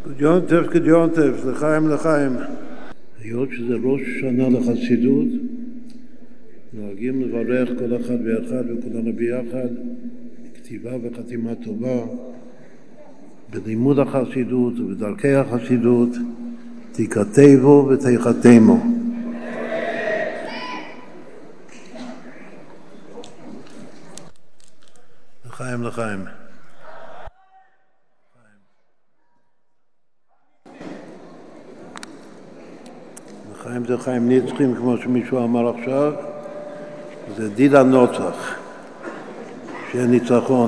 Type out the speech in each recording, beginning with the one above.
כדיונטף, לחיים לחיים. היות שזה ראש שנה לחסידות, נוהגים לברך כל אחד ואחד וכולנו ביחד, כתיבה וחתימה טובה, בלימוד החסידות ובדרכי החסידות, תיכתבו ותיחתמו. לחיים לחיים. לחיים זה חיים נצחים, כמו שמישהו אמר עכשיו, זה דיל הנוצח, שיהיה ניצחון.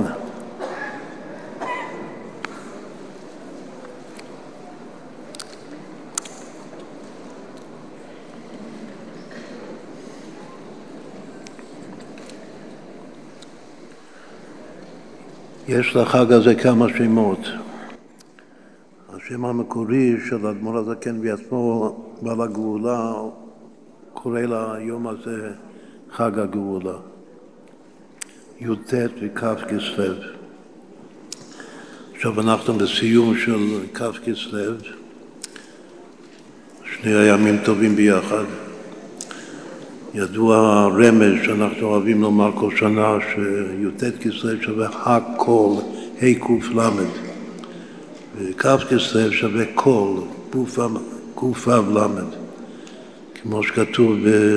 יש לחג הזה כמה שמות. השם המקורי של האדמו"ר הזקן בעצמו, בעל הגאולה, קורא ליום הזה חג הגאולה. י"ט וכ' כסלו. עכשיו אנחנו בסיום של כ' כסלו, שני הימים טובים ביחד. ידוע הרמז שאנחנו אוהבים לומר כל שנה שי"ט כסלו שווה הכל, ה' למד. וכ' כסלו שווה כל, ק' למד. כמו שכתוב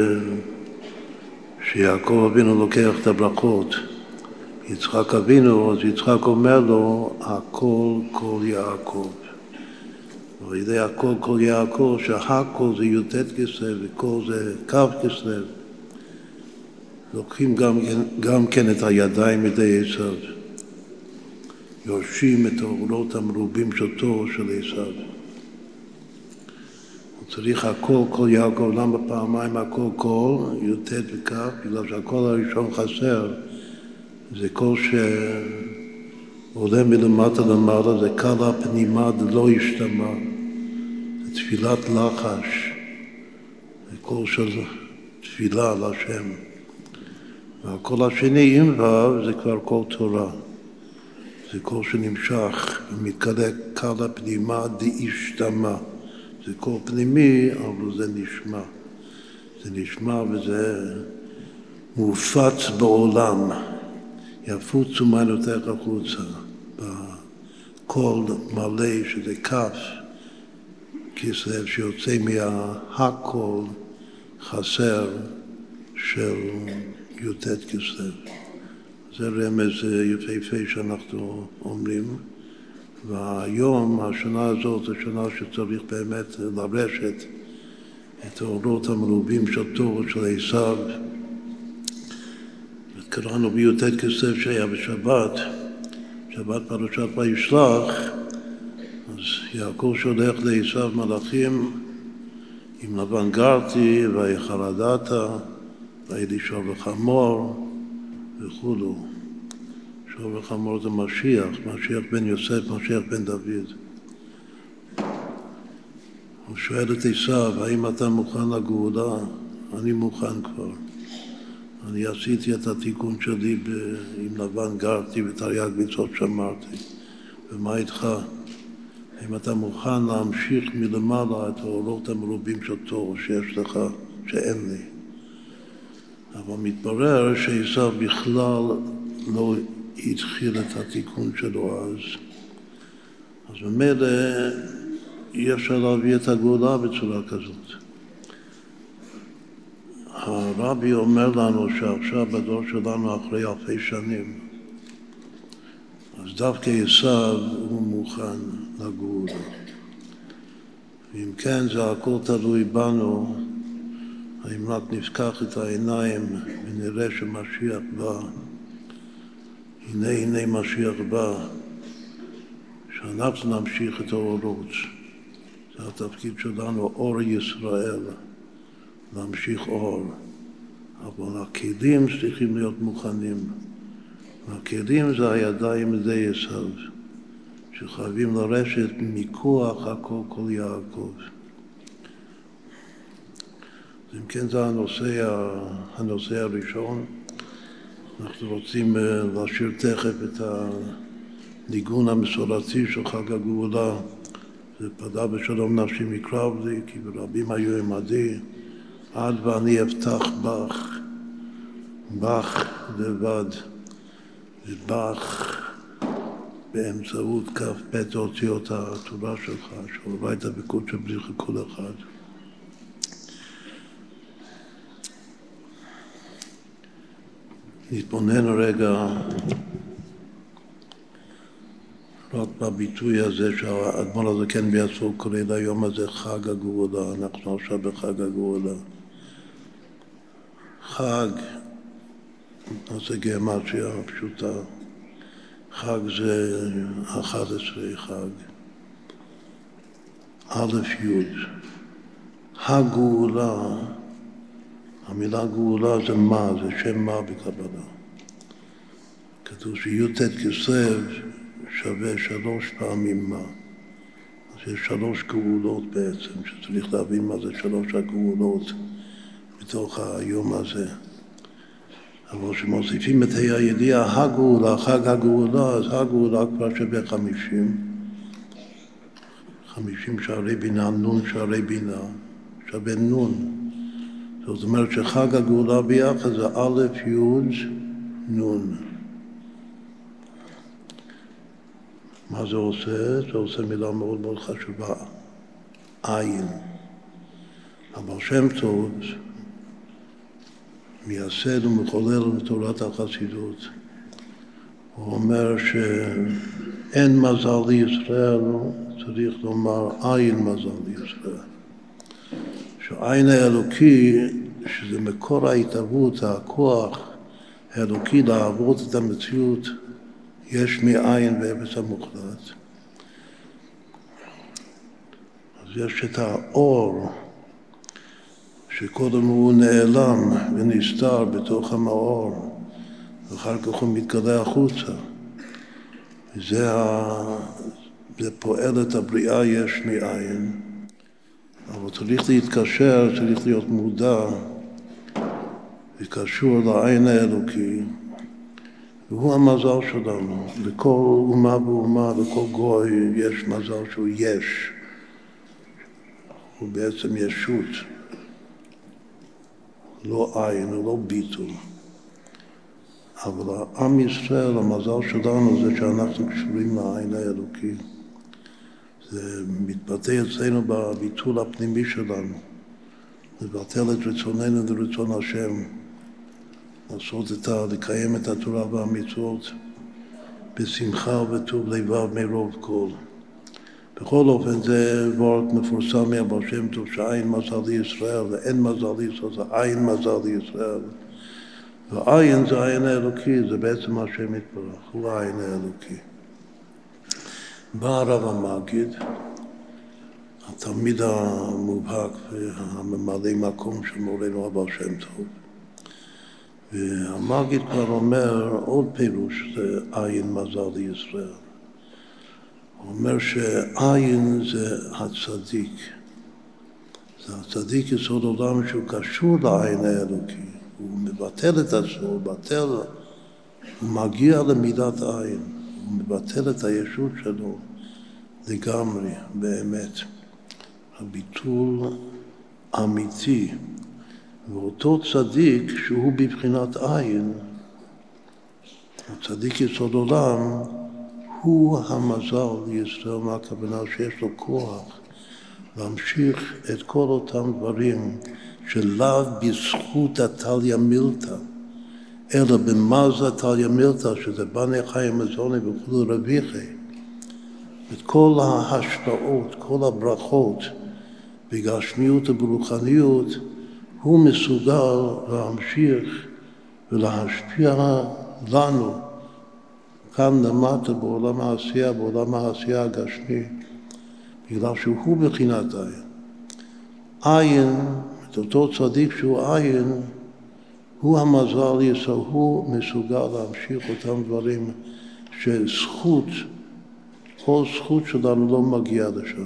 שיעקב אבינו לוקח את הברכות. יצחק אבינו, אז יצחק אומר לו, הכל כל יעקב. ועל ידי הכל כל יעקב, שהכל זה י"ט כסלו וכל זה כ' כסלו. לוקחים גם כן את הידיים מידי עשיו. יורשים את האורות המרובים של תור של עשיו. הוא צריך הכל כל יעקב, למה פעמיים הכל כל, י"ט וכ', בגלל שהכל הראשון חסר, זה כל שעולה מלמטה למעלה, זה קלה פנימה דלא ישתמע. זה תפילת לחש, זה קול של תפילה להשם. והקול השני, עם ו', זה כבר קול תורה. זה קול שנמשך, ומתקלה קלה פנימה דאישתמע. זה קול פנימי, אבל זה נשמע. זה נשמע וזה מופץ בעולם. יפוצו מעיינותיך החוצה. בקול מלא שזה כ' כסלו שיוצא מהקול חסר של י"ט כסלו. זה רמז יפהפה שאנחנו אומרים. והיום, השנה הזאת, זו שנה שצריך באמת לרשת את האורות המרובים של תור של עשיו. קראנו בי"ט כסלו שהיה בשבת, שבת פרשת וישלח, אז יעקב שולח לעשיו מלאכים עם לבן גרתי ויחרדת ויהי שור וחמור וכולו. שור וחמור זה משיח, משיח בן יוסף, משיח בן דוד. הוא שואל את עשיו, האם אתה מוכן לגאולה? אני מוכן כבר. אני עשיתי את התיקון שלי עם לבן גרתי ותרי"ג מצוות שמרתי. ומה איתך? אם אתה מוכן להמשיך מלמעלה את האורות המרובים של תור שיש לך, שאין לי. אבל מתברר שעשיו בכלל לא התחיל את התיקון שלו אז ממילא אי אפשר להביא את הגאולה בצורה כזאת. הרבי אומר לנו שעכשיו בדור שלנו אחרי אלפי שנים, אז דווקא עשיו הוא מוכן לגאולה. ואם כן, זה הכל תלוי בנו, האם רק נפקח את העיניים ונראה שמשיח בא. הנה משיח בא, שאנחנו נמשיך את האורות. זה התפקיד שלנו, אור ישראל, להמשיך אור. אבל הכלים צריכים להיות מוכנים. והכלים זה הידיים ידי עשיו, שחייבים לרשת מכוח הכל כל יעקב. אז אם כן זה הנושא הראשון. אנחנו רוצים לשיר תכף את הניגון המסורתי של חג הגאולה, זה פדה בשלום נפשי מקרב לי, כי ברבים היו עמדי, עד ואני אפתח בך, בך לבד, ובך באמצעות כף בית אותיות התורה שלך, שעולה את הביקוד של בריך כל אחד. נתבונן רגע רק בביטוי הזה שהאדמו"ר הזקן בעצמו קורא ליום הזה חג הגאולה. אנחנו עכשיו בחג הגאולה. חג, זה גימטריה פשוטה. חג זה 11 חג. א' י'. הגאולה, המילה גאולה זה מה? זה שם מה בקבלה. כתוב שי"ט כסלו שווה 3 פעמים מה. אז יש 3 גאולות בעצם, שצריך להבין מה זה 3 הגאולות בתוך היום הזה. אבל כשמוסיפים את הידיעה הגאולה, חג הגאולה, אז הגאולה כבר שווה 50. 50 שערי בינה, נון שערי בינה, שווה נון. זאת אומרת שחג הגאולה ביחד זה א' י' נון. מה זה עושה? זה עושה מילה מאוד מאוד חשובה, עין. אבל שם טוב מייסד ומחולל בתורת החסידות. הוא אומר שאין מזל לישראל, צריך לומר עין מזל לישראל. שהעין האלוקי, שזה מקור ההתערבות, הכוח האלוקי לעבוד את המציאות, יש מאין באפס המוחלט. אז יש את האור, שקודם הוא נעלם ונסתר בתוך המאור, ואחר כך הוא מתגלה החוצה. זה פועל את הבריאה יש מאין. אבל צריך להתקשר, צריך להיות מודע, וקשור לעין האלוקי, והוא המזל שלנו. לכל אומה ואומה, לכל גוי, יש מזל שהוא יש. הוא בעצם ישות. לא עין, הוא לא ביטול. אבל עם ישראל, המזל שלנו זה שאנחנו קשורים לעין האלוקי. זה מתבטא אצלנו בביטול הפנימי שלנו. לבטל את רצוננו לרצון השם. לקיים את התורה והמצוות בשמחה ובטוב לבב מרוב כל. בכל אופן זה וורט מפורסם מהבעל שם טוב שעין מזל לישראל ואין מזל לישראל, זה עין מזל לישראל. ועין זה העין האלוקי, זה בעצם השם יתברך, הוא העין האלוקי. בא הרב המגיד, התלמיד המובהק והממלא מקום של מורנו הבעל שם טוב. והמגיד כבר אומר עוד פירוש, זה עין מזל לישראל. הוא אומר שעין זה הצדיק. זה הצדיק יסוד עולם שהוא קשור לעין האלוקי. הוא מבטל את עצמו, הוא מגיע למידת עין. הוא מבטל את הישות שלו לגמרי, באמת. הביטול אמיתי. ואותו צדיק שהוא בבחינת עין, הצדיק יסוד עולם, הוא המזל לישראל, מה הכוונה שיש לו כוח להמשיך את כל אותם דברים שלאו בזכות התליה מילתא, אלא במזה תליה מילתא, שזה בני חיים מזוני וכולו רביחי. את כל ההשפעות, כל הברכות בגשמיות וברוחניות, הוא מסוגל להמשיך ולהשפיע לנו כאן למטה בעולם העשייה, בעולם העשייה הגשמי, בגלל שהוא בחינת עין. עין, את אותו צדיק שהוא עין, הוא המזל לישראל, הוא מסוגל להמשיך אותם דברים שזכות, כל זכות שלנו לא מגיעה לשם.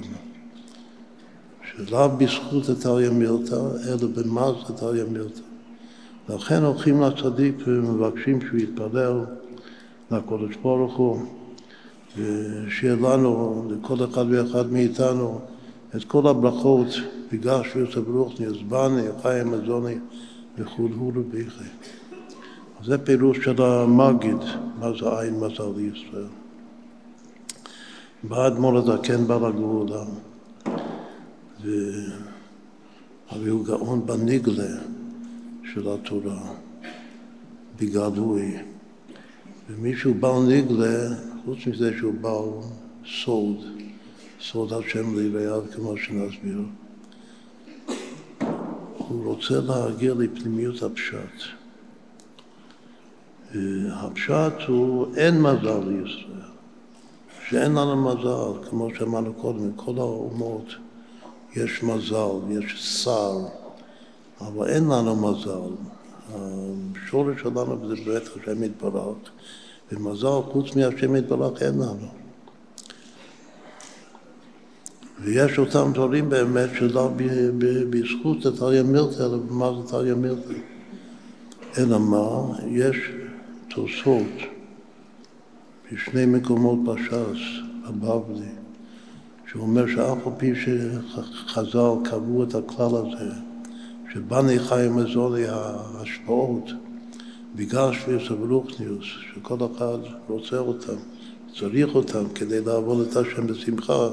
שלא בזכות התליה מילתא, אלא במזל התליה מילתא. לכן הולכים לצדיק ומבקשים שהוא יתפלל לקדוש ברוך הוא, ושיהיה לנו, לכל אחד ואחד מאיתנו, את כל הברכות, בגשמיות וברוחניוס, בני, חיים, מזוני, וכולו ביחי. זה פירוש של המגיד, מה זה עין מזל לישראל. בעד מול הזקן בעל הגאולה, אבל הוא גאון בנגלה של התורה, בגלוי. ומישהו בעל נגלה, חוץ מזה שהוא בעל סוד, סוד השם לירד, כמו שנסביר, הוא רוצה להגיע לפנימיות הפשט. הפשט הוא אין מזל לישראל, שאין לנו מזל, כמו שאמרנו קודם, כל האומות יש מזל, יש שר, אבל אין לנו מזל. השורש שלנו זה באמת השם יתברך, ומזל חוץ מהשם יתברך אין לנו. ויש אותם דברים באמת שלא בזכות התריה מילתא, אלא במה זה תריה מילתא. אלא מה? יש תוספות בשני מקומות בש"ס, הבבלי, שאומר שאף על פי שחז"ל קבעו את הכלל הזה, שבני חיים מזוני ההשפעות, בגשמיות וברוחניוס, שכל אחד רוצה אותם, צריך אותם כדי לעבוד את השם בשמחה,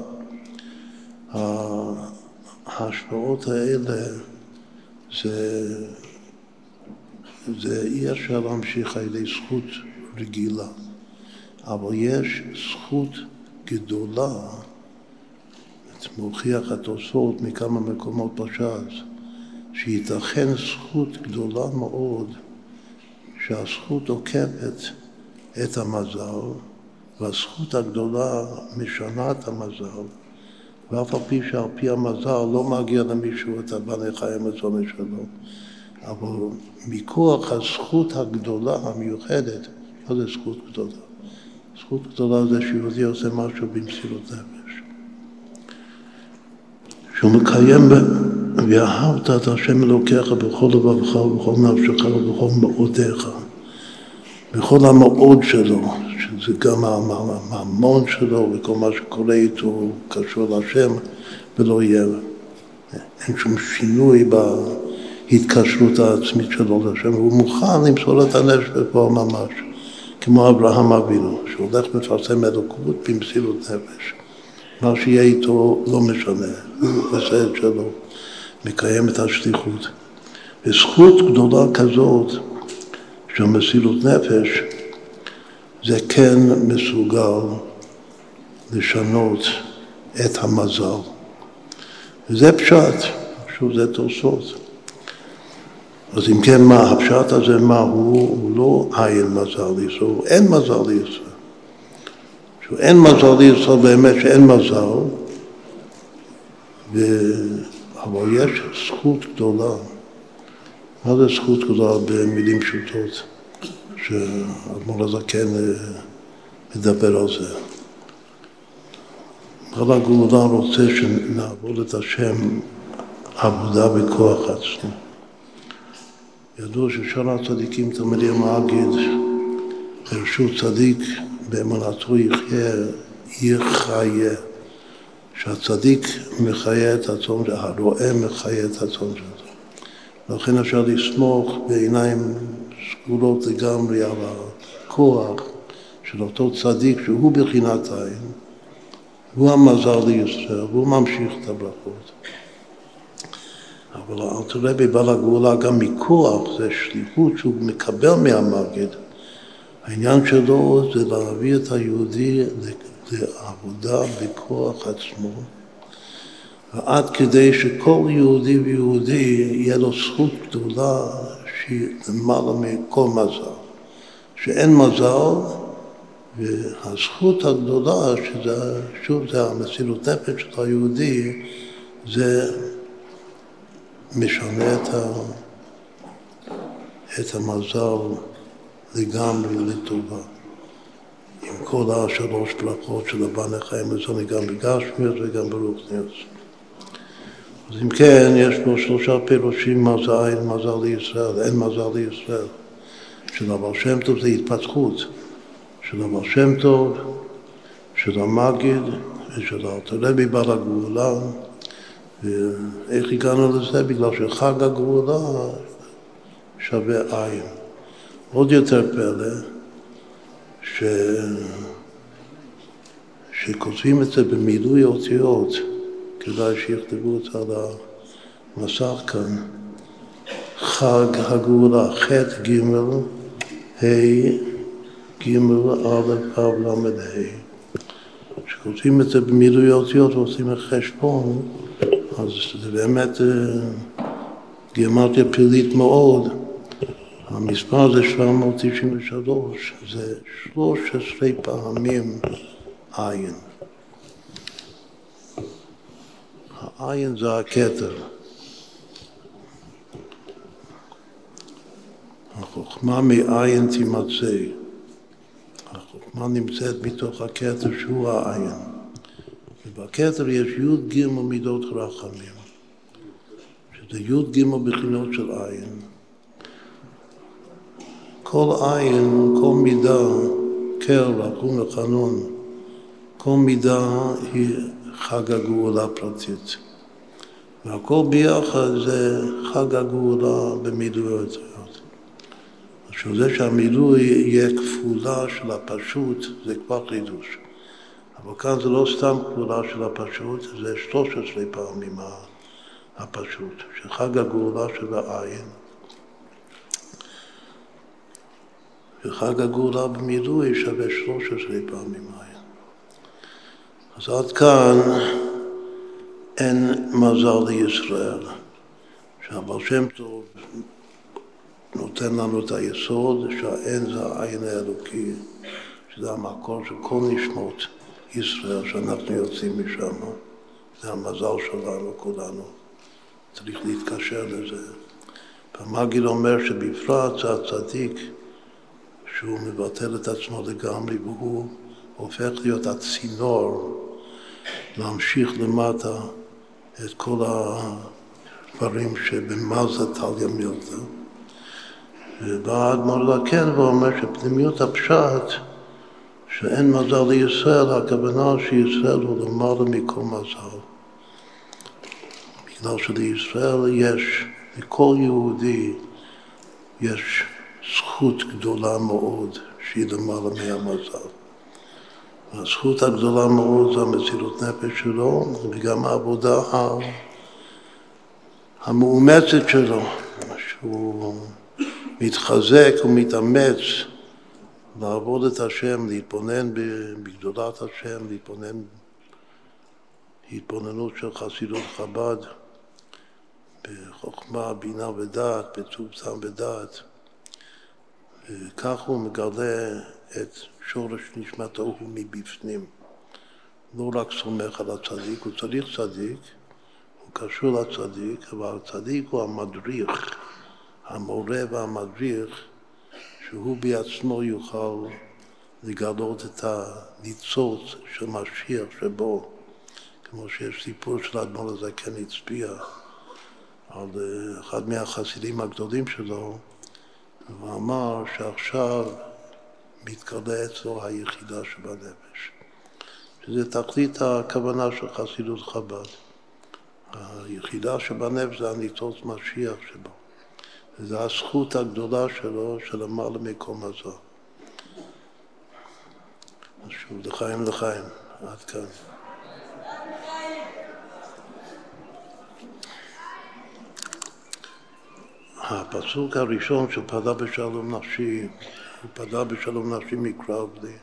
ההשפעות האלה זה אי אפשר להמשיך על ידי זכות רגילה, אבל יש זכות גדולה, מוכיח התוספות מכמה מקומות בש"ס, שייתכן זכות גדולה מאוד, שהזכות עוקפת את המזל, והזכות הגדולה משנה את המזל, ואף על פי שעל פי המזל לא מגיע למישהו את הבני חיים מזוני שלו, אבל מכוח הזכות הגדולה המיוחדת, מה זה זכות גדולה? זכות גדולה זה שיהודי עושה משהו במסירות נפש. שהוא מקיים ואהבת את השם אלוקיך בכל לבבך ובכל נפשך ובכל מאודיך, בכל המאוד שלו, שזה גם הממון שלו וכל מה שקורה איתו קשור להשם, ולא יהיה. אין שום שינוי בהתקשרות העצמית שלו להשם, הוא מוכן למסור את הנפש בפועל ממש, כמו אברהם אבינו, שהולך מפרסם אלוקות במסירות נפש. מה שיהיה איתו לא משנה, הוא עושה את שלו, מקיים את השליחות. וזכות גדולה כזאת של מסירות נפש, זה כן מסוגל לשנות את המזל. וזה פשט, שוב זה תוספות. אז אם כן, מה הפשט הזה, מה הוא לא עין מזל לישראל, אין מזל לישראל. אין מזל לישראל באמת שאין מזל, אבל יש זכות גדולה. מה זה זכות גדולה במילים פשוטות? שהאדמו"ר הזקן מדבר על זה. בעל הגאולה רוצה שנעבוד את השם עבודה בכוח עצמו. ידוע ששאר הצדיקים תלמידי המגיד, ברשות צדיק באמונתו יחיה, שהצדיק מחיה את הצום שלו, הרואה מחיה את הצום שלו. לכן אפשר לסמוך בעיניים סגורות לגמרי על הכוח של אותו צדיק שהוא בחינת עין, הוא המזל לישראל, הוא ממשיך את הברכות. אבל אל תראה בבעל הגאולה גם מכוח, זה שליחות שהוא מקבל מהמגיד. העניין שלו זה להביא את היהודי לעבודה בכוח עצמו, ועד כדי שכל יהודי ויהודי יהיה לו זכות גדולה שהיא למעלה מכל מזל. שאין מזל, והזכות הגדולה, שזה, שוב, זה המסירות נפש של היהודי, זה משנה את המזל לגמרי לטובה. עם כל השלוש ברכות של הבני חיים מזוני, גם בגשמיות וגם ברוחניוס. אז אם כן, יש פה שלושה פירושים מה זה עין, מזל לישראל, אין מזל לישראל. של הבעל שם טוב זה התפתחות. של הבעל שם טוב, של המגיד ושל הרבי בעל הגאולה. ואיך הגענו לזה? בגלל שחג הגאולה שווה עין. עוד יותר פלא, שכותבים את זה במילוי אותיות, כדאי שיכתבו את זה על המסך כאן, חג הגאולה, ח' ג' ה' ג' א' ו' ל' ה'. כשכותבים את זה במילוי אותיות ועושים את חשבון, אז זה באמת גימטריה פלילית מאוד. המספר זה 793, זה 13 פעמים עין. העין זה הכתר. החוכמה מעין תימצא. החוכמה נמצאת בתוך הכתר שהוא העין. ובכתר יש י' ג' מידות רחמים. שזה י' ג' בחינות של עין. כל עין, כל מידה, קר, רחום וחנון, כל מידה היא חג הגאולה פרטית. והכל ביחד זה חג הגאולה במילוי. שזה שהמילוי יהיה כפולה של הפשוט, זה כבר חידוש. אבל כאן זה לא סתם כפולה של הפשוט, זה 13 פעמים הפשוט, שחג הגאולה של העין. וחג הגאולה במילוי שווה 13 פעמים עין. אז עד כאן אין מזל לישראל, שהבעל שם טוב נותן לנו את היסוד שהאין זה העין האלוקי, שזה המקור של כל נשמות ישראל שאנחנו יוצאים משם. זה המזל שלנו, כולנו. צריך להתקשר לזה. והמגיד אומר שבפרט זה הצדיק שהוא מבטל את עצמו לגמרי והוא הופך להיות הצינור להמשיך למטה את כל הדברים שבמזה טליה מילתא. ובא האדמו"ר זקן ואומר שפנימיות הפשט שאין מזל לישראל, הכוונה שישראל הוא למעלה מכל מזל. בגלל שלישראל יש, לכל יהודי יש זכות גדולה מאוד שהיא למעלה מהמזל. והזכות הגדולה מאוד זה המסירות נפש שלו וגם העבודה המאומצת שלו, שהוא מתחזק ומתאמץ לעבוד את השם, להתבונן בגדולת השם, להתבונן התבוננות של חסידות חב"ד, בחוכמה, בינה ודעת, בטוב טעם ודעת. כך הוא מגלה את שורש נשמתו הוא מבפנים. לא רק סומך על הצדיק, הוא צריך צדיק, הוא קשור לצדיק, אבל הצדיק הוא המדריך, המורה והמדריך, שהוא בעצמו יוכל לגלות את הניצוץ של משיח שבו, כמו שיש סיפור של האדמו"ר הזקן הצביע על אחד מהחסידים הגדולים שלו, ואמר שעכשיו מתגלה אצלו היחידה שבנפש. שזה תכלית הכוונה של חסידות חב"ד. היחידה שבנפש זה הניצוץ משיח שבו. וזו הזכות הגדולה שלו, של למעלה מכל מזל. אז שוב, לחיים לחיים, עד כאן. הפסוק הראשון שפדה בשלום נפשי, הוא פדה בשלום נפשי מקרב לי.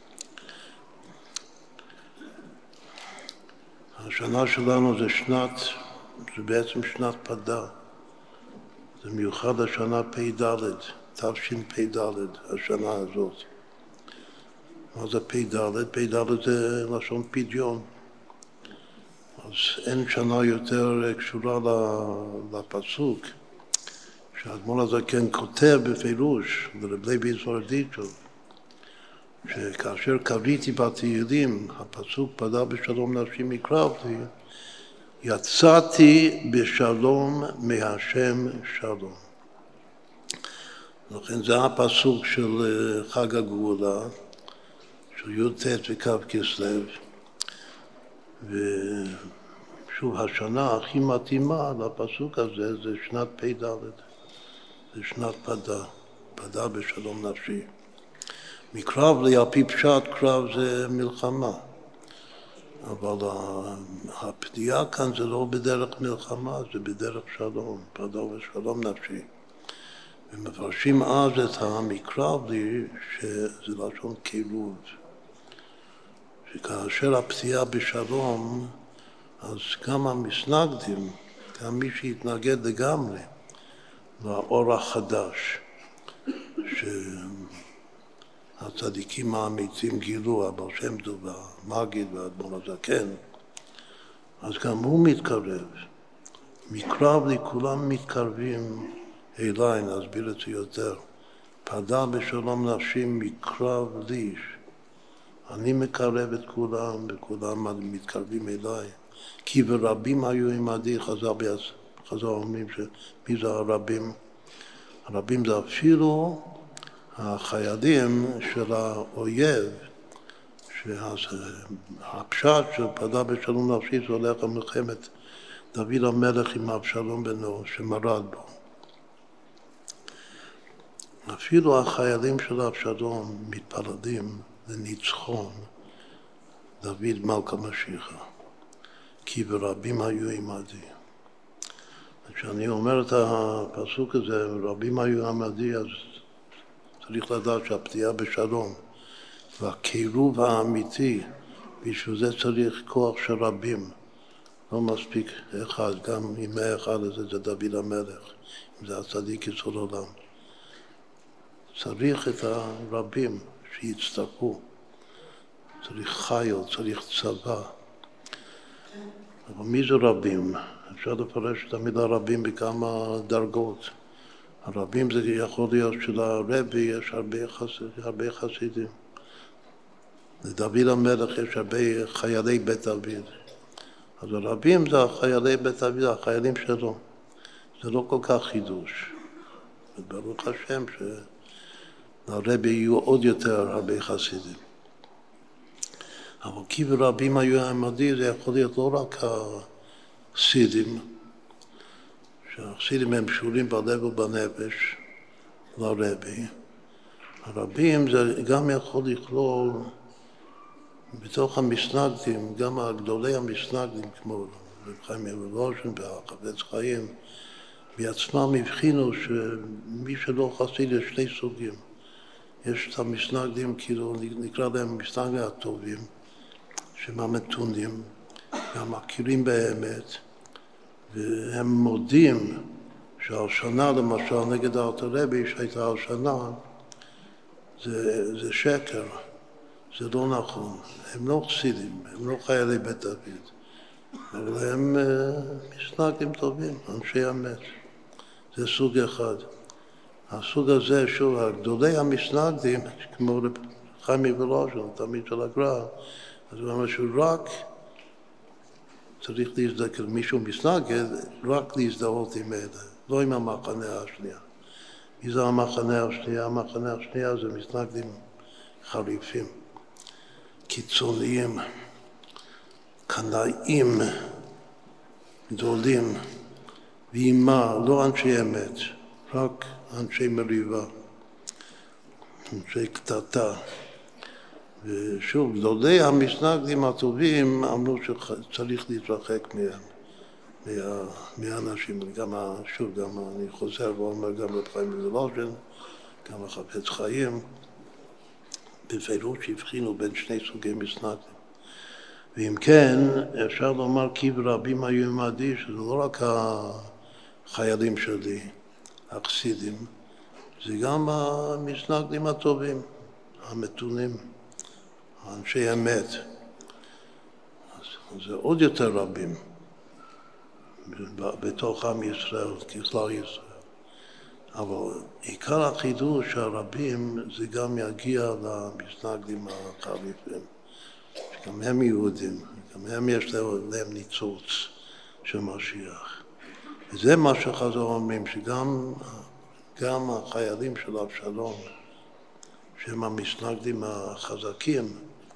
השנה שלנו זה בעצם שנת פדה. זה מיוחד השנה פ"ד, תשפ"ד, השנה הזאת. מה זה פ"ד? פ"ד זה לשון פדיון. אז אין שנה יותר קשורה לפסוק. שהאדמו"ר הזקן כותב בפירוש, לרב לוי זוורדיצ'וב, שכאשר קראתי בתהילים, הפסוק פדה בשלום נפשי מקרב לי, יצאתי בשלום מהשם שלום. לכן זה הפסוק של חג הגאולה, י"ט וכ"ו כסלו, ושוב השנה הכי מתאימה לפסוק הזה זה שנת פ"ד, זה שנת פדה בשלום נפשי. מקרב על פי פשט קרב זה מלחמה, אבל הפדיעה כאן זה לא בדרך מלחמה, זה בדרך שלום, פדה ושלום נפשי. ומפרשים אז את המקרב לי שזה לשון קירוב, שכאשר הפדיעה בשלום, אז גם המסנגדים, גם מי שהתנגד לגמרי לאור החדש שהצדיקים האמיצים גילו, הבעל שם טוב והמגיד והאדמו"ר הזקן, אז גם הוא מתקרב. מקרב לי כולם מתקרבים אליי, נסביר את זה יותר. פדה בשלום נפשי מקרב לי, אני מקרב את כולם וכולם מתקרבים אליי. כי ורבים היו עמדי, חז"ל אומרים שמי זה הרבים? הרבים זה אפילו החיילים של האויב, שהפשט של פדה בשלום נפשי זה הולך על מלחמת דוד המלך עם אבשלום בנו שמרד בו. אפילו החיילים של אבשלום מתפללים לניצחון דוד מלך המשיח, כי ורבים היו עמדי. כשאני אומר את הפסוק הזה, רבים היו עמדי, אז צריך לדעת שהפדיעה בשלום והקירוב האמיתי, בשביל זה צריך כוח של רבים, לא מספיק אחד, גם אם אחד הזה זה דוד המלך, אם זה הצדיק יסוד עולם. צריך את הרבים שיצטרפו, צריך חיל, צריך צבא. אבל מי זה רבים? אפשר לפרש את המילה רבים בכמה דרגות. הרבים זה יכול להיות שלרבי יש הרבה חסידים. לדוד המלך יש הרבה חיילי בית דוד. אז הרבים זה חיילי בית דוד, החיילים שלו. זה לא כל כך חידוש. ברוך השם שלרבי יהיו עוד יותר הרבה חסידים. אבל כי ורבים היו עמדי, זה יכול להיות לא רק החסידים, שהחסידים הם קשורים בלב ובנפש לרבי. הרבים זה גם יכול לכלול בתוך המסנגדים, גם הגדולי המסנגדים, כמו רב חיים מוולוז'ין והחפץ חיים, בעצמם הבחינו שמי שלא חסיד יש שני סוגים. יש את המסנגדים, כאילו נקרא להם מסנגדים הטובים, שהם המתונים, גם מכירים באמת, והם מודים שההלשנה למשל נגד אלתר רבי שהייתה הלשנה, זה שקר, זה לא נכון. הם לא חסידים, הם לא חיילי בית דוד, אבל הם מסנגדים טובים, אנשי אמת. זה סוג אחד. הסוג הזה, שוב, גדולי המסנגדים, כמו רב חיים מוולוז'ין, תמיד של הגר"א, אז הוא אומר שהוא רק צריך להזדקר, מישהו מסנגד, רק להזדהות עם אלה, לא עם המחנה השנייה. מי זה המחנה השנייה? המחנה השנייה זה מסנגדים חריפים, קיצוניים, קנאים, גדולים, ואימה, לא אנשי אמת, רק אנשי מריבה, אנשי קטטה. ושוב, גדולי המסנגדים הטובים אמרו שצריך להתרחק מהאנשים. שוב, גם אני חוזר ואומר גם רב חיים מוולוז'ין, גם החפץ חיים, בפירוש הבחינו בין שני סוגי מסנגדים. ואם כן, אפשר לומר כי ורבים היו עמדי, שזה לא רק החיילים שלי, החסידים, זה גם המסנגדים הטובים, המתונים. אנשי אמת, אז זה עוד יותר רבים בתוך עם ישראל, ככלל ישראל. אבל עיקר החידוש שהרבים זה גם יגיע למסנגדים החריפים, שגם הם יהודים, גם הם יש להם ניצוץ של משיח. וזה מה שחז"ל אומרים, שגם החיילים של אבשלום, שהם המסנגדים החזקים,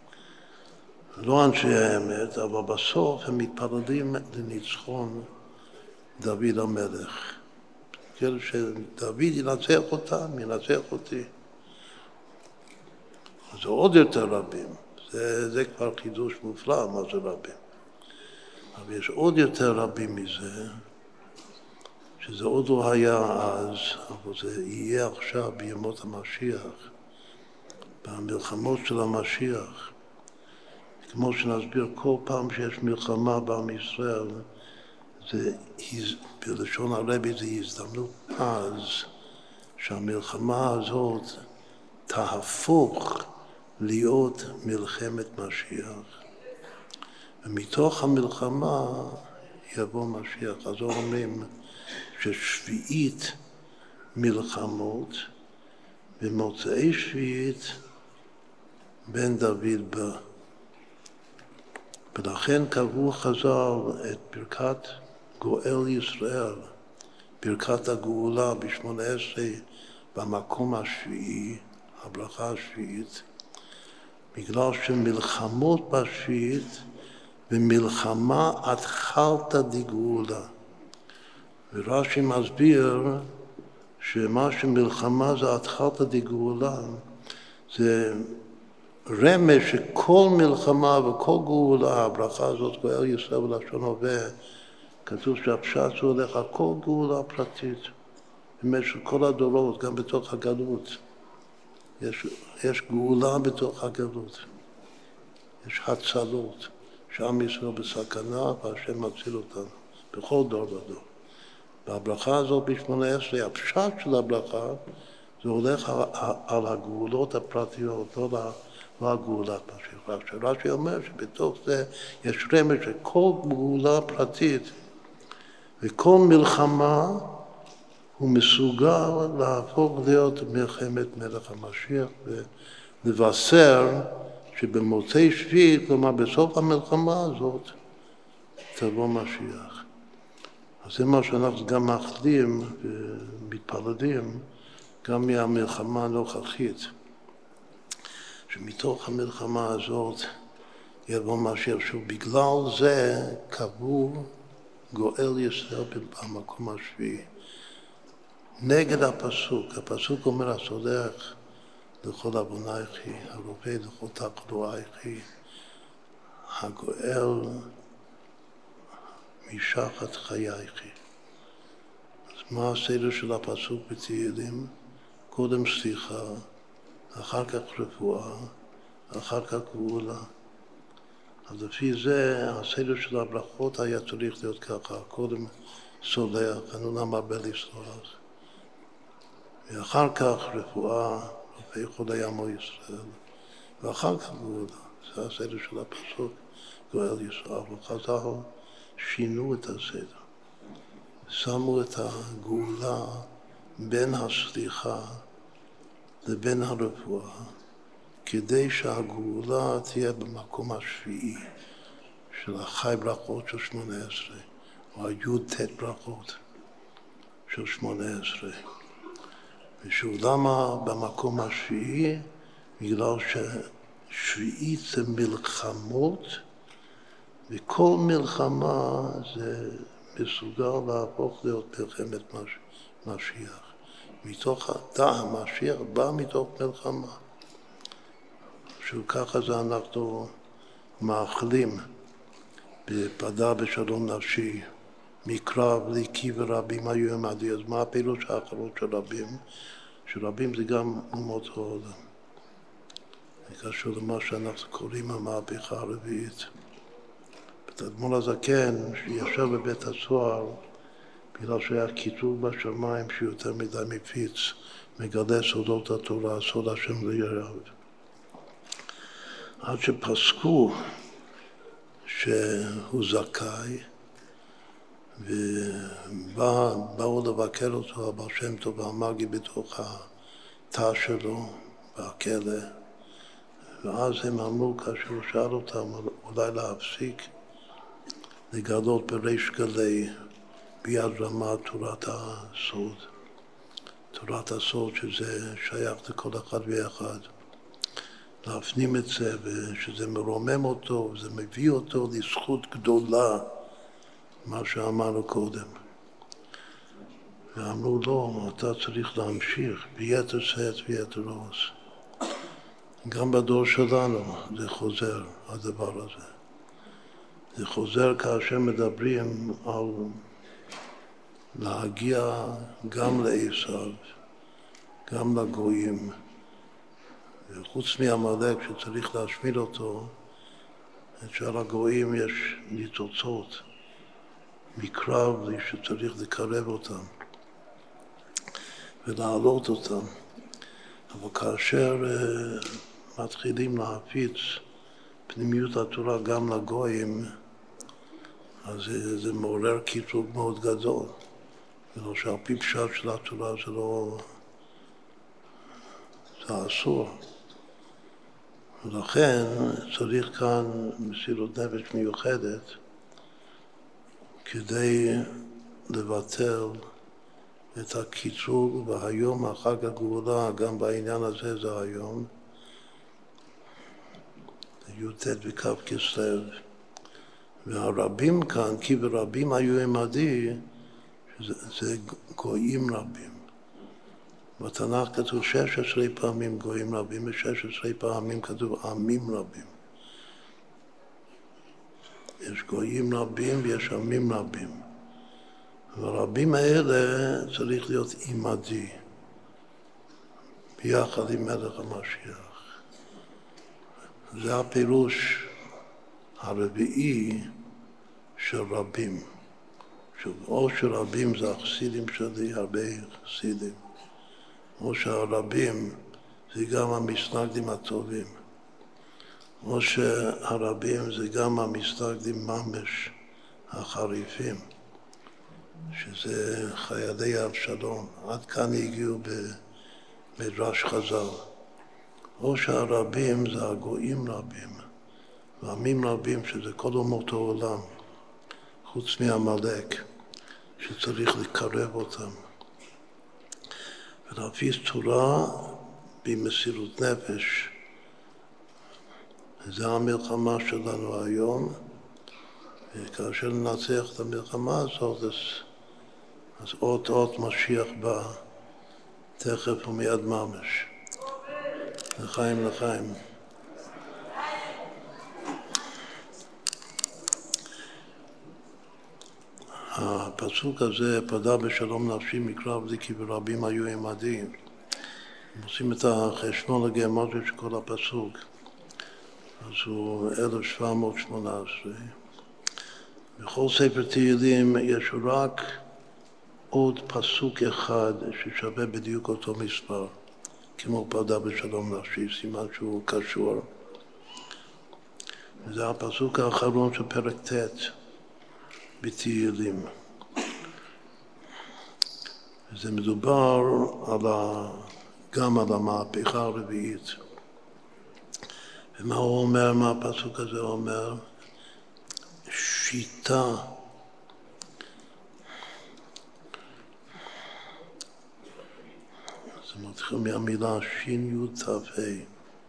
לא אנשי האמת, אבל בסוף הם מתפללים לניצחון דוד המלך. כאילו שדוד ינצח אותם, ינצח אותי. אז זה עוד יותר רבים. זה כבר חידוש מופלא, מה זה רבים. אבל יש עוד יותר רבים מזה, שזה עוד לא היה אז, אבל זה יהיה עכשיו בימות המשיח, במלחמות של המשיח. כמו שנסביר, כל פעם שיש מלחמה בעם ישראל, בלשון הרבי זה הזדמנות אז, שהמלחמה הזאת תהפוך להיות מלחמת משיח. ומתוך המלחמה יבוא משיח. אז אומרים ששביעית מלחמות, במוצאי שביעית בן דוד בא. ולכן קבעו חז"ל את ברכת גואל ישראל, ברכת הגאולה ב-18 במקום השביעי, הברכה השביעית, בגלל שמלחמות בשביעית ומלחמה התחלתא דגאולה. ורש"י מסביר שמה שמלחמה זה התחלתא דגאולה, זה רמז שכל מלחמה וכל גאולה, הברכה הזאת, גואל ישראל בלשון הווה, כתוב שהפשט הוא הולך על כל גאולה פרטית, במשך כל הדורות, גם בתוך הגלות. יש גאולה בתוך הגלות, יש הצלות, שעם ישראל בסכנה והשם מציל אותנו, בכל דור ודור. והברכה הזאת ב-18, הפשט של הברכה, זה הולך על הגאולות הפרטיות, לא הגאולה פשוט. רש"י אומר שבתוך זה יש רמז שכל גאולה פרטית וכל מלחמה הוא מסוגל להפוך להיות מלחמת מלך המשיח ולבשר שבמוצאי שביעית, כלומר בסוף המלחמה הזאת, תבוא משיח. אז זה מה שאנחנו גם מאחלים ומתפללים גם מהמלחמה הנוכחית. שמתוך המלחמה הזאת יבוא משיח, שבגלל זה קבעו גואל ישראל במקום השביעי. נגד הפסוק, הפסוק אומר הסולח לכל עוונייכי, הרופא לכל תחלואייכי, הגואל משחת חייכי. אז מה הסדר של הפסוק בתהילים? קודם סליחה, אחר כך רפואה, אחר כך גאולה. אז לפי זה הסדר של הברכות היה צריך להיות ככה, קודם סולח, אנו נמרבה לסלוח, ואחר כך רפואה, רופא חולי עמו ישראל, ואחר כך גאולה. זה הסדר של הפסוק, גואל ישראל. וחז"ל שינו את הסדר, שמו את הגאולה בין הסליחה לבין הרפואה, כדי שהגאולה תהיה במקום השביעי של החי ברכות של 18, או הי"ט ברכות של 18. ושוב, למה במקום השביעי? בגלל ששביעית זה מלחמות, וכל מלחמה זה מסוגל להפוך להיות מלחמת משיח. מתוך המשיח בא מתוך מלחמה. שככה זה אנחנו מאחלים בפדה בשלום נפשי, מקרב ליקי ורבים היו עמדי. אז מה הפירוש האחרון של רבים? שרבים זה גם אומות העולם. זה קשור למה שאנחנו קוראים המהפכה הרביעית. האדמו"ר הזקן שישב בבית הסוהר, בגלל שהיה קיטור בשמיים שיותר מדי מפיץ, מגלה סודות התורה, סוד השם ליראיו. עד שפסקו שהוא זכאי, ובאו לבקר אותו הבעל שם טוב והמאגי בתוך התא שלו, בכלא, ואז הם אמרו, כאשר הוא שאל אותם אולי להפסיק, לגלות בריש גלי, ביד רמה תורת הסוד. תורת הסוד שזה שייך לכל אחד ואחד. להפנים את זה, ושזה מרומם אותו, וזה מביא אותו לזכות גדולה, מה שאמרנו קודם. ואמרו לו, אתה צריך להמשיך ביתר שאת ויתר עוז. גם בדור שלנו זה חוזר, הדבר הזה. זה חוזר כאשר מדברים על להגיע גם לעשיו, גם לגויים. וחוץ מעמלק שצריך להשמיד אותו, את שאר הגויים יש ניצוצות מקרב שצריך לקרב אותם ולהעלות אותם. אבל כאשר מתחילים להפיץ פנימיות התורה גם לגויים, אז זה מעורר קטרוג מאוד גדול. ולא שעל פי פשט של התורה זה לא... זה אסור. ולכן צריך כאן מסירות נפש מיוחדת כדי לבטל את הקטרוג, והיום החג הגאולה, גם בעניין הזה זה היום, י"ט וכ' כסלו. והרבים כאן, כי ברבים היו עמדי, זה גויים רבים. בתנ"ך כתוב 16 פעמים גויים רבים, ו16 פעמים כתוב עמים רבים. יש גויים רבים ויש עמים רבים. והרבים האלה צריך להיות עמדי, ביחד עם מלך המשיח. זה הפירוש הרביעי של רבים. או שרבים זה החסידים שלי, הרבה חסידים. או שהרבים זה גם המסנגדים הטובים. או שהרבים זה גם המסנגדים ממש החריפים. שזה חיילי אבשלום. עד כאן הגיעו במדרש חז"ל. או שהרבים זה הגויים רבים, ועמים רבים שזה כל אומות העולם, חוץ מעמלק, שצריך לקרב אותם. ולהפיץ תורה במסירות נפש. זה המלחמה שלנו היום, וכאשר ננצח את המלחמה הזאת, אז אות משיח בא, תכף ומיד ממש. לחיים לחיים. הפסוק הזה, פדה בשלום נפשי מקרב לי כי ברבים היו עמדי. הם עושים את החשבון הגמטרי של כל הפסוק. אז הוא 1718. בכל ספר תהילים יש רק עוד פסוק אחד ששווה בדיוק אותו מספר. כמו פדה בשלום נפשי, סימן שהוא קשור. וזה הפסוק האחרון של פרק ט' בתהילים. וזה מדובר גם על המהפכה הרביעית. ומה הוא אומר, מה הפסוק הזה אומר? שיטה. זה מתחיל מהמילה שין י' ת' ה'.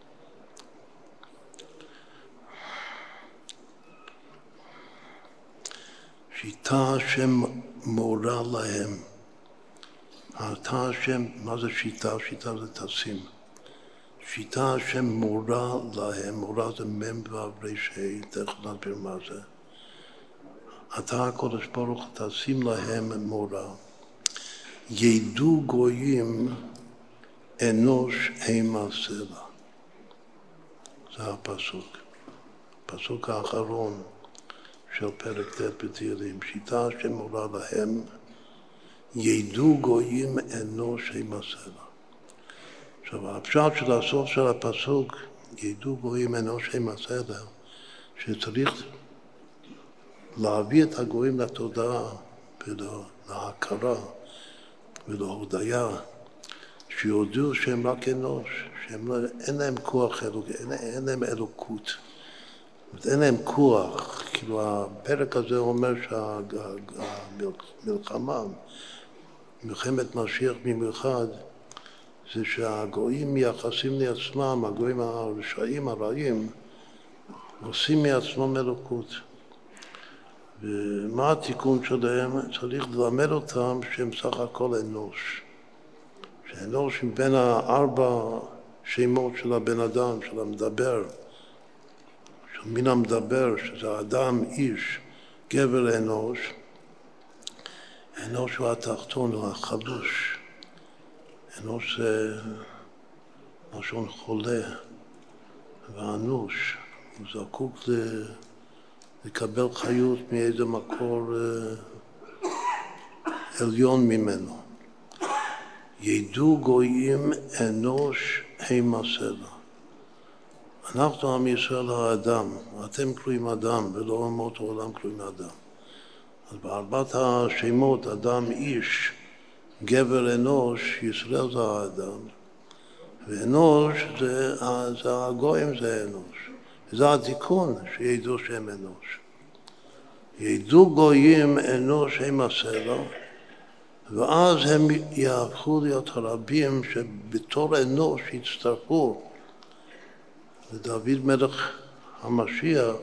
שיטה השם מורה להם. אתה השם, מה זה שיטה? שיטה זה תשים. שיטה השם מורה להם, מורה זה מם ו' ר' ה', תכף נסביר מה זה. אתה הקדוש ברוך תשים להם מורה. ידעו גויים אנוש המה סלע. זה הפסוק. הפסוק האחרון של פרק ט' בתהילים. שיטה שמורה להם, ידעו גויים אנוש המה סלע. עכשיו, הפשט של הסוף של הפסוק, ידעו גויים אנוש המה סלע, שצריך להביא את הגויים לתודעה ולהכרה ולהודיה, שיודעו שהם רק אנוש, שאין להם כוח אלוקי, אין להם אלוקות. אין להם כוח, כאילו הפרק הזה אומר שהמלחמה, מלחמת משיח במיוחד, זה שהגויים מייחסים לעצמם, הגויים הרשעים, הרעים, עושים מעצמם אלוקות. ומה התיקון שלהם? צריך ללמד אותם שהם סך הכל אנוש. שאנוש בין 4 שמות של הבן אדם, של המדבר, של מין המדבר, שזה אדם, איש, גבר אנוש. אנוש הוא התחתון, הוא החלוש. אנוש זה לשון חולה ואנוש. הוא זקוק לקבל חיות מאיזה מקור עליון ממנו. ידעו גויים אנוש המה סלע. אנחנו עם ישראל האדם, אתם קרואים אדם, ולא אומות העולם קרואים אדם. אז ב4 השמות, אדם איש, גבר אנוש, ישראל זה האדם, ואנוש זה הגויים זה אנוש. זה התיקון שידעו שהם אנוש. ידעו גויים אנוש המה סלע, ואז הם יהפכו להיות הרבים שבתור אנוש יצטרפו לדוד מלך המשיח,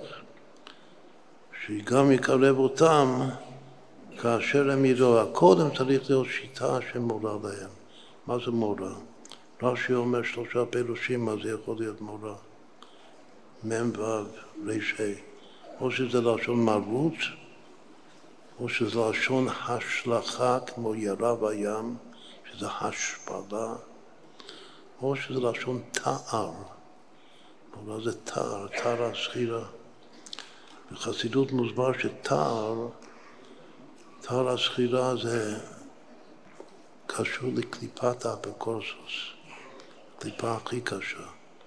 שגם יקרב אותם כאשר הם ידעו. קודם צריך להיות שיטה שמורה להם. מה זה מורה? רש"י אומר 3 פירושים, אז זה יכול להיות מורה. מ' ו' ר'. או שזה לשון מרות, או שזה לשון השלכה כמו ירה בים, שזה השפלה, או שזה לשון תאר. מורה זה תאר, תאר הסחירה. בחסידות מוסבר שתאר, תאר הסחירה זה קשור לקליפת האפיקורסוס, הקליפה הכי קשה.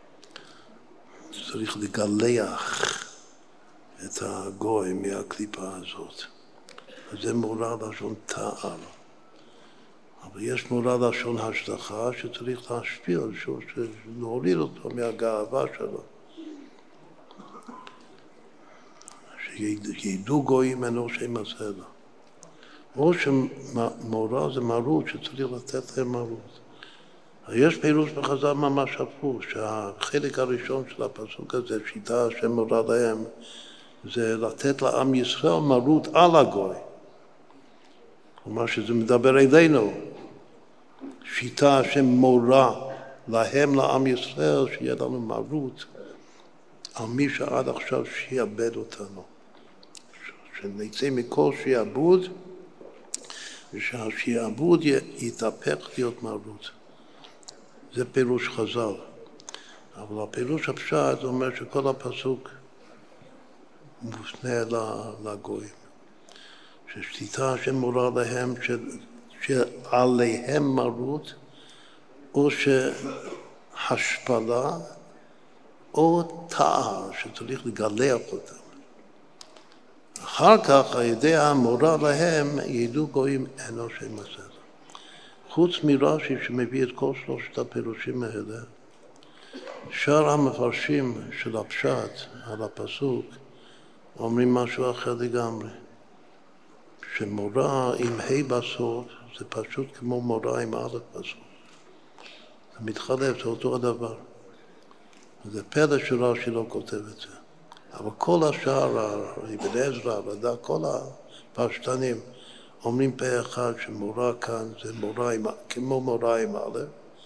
צריך לגלח את הגוי מהקליפה הזאת. זה מורה לשון תאר. אבל יש מורה לשון השלכה שצריך להשפיע, להוריד אותו מהגאווה שלו. שידעו גויים אנוש המה סלע. או שמורה זה מרות, שצריך לתת להם מרות. יש פירוש בחז"ל ממש הפוך, שהחלק הראשון של הפסוק הזה, שיטה שמורה להם, זה לתת לעם ישראל מרות על הגוי. כלומר שזה מדבר אלינו. שיטה שמורה להם, לעם ישראל, שיהיה לנו מרות על מי שעד עכשיו שיעבד אותנו. שנצא מכל שיעבוד, ושהשיעבוד יתהפך להיות מרות. זה פירוש חז"ל. אבל הפירוש הפשט אומר שכל הפסוק מופנה לגויים. ששיטה שמורה להם שעליהם מרות, או שהשפלה, או תאר שצריך לגלח אותם. אחר כך, על ידי המורה להם, ידעו גויים אנוש המה סלע. חוץ מרש"י שמביא את כל 3 הפירושים האלה, שאר המפרשים של הפשט על הפסוק אומרים משהו אחר לגמרי. שמורה עם ה' בסוף זה פשוט כמו מורה עם א' בסוף. זה מתחלף, זה אותו הדבר. זה פלא שרש"י לא כותב את זה. אבל כל השאר, אבן עזרא, רד"ק, כל הפשטנים אומרים פה אחד שמורה כאן זה מורה כמו מורה עם א'.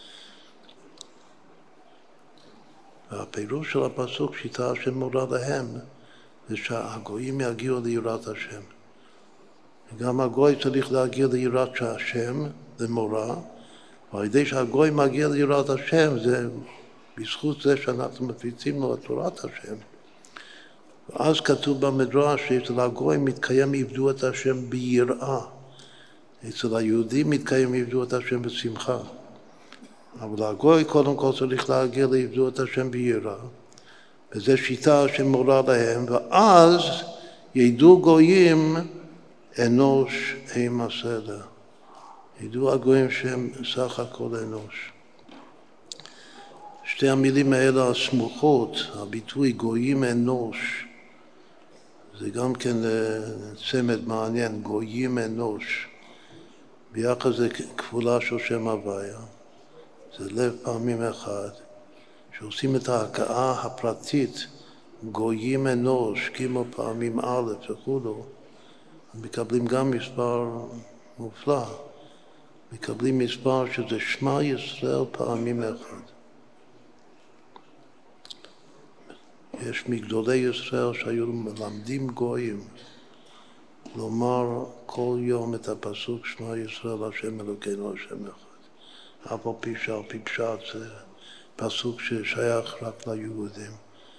והפירוש של הפסוק שיטה שמורה להם זה שהגויים יגיעו ליראת השם. גם הגוי צריך להגיע ליראת השם, זה מורה, ועל ידי שהגוי מגיע ליראת השם, זה בזכות זה שאנחנו מפיצים לו את תורת השם. ואז כתוב במדרש שאצל הגוי מתקיים עבדו את השם ביראה. אצל היהודים מתקיים עבדו את השם בשמחה. אבל הגוי קודם כל צריך להגיע לעבדו את השם ביראה. וזו שיטה שמורה להם, ואז ידעו גויים אנוש המה סלע. ידעו הגויים שהם סך הכל אנוש. שתי המילים האלה הסמוכות, הביטוי גויים אנוש, זה גם כן צמד מעניין, גויים אנוש. ביחד זה כפולה של שם הוויה. זה לב פעמים אחד, שעושים את ההכאה הפרטית, גויים אנוש, גימל פעמים א' וכולו, מקבלים גם מספר מופלא, מקבלים מספר שזה שמע ישראל פעמים אחד. יש מגדולי ישראל שהיו מלמדים גויים לומר כל יום את הפסוק שמע ישראל השם אלוקינו השם אחד. אף על פי שעל פי פשט זה פסוק ששייך רק ליהודים.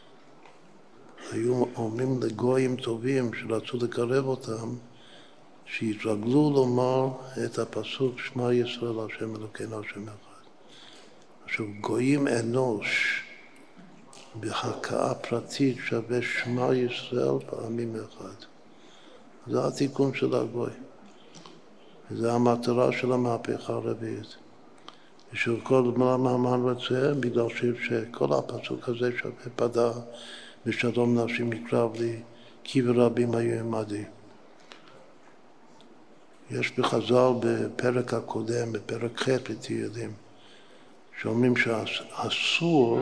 היו אומרים לגויים טובים שרצו לקרב אותם, שהתרגלו לומר את הפסוק שמע ישראל השם אלוקינו השם אחד. עכשיו גויים אנוש בהכאה פרטית שווה שמע ישראל פעמים אחד. זה התיקון של הגוי. זה המטרה של המהפכה הרביעית. ושכל מה רוצה, בגלל שכל הפסוק הזה שווה פדה ושלום נפשי מקרב לי, כי ברבים היו עמדי. יש בחז"ל בפרק הקודם, בפרק ח' בתהילים, שאומרים שאסור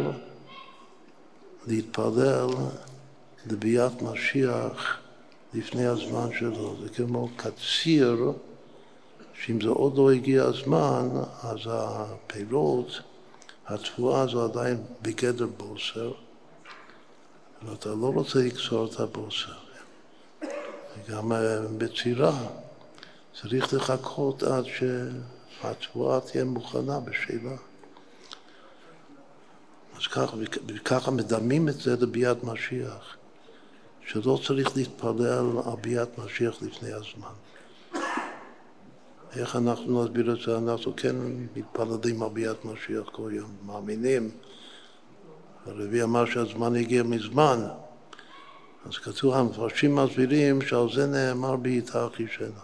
להתפלל לביאת משיח לפני הזמן שלו. זה כמו קציר, שאם זה עוד לא הגיע הזמן, אז הפירות, התבואה זו עדיין בגדר בוסר, ואתה לא רוצה לקצור את הבוסר. וגם בצירה, צריך לחכות עד שהתבואה תהיה מוכנה בשלה. אז ככה מדמים את זה לביאת משיח, שלא צריך להתפלל על ביאת משיח לפני הזמן. איך אנחנו נסביר את זה? אנחנו כן מתפללים על ביאת משיח כל יום, מאמינים. הרבי אמר שהזמן הגיע מזמן, אז כתוב, המפרשים מסבירים שעל זה נאמר בעיתה אחישנה.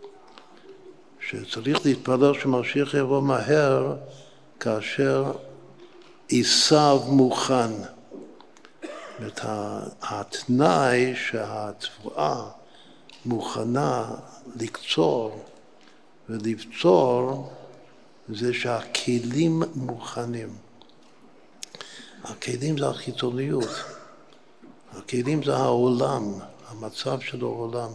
שצריך להתפלל שמשיח יבוא מהר כאשר עשיו מוכן. זאת התנאי שהתבואה מוכנה לקצור ולבצור זה שהכלים מוכנים. הכלים זה החיצוניות. הכלים זה העולם, המצב של העולם.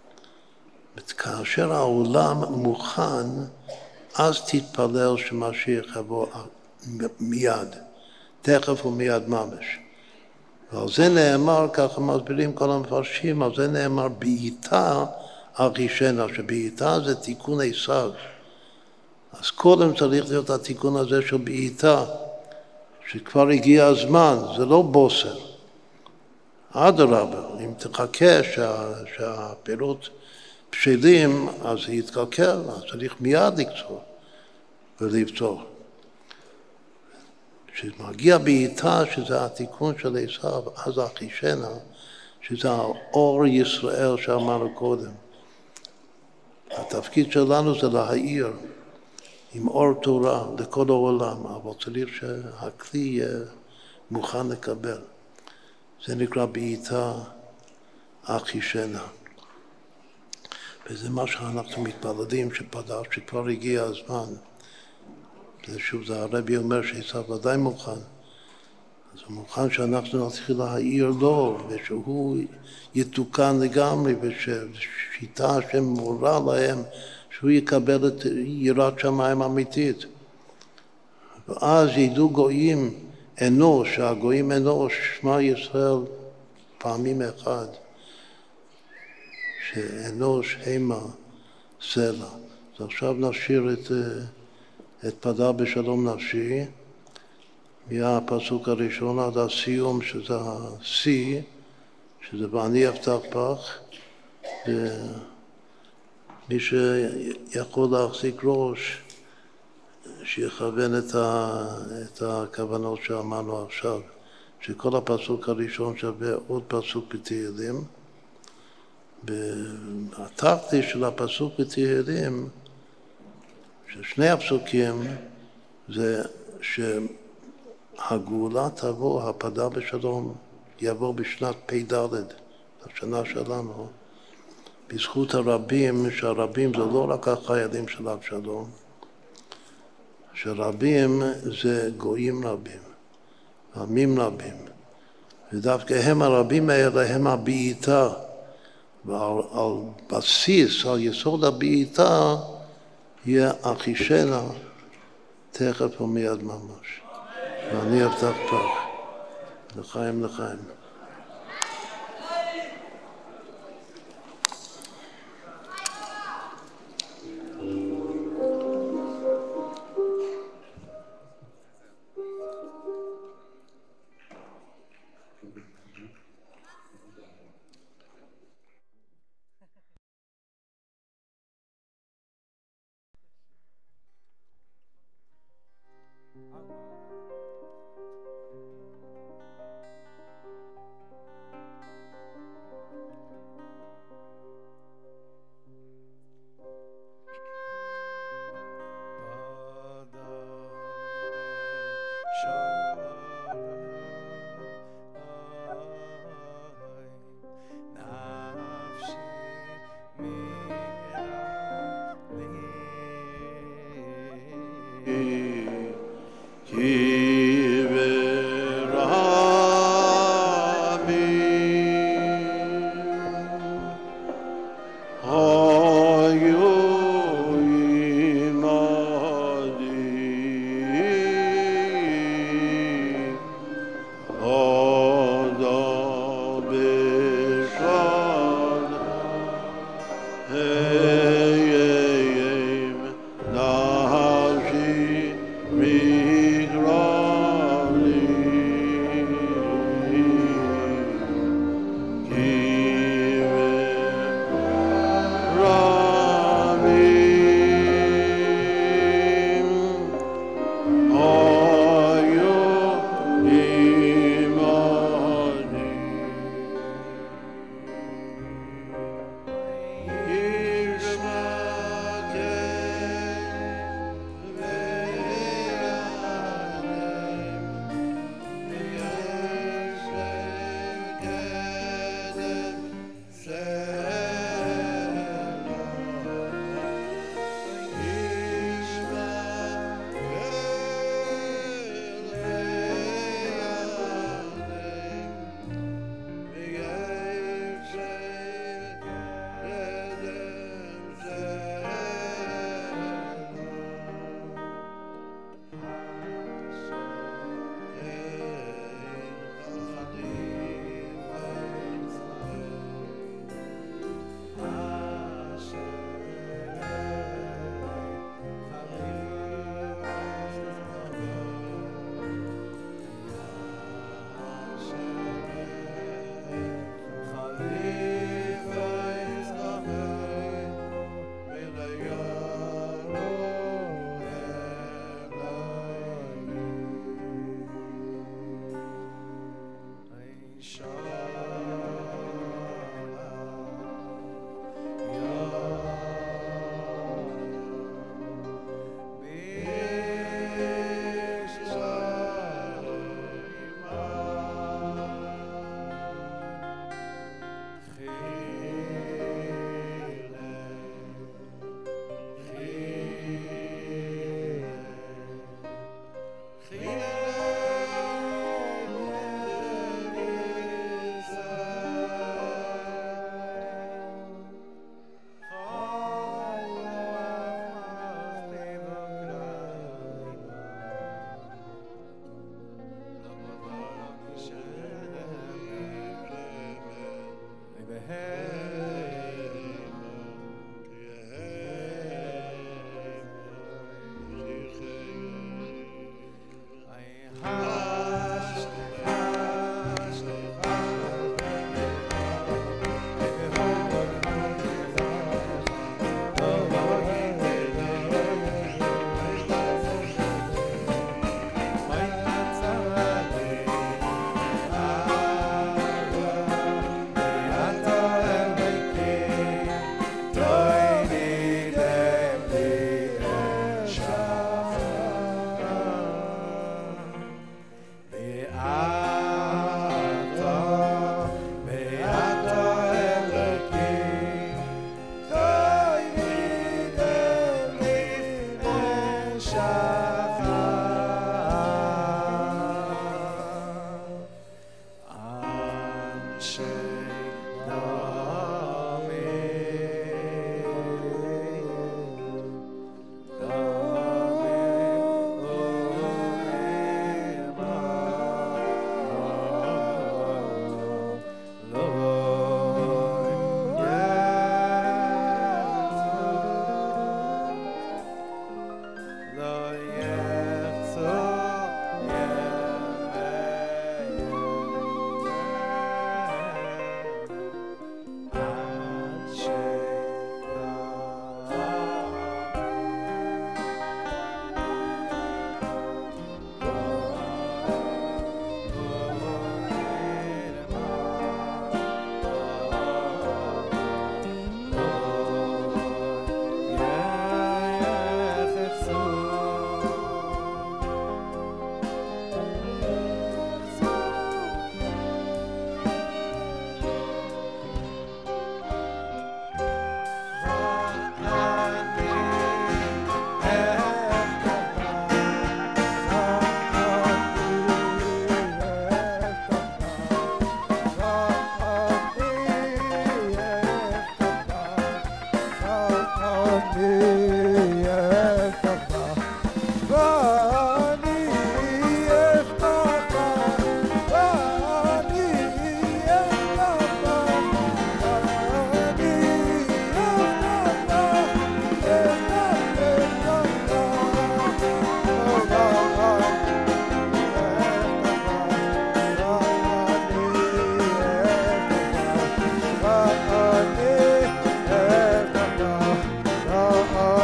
כאשר העולם מוכן, אז תתפלל שמשיח יבוא מיד, תכף ומיד ממש. ועל זה נאמר, ככה מסבירים כל המפרשים, על זה נאמר בעיתה אחישנה, שבעיתה זה תיקון עשיו. אז קודם צריך להיות התיקון הזה של בעיתה, שכבר הגיע הזמן, זה לא בוסר. אדרבה, אם תחכה שהפירות בשלים, אז זה יתקלקל, אז צריך מיד לקצור ולבצור. כשמגיע בעיתה, שזה התיקון של עשיו, אז אחישנה, שזה האור ישראל שאמרנו קודם. התפקיד שלנו זה להאיר עם אור תורה לכל העולם, אבל צריך שהכלי יהיה מוכן לקבל. זה נקרא בעיתה אחישנה. וזה מה שאנחנו מתפללים שכבר הגיע הזמן. שוב, זה הרבי אומר שעשיו ודאי מוכן. אז הוא מוכן שאנחנו נתחיל להאיר לו, ושהוא יתוקן לגמרי, וששיטה שמורה להם, שהוא יקבל את יראת שמיים אמיתית. ואז ידעו גויים אנוש, הגויים אנוש, שמע ישראל פעמים אחד, שאנוש המה סלע. אז עכשיו נשאיר את פדה בשלום נפשי, מהפסוק הראשון עד הסיום, שזה השיא, שזה ואני אפתח בך, ומי שיכול להחזיק ראש, שיכוון את הכוונות שאמרנו עכשיו, שכל הפסוק הראשון שווה עוד פסוק בתהילים, והתחתית של הפסוק בתהילים, ששני הפסוקים זה שהגאולה תבוא, הפדה בשלום, יבוא בשנת פ"ד, השנה שלנו, בזכות הרבים, שהרבים זה לא רק החיילים של אבשלום, שרבים זה גויים רבים, עמים רבים, ודווקא הם הרבים האלה הם הבעיטה, ועל בסיס, על יסוד הבעיטה, יהיה אחישנה תכף ומיד ממש. ואני אפתח פח, לחיים לחיים. Oh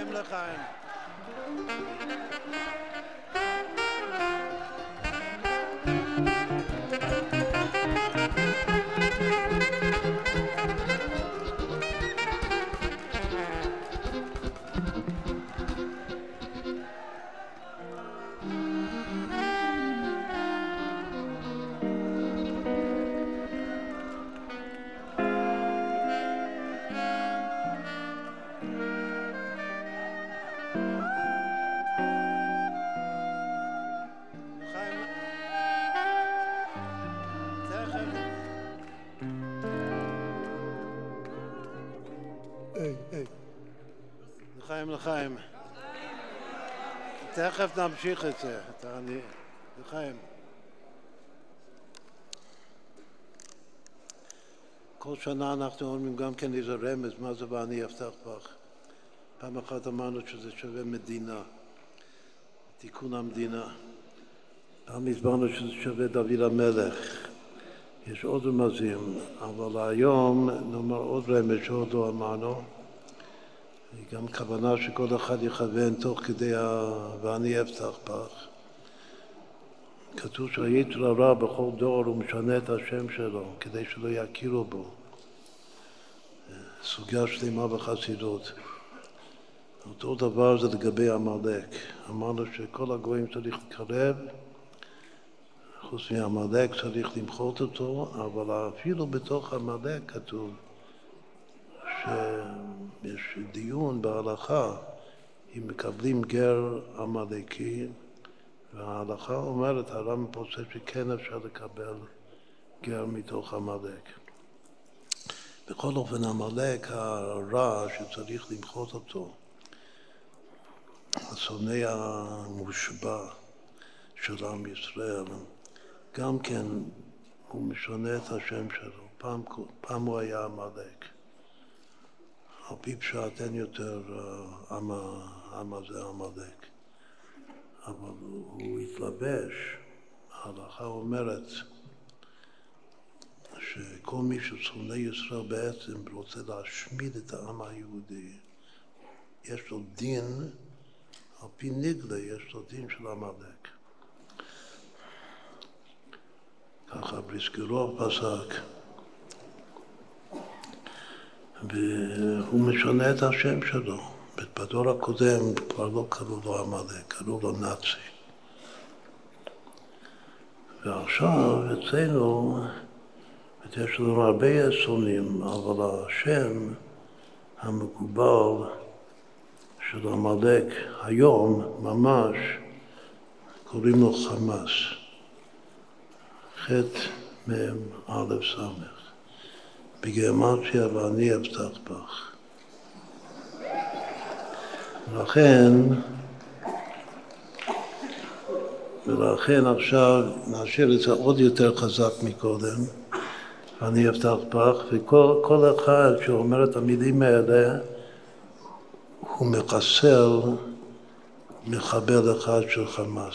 לחיים לחיים. לחיים. תכף נמשיך את זה. לחיים. כל שנה אנחנו אומרים גם כן איזה רמז, מה זה ואני אפתח בך. פעם אחת אמרנו שזה שווה מדינה, תיקון המדינה. פעם הסברנו שזה שווה דוד המלך. יש עוד רמזים, אבל היום נאמר עוד רמז שעוד לא אמרנו. גם כוונה שכל אחד יכוון תוך כדי ואני אפתח בך. כתוב שהיתר הרע בכל דור הוא משנה את השם שלו כדי שלא יכירו בו. סוגיה שלמה בחסידות. אותו דבר זה לגבי עמלק. אמרנו שכל הגויים צריך לקרב, חוץ מעמלק צריך למחות אותו, אבל אפילו בתוך עמלק כתוב שיש דיון בהלכה אם מקבלים גר עמלקי, וההלכה אומרת, הרמב"ם פוסק שכן אפשר לקבל גר מתוך עמלק. בכל אופן, עמלק הרע שצריך למחות אותו, השונא המושבע של עם ישראל, גם כן הוא משנה את השם שלו. פעם הוא היה עמלק. על פי פשט אין יותר עם הזה עמלק. אבל הוא התלבש. ההלכה אומרת שכל מי ששונא ישראל בעצם רוצה להשמיד את העם היהודי, יש לו דין, על פי נגלה יש לו דין של עמלק. ככה בריסקרוב פסק. והוא משנה את השם שלו. בדור הקודם כבר לא קראו לו עמלק, קראו לו נאצי. ועכשיו אצלנו, יש לנו הרבה שונאים, אבל השם המקובל של עמלק היום ממש קוראים לו חמאס. חטא מהם א' סמך. בגימטריה ואני אפתח בך. ולכן עכשיו נשאיר את זה עוד יותר חזק מקודם, ואני אפתח בך, וכל אחד שאומר את המילים האלה, הוא מחסל מחבל אחד של חמאס.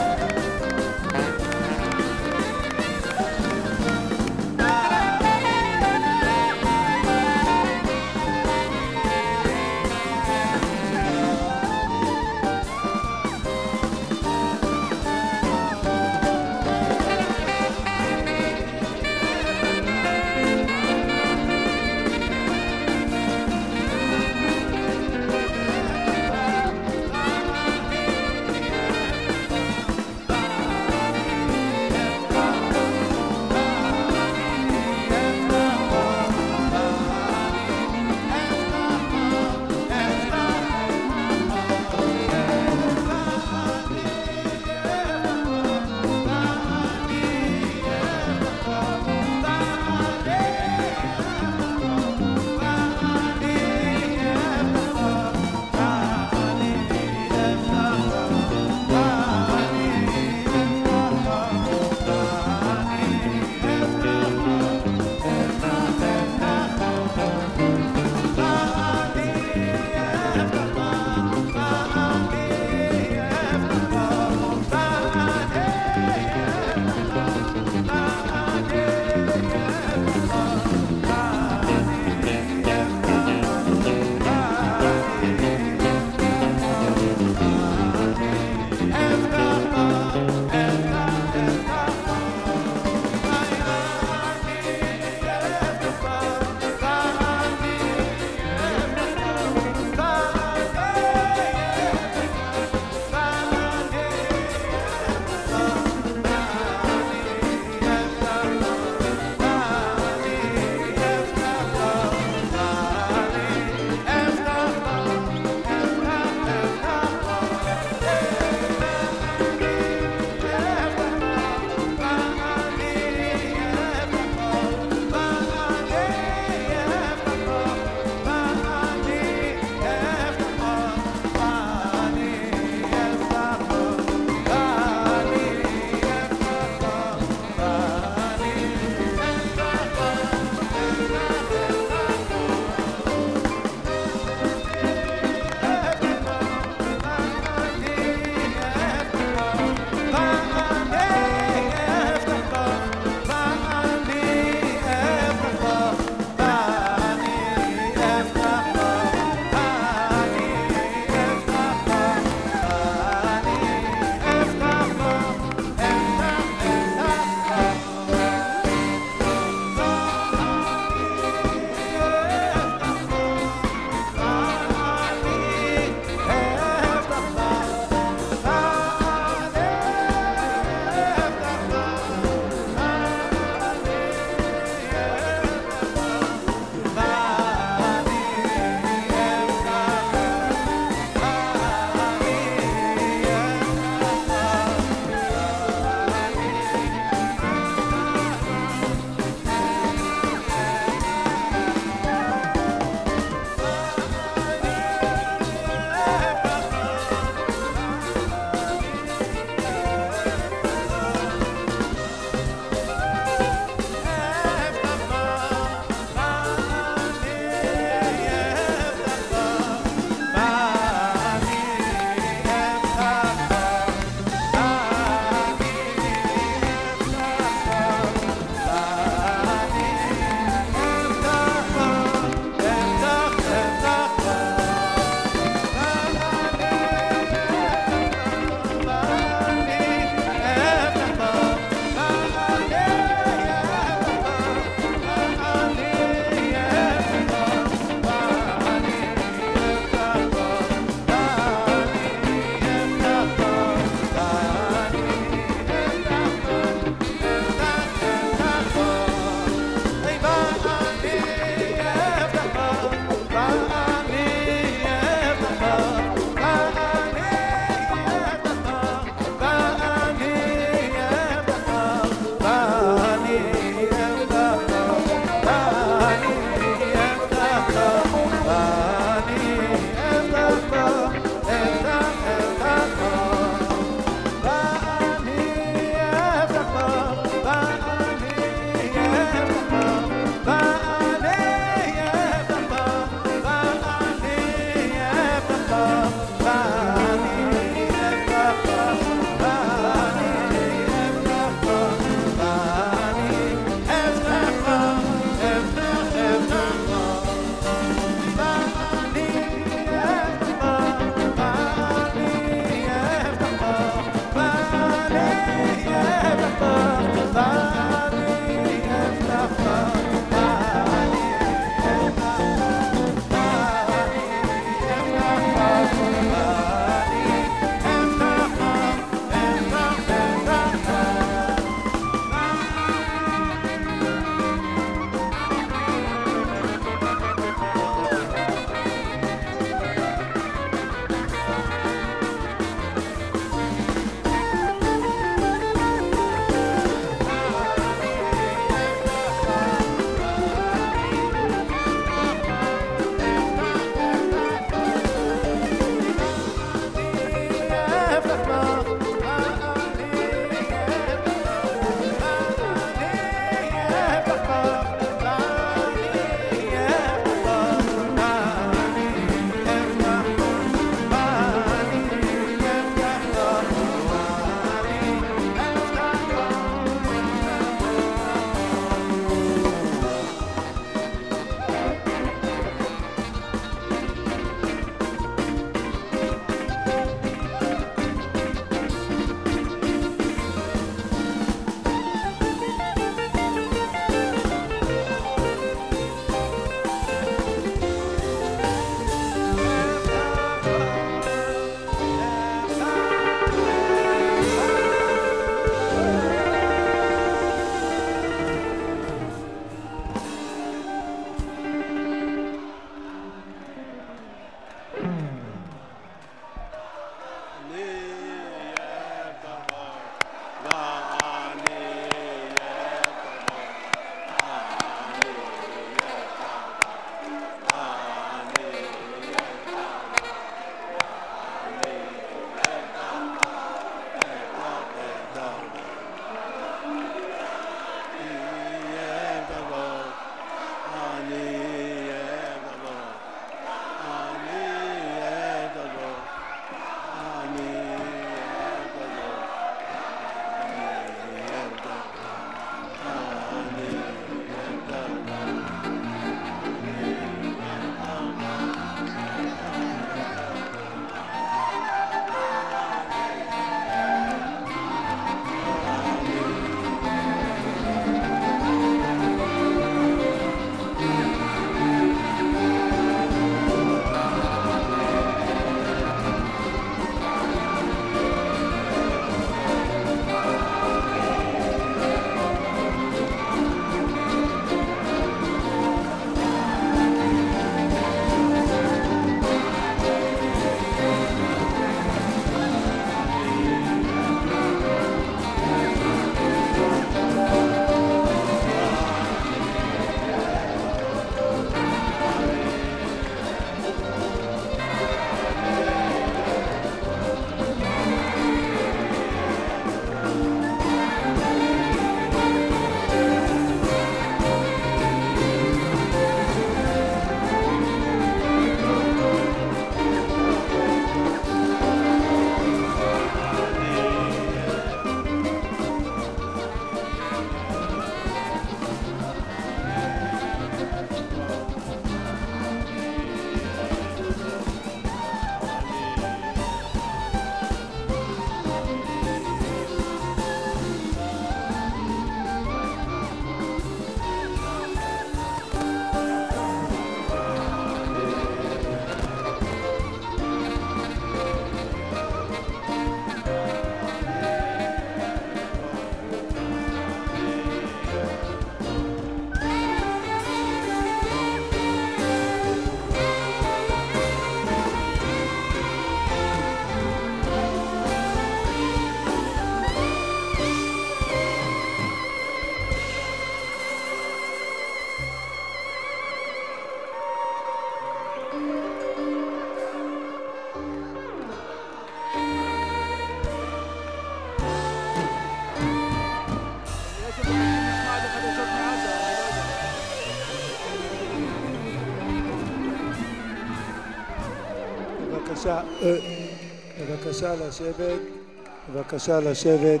בבקשה לשבת, בבקשה לשבת.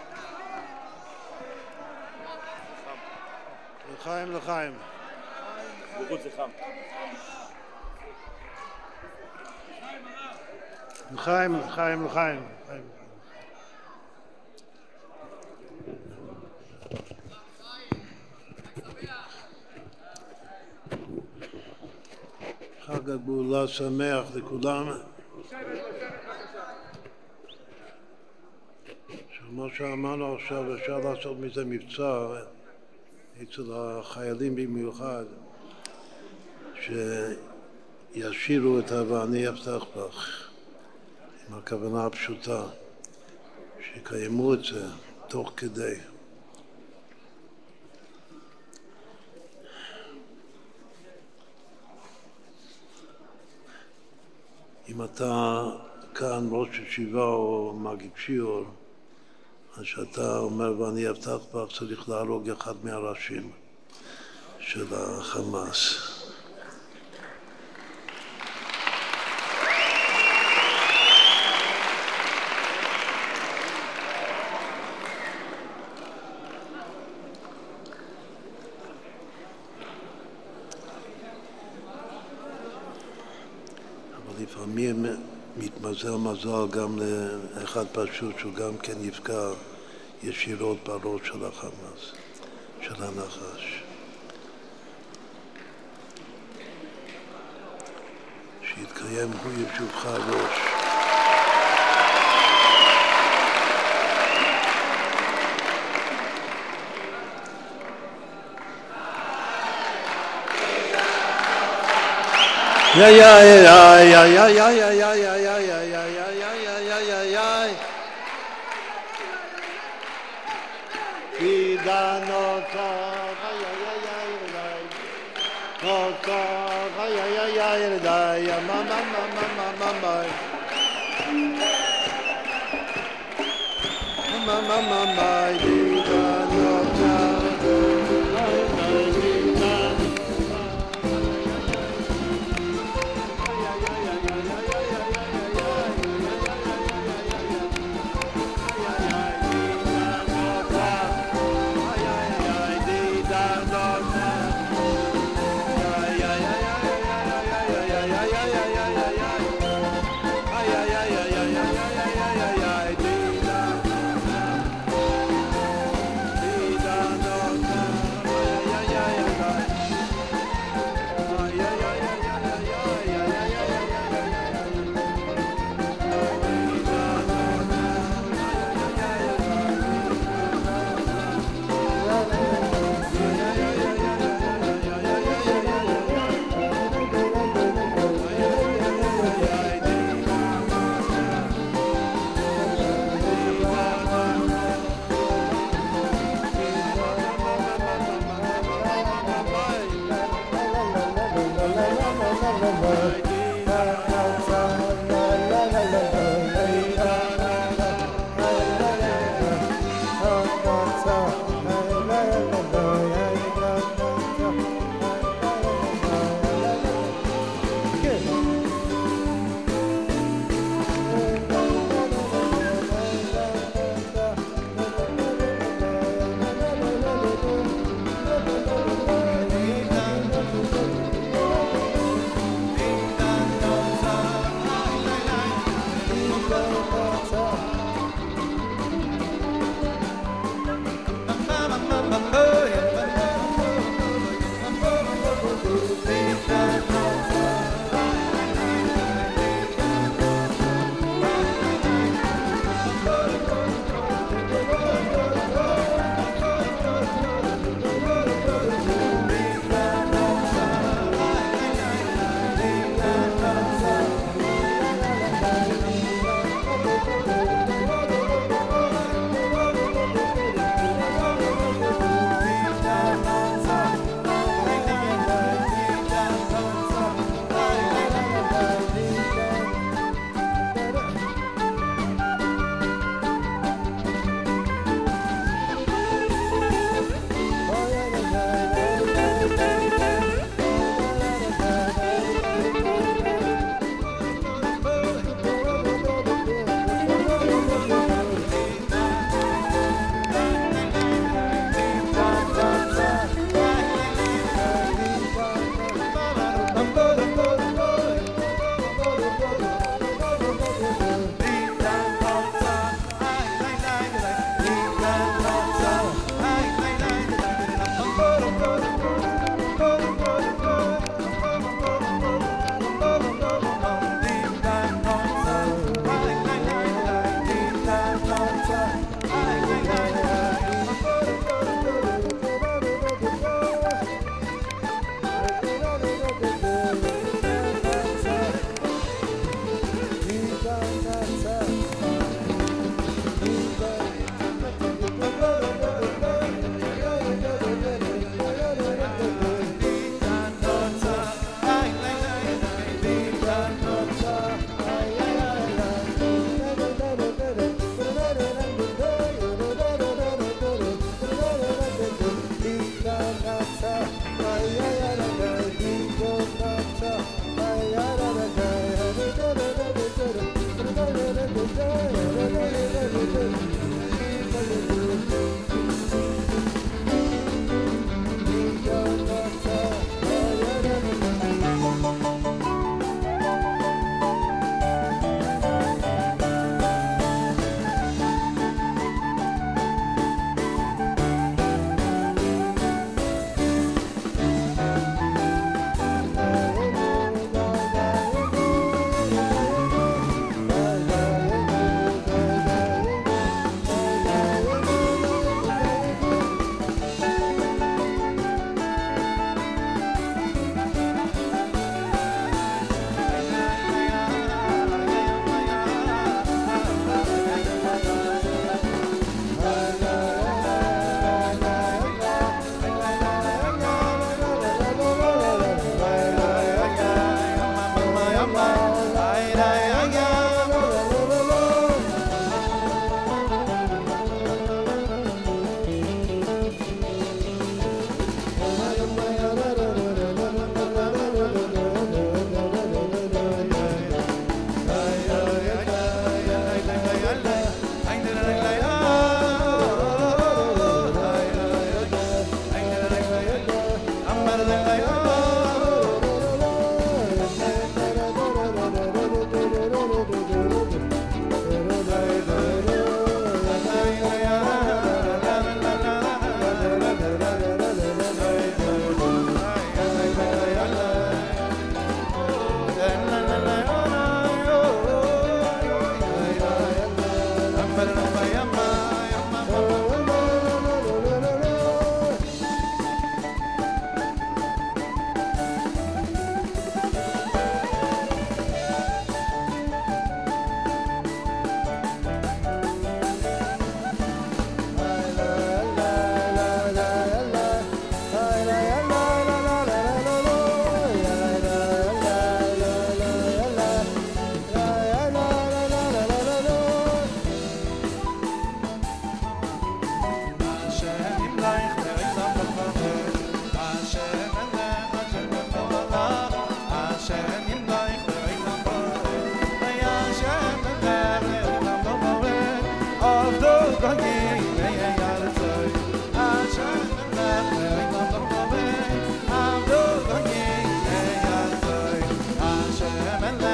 לחיים, לחיים. לחיים, לחיים, לחיים. חג הגאולה שמח לכולם. כמו שאמרנו עכשיו, אפשר לעשות מזה מבצע אצל החיילים במיוחד, שישירו את ואני אפתח בך, עם הכוונה הפשוטה, שיקיימו את זה תוך כדי. אם אתה כאן ראש ישיבה או מגיד שיעור, אז שאתה אומר ואני אפתח בך, צריך להרוג אחד מהראשים של החמאס. לפעמים מתמזל מזל גם לאחד פשוט שהוא גם כן יפגע ישירות בראש של החמאס, של הנחש. שיתקיים הוא ישובך ראש. Ja ja ja ja ja ja ja ja ja ja ja ja ja ja ja ja ja. Vidanota ja ja ja ja. Nota ja ja ja ja ja mama mama mama mama. Mama mama vidanota.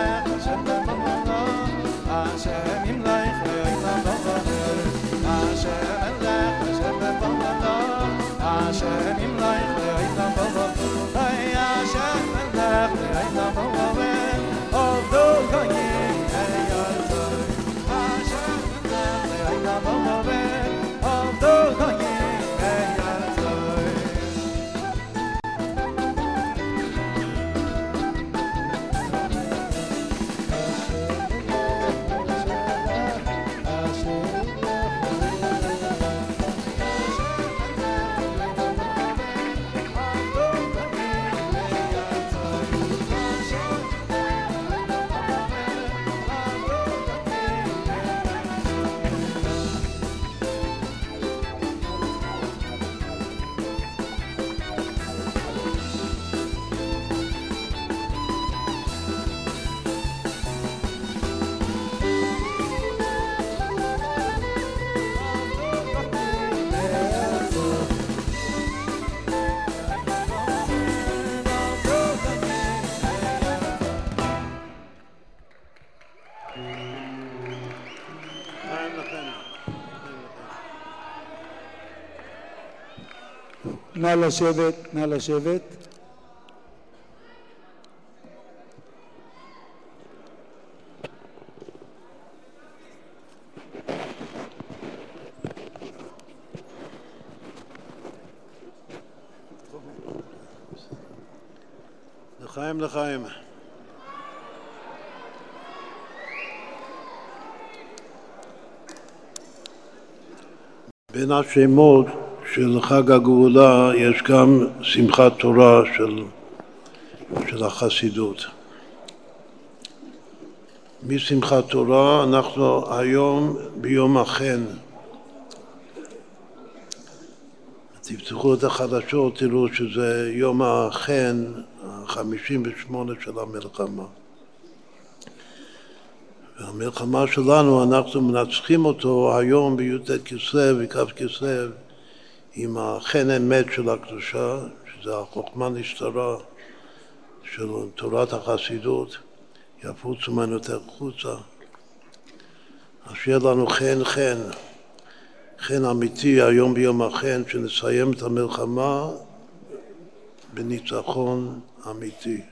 נא לשבת, נא לשבת. לחיים, לחיים. בין השמות של חג הגאולה יש גם שמחת תורה של החסידות. משמחת תורה אנחנו היום ביום החן. תפתחו את החדשות, תראו שזה יום החן, 58 של המלחמה. והמלחמה שלנו, אנחנו מנצחים אותו היום בי"ט כסלו וכ"ו כסלו עם החן אמת של הקדושה, שזה החוכמה נסתרה של תורת החסידות, יפוצו ממנו חוצה. אז שיהיה לנו חן חן, חן אמיתי היום ביום החן, שנסיים את המלחמה בניצחון אמיתי.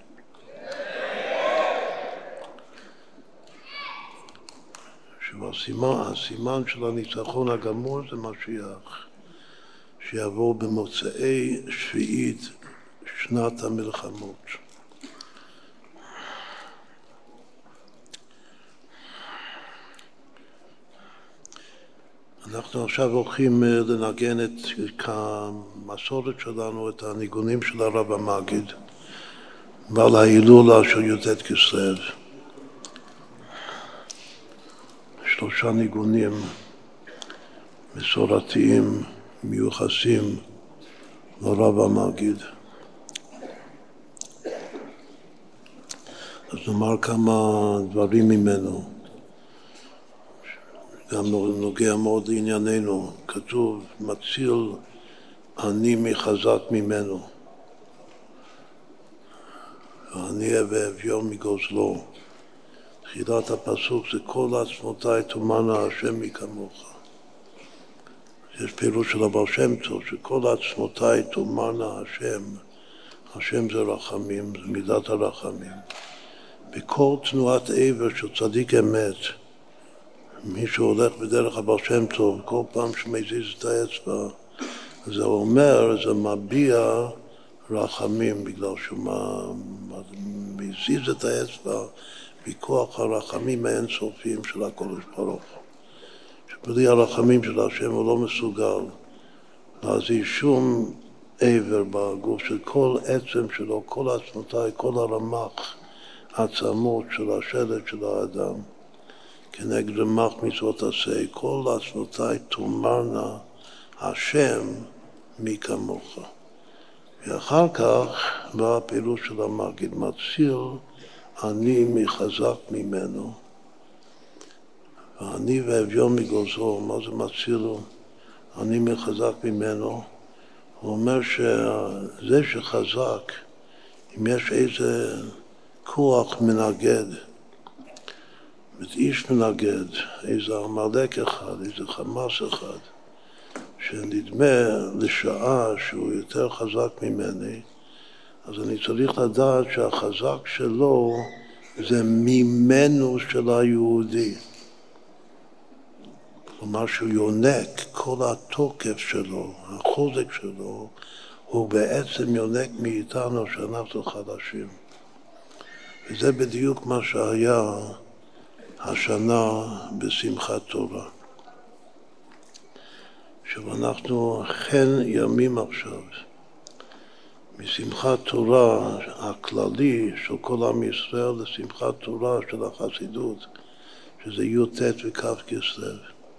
הסימן של הניצחון הגמור זה משיח, שיבוא במוצאי שביעית שנת המלחמות. אנחנו עכשיו הולכים לנגן את כמסורת שלנו, את הניגונים של הרב המגיד, ועל ההילולה של י"ט כסלו. 3 ניגונים מסורתיים מיוחסים לרב המגיד. אז נאמר כמה דברים ממנו, גם נוגע מאוד לענייננו. כתוב, מציל אני מחזק ממנו, ואני ואביו מגוזלו. תחילת הפסוק זה כל עצמותיי תאמרנה השם מכמוך. יש פירוש של הבעל שם טוב, שכל עצמותיי תאמרנה השם. השם זה רחמים, זה מידת הרחמים. בכל תנועת עבר של צדיק אמת, מי שהולך בדרך הבעל שם טוב, כל פעם שמזיז את האצבע, זה אומר, זה מביע רחמים, בגלל שהוא מזיז את האצבע בכוח הרחמים האינסופיים של הקדוש ברוך הוא. שבלי הרחמים של השם הוא לא מסוגל להזיז שום עבר בגוף של כל עצם שלו, כל עצמותיי, כל הרמ"ח העצמות של השלד של האדם. כנגד רמ"ח מצוות עשה, כל עצמותיי תאמרנה השם מי כמוך. ואחר כך בא הפירוש של המגיד, מציל אני מחזק ממנו, ואני ואביו מגוזלו. מה זה מצילו? אני מחזק ממנו. הוא אומר שזה שחזק, אם יש איזה כוח מנגד איש מנגד, איזה עמלק אחד, איזה חמאס אחד, שנדמה לשעה שהוא יותר חזק ממני, אז אני צריך לדעת שהחזק שלו זה ממנו של היהודי. כלומר שהוא יונק, כל התוקף שלו, החוזק שלו, הוא בעצם יונק מאיתנו שאנחנו חלשים. וזה בדיוק מה שהיה השנה בשמחת תורה. שאנחנו חן ימים עכשיו, משמחת תורה הכללי של כל עם ישראל לשמחת תורה של החסידות, שזה י"ט וכ' כסלו.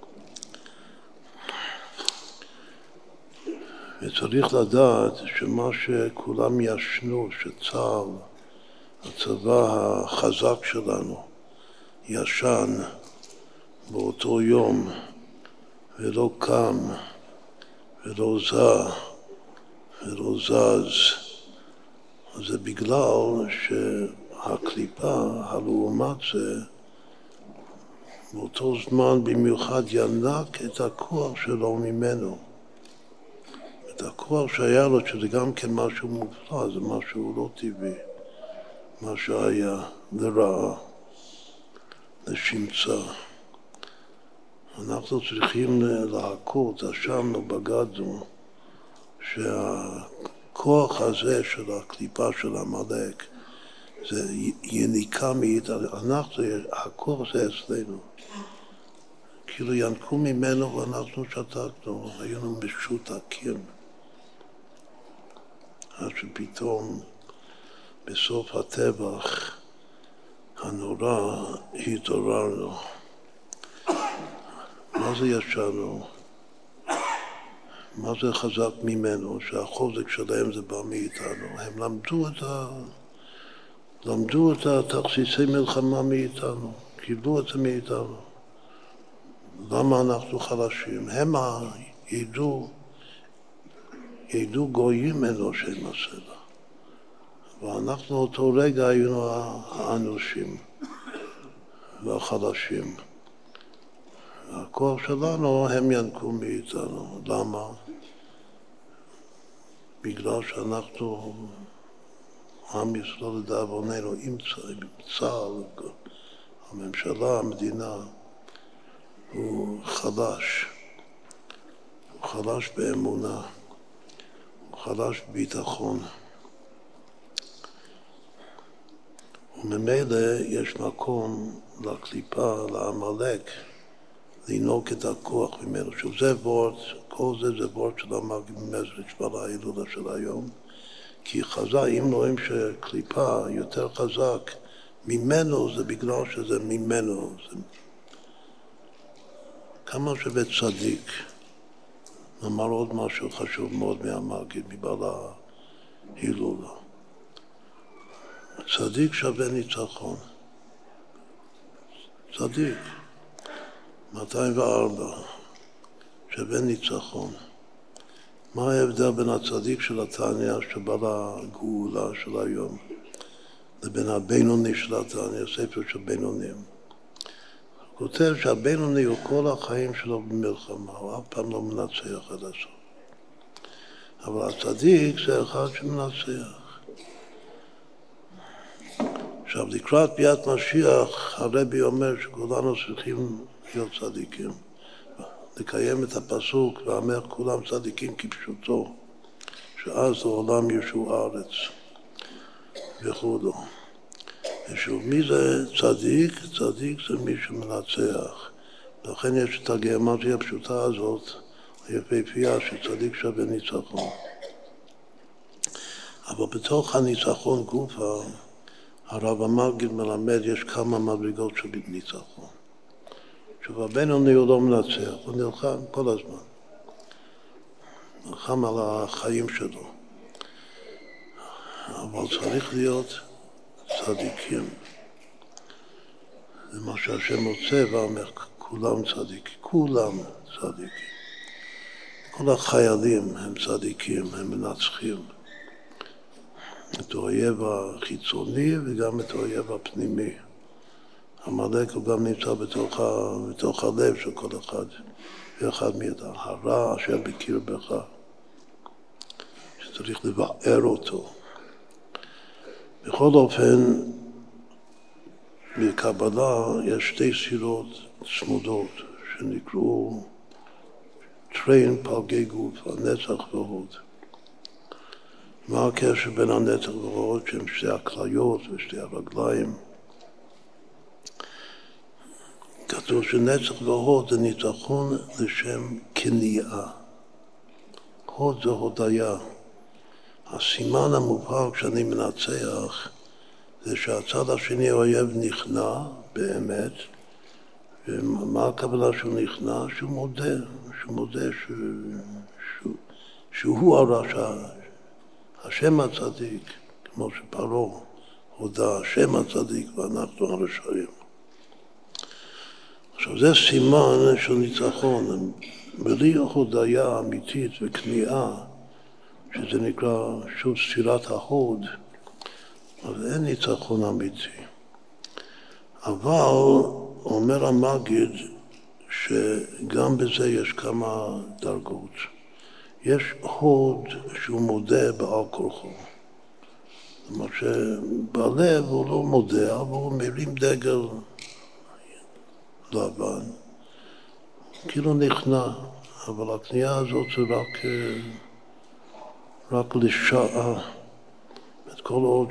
וצריך לדעת שמה שכולם ישנו, שצה"ל, הצבא החזק שלנו, ישן באותו יום ולא קם ולא זז, אז זה בגלל שהקליפה, הלעומת זה, באותו זמן במיוחד ינק את הכוח שלו ממנו. את הכוח שהיה לו, שזה גם כן משהו מופלא, זה משהו לא טבעי, מה שהיה לרעה, לשמצה. אנחנו צריכים להכות, אשמנו, בגדנו, שהכוח הזה של הקליפה של עמלק, זה יניקה מאיתנו, הכוח זה אצלנו. כאילו ינקו ממנו ואנחנו שתקנו, היינו משותקים. עד שפתאום בסוף הטבח הנורא התעוררנו. מה זה ישנו? מה זה חזק ממנו? שהחוזק שלהם זה בא מאיתנו. הם למדו את התכסיסי מלחמה מאיתנו, קיבלו את זה מאיתנו. למה אנחנו חלשים? הם ידעו גויים אנושי מסלה. ואנחנו אותו רגע היינו האנושים והחלשים. הכוח שלנו הם ינקו מאיתנו. למה? בגלל שאנחנו, עם ישראל לדאבוננו, עם צה"ל, הממשלה, המדינה, הוא חלש. הוא חלש באמונה. הוא חלש בביטחון. וממילא יש מקום לקליפה, לעמלק, לנהוג את הכוח ממנו. שזה וורט, כל זה וורט של המגיד מזריץ' ועל ההילולה של היום. כי חזק, אם רואים שקליפה יותר חזק ממנו, זה בגלל שזה ממנו. זה... כמה שווה צדיק, נאמר עוד משהו חשוב מאוד מהמגיד, מבעל ההילולה. צדיק שווה ניצחון. צדיק. 204 שווה ניצחון. מה ההבדל בין הצדיק של התניא שבעל הגאולה של היום לבין הבינוני של התניא, ספר של בינונים? הוא כותב שהבינוני הוא כל החיים שלו במלחמה, הוא אף פעם לא מנצח עד הסוף. אבל הצדיק זה אחד שמנצח. עכשיו, לקראת ביאת משיח, הרבי אומר שכולנו צריכים להיות צדיקים. לקיים את הפסוק, ואמר כולם צדיקים כפשוטו, שאז לעולם ישוע הארץ וכו'. ושוב, מי זה צדיק? צדיק זה מי שמנצח. לכן יש את הגימטריה הפשוטה הזאת, היפהפייה, שצדיק שווה ניצחון. אבל בתוך הניצחון גופה, הרב המגיד מלמד, יש כמה מדרגות של ניצחון. שבבינוני הוא לא מנצח, הוא נלחם כל הזמן. נלחם על החיים שלו. אבל צריך להיות צדיקים. זה מה שהשם רוצה ואומר, כולם צדיקים. כולם צדיקים. כל החיילים הם צדיקים, הם מנצחים. את האויב החיצוני וגם את האויב הפנימי. המלאק הוא גם נמצא בתוך הלב של כל אחד ואחד מאיתנו, הרע אשר בקרבך, שצריך לבאר אותו. בכל אופן, בקבלה יש שתי ספירות צמודות שנקראו טריין פלגי גוף, הנצח והוד. מה הקשר בין הנצח והוד שהם שתי הכליות ושתי הרגליים? כתוב שנצח והוד זה ניצחון לשם כניעה. הוד זה הודיה. הסימן המובהק שאני מנצח זה שהצד השני האויב נכנע באמת, ומה הכוונה שהוא נכנע? שהוא מודה שהוא הרשע, השם הצדיק, כמו שפרעה הודה, השם הצדיק ואנחנו הרשעים. עכשיו זה סימן של ניצחון, בלי הודיה אמיתית וכניעה, שזה נקרא שוב ספירת ההוד, אז אין ניצחון אמיתי. אבל אומר המגיד שגם בזה יש כמה דרגות. יש הוד שהוא מודה בעל כורחו. זאת אומרת שבלב הוא לא מודה, אבל הוא מרים דגל לבן. כאילו נכנע, אבל הכניעה הזאת זה רק לשעה. את כל עוד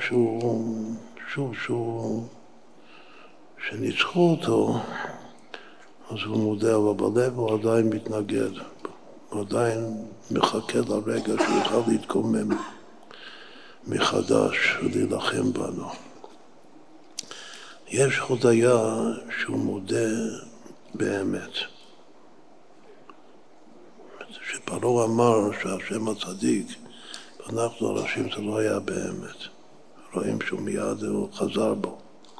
שניצחו אותו, אז הוא מודה, אבל בלב הוא עדיין מתנגד. הוא עדיין מחכה לרגע שהוא יוכל להתקומם מחדש ולהילחם בנו. יש הודיה שהוא מודה באמת. שפרעה אמר שהשם הצדיק, ואנחנו הרשים זה לא היה באמת. רואים שהוא מיד הוא חזר בו.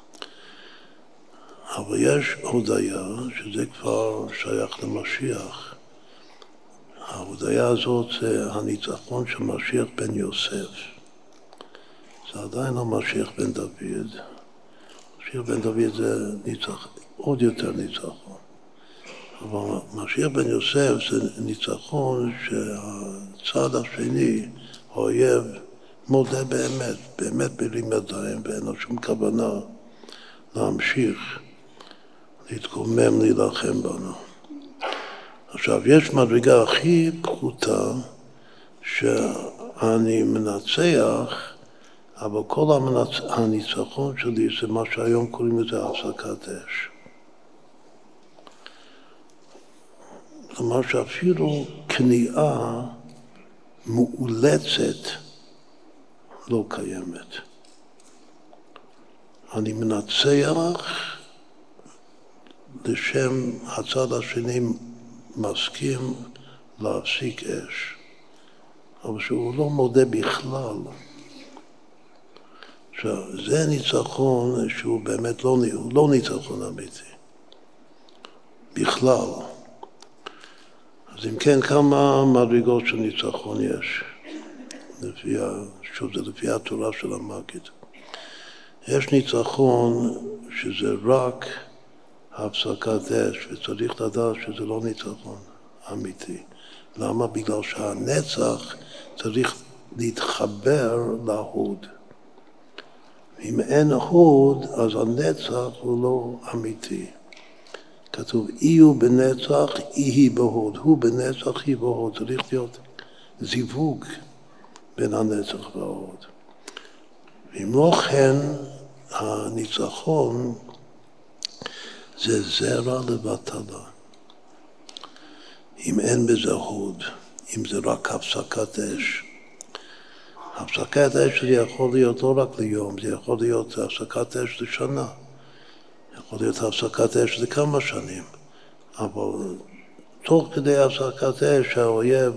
אבל יש הודיה שזה כבר שייך למשיח. ההודיה הזאת זה הניצחון של משיח בן יוסף. זה עדיין לא משיח בן דוד. משיח בן דוד זה עוד יותר ניצחון. אבל משיח בן יוסף זה ניצחון שהצד השני, האויב, מודה באמת, באמת בלים ידיים, ואין לו שום כוונה להמשיך, להתקומם, להילחם בנו. עכשיו, יש מדרגה הכי פחותה שאני מנצח, אבל כל הניצחון שלי זה מה שהיום קוראים לזה הפסקת אש. כלומר שאפילו כניעה מאולצת לא קיימת. אני מנצח לשם הצד השני מסכים להפסיק אש, אבל שהוא לא מודה בכלל. עכשיו, זה ניצחון שהוא באמת לא ניצחון אמיתי, בכלל. אז אם כן, כמה מדרגות של ניצחון יש? שוב, זה לפי התורה של המגיד. יש ניצחון שזה רק הפסקת אש, וצריך לדעת שזה לא ניצחון אמיתי. למה? בגלל שהנצח צריך להתחבר להוד. אם אין הוד, אז הנצח הוא לא אמיתי. כתוב, אי הוא בנצח, אי היא בהוד. הוא בנצח, היא בהוד. צריך להיות זיווג בין הנצח וההוד. אם לא כן, הניצחון זה זרע לבטלה. אם אין בזה הוד, אם זה רק הפסקת אש. הפסקת אש זה יכול להיות לא רק ליום, זה יכול להיות הפסקת אש לשנה. יכול להיות הפסקת אש לכמה שנים. אבל תוך כדי הפסקת אש, האויב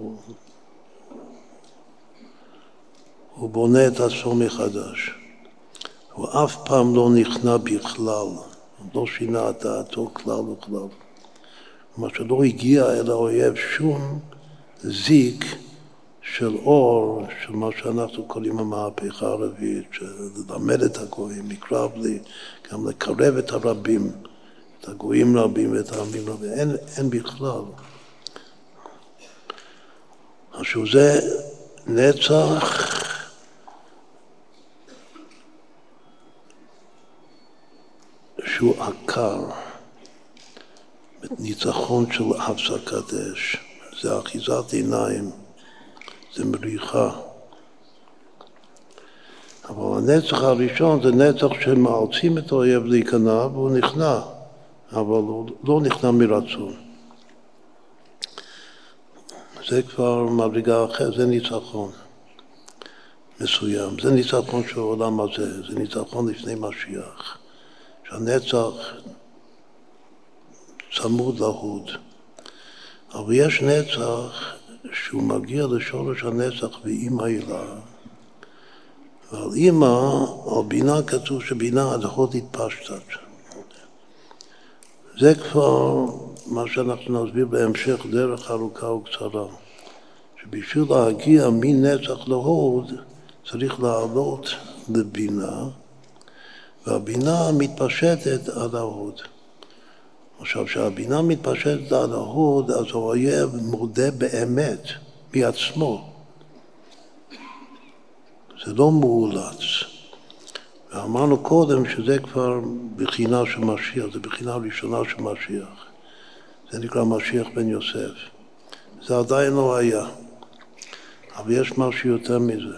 הוא בונה את עצמו מחדש. הוא אף פעם לא נכנע בכלל. לא שינה את דעתו כלל וכלל. מה שלא הגיע אל האויב שום זיק של אור, של מה שאנחנו קוראים המהפכה הרביעית, שללמד את הגויים, מקרב לי, גם לקרב את הרבים, את הגויים רבים ואת העמים רבים, אין בכלל. עכשיו זה נצח שהוא עקר, ניצחון של הפסקת אש, זה אחיזת עיניים, זה מריחה. אבל הנצח הראשון זה נצח שמאלצים את האויב להיכנע והוא נכנע, אבל הוא לא נכנע מרצון. זה כבר מדרגה אחרת, זה ניצחון מסוים, זה ניצחון של העולם הזה, זה ניצחון לפני משיח, שהנצח צמוד להוד. אבל יש נצח שהוא מגיע לשורש הנצח ואימא הילה. ועל אימא, על בינה כתוב שבינה עד הוד התפשטת. זה כבר מה שאנחנו נסביר בהמשך, דרך ארוכה וקצרה. שבשביל להגיע מנצח להוד צריך לעלות לבינה, והבינה מתפשטת עד ההוד. עכשיו, כשהבינה מתפשטת עד ההוד, אז האויב מודה באמת מעצמו. זה לא מאולץ. ואמרנו קודם שזה כבר בחינה של משיח, זה בחינה ראשונה של משיח. זה נקרא משיח בן יוסף. זה עדיין לא היה. אבל יש משהו יותר מזה.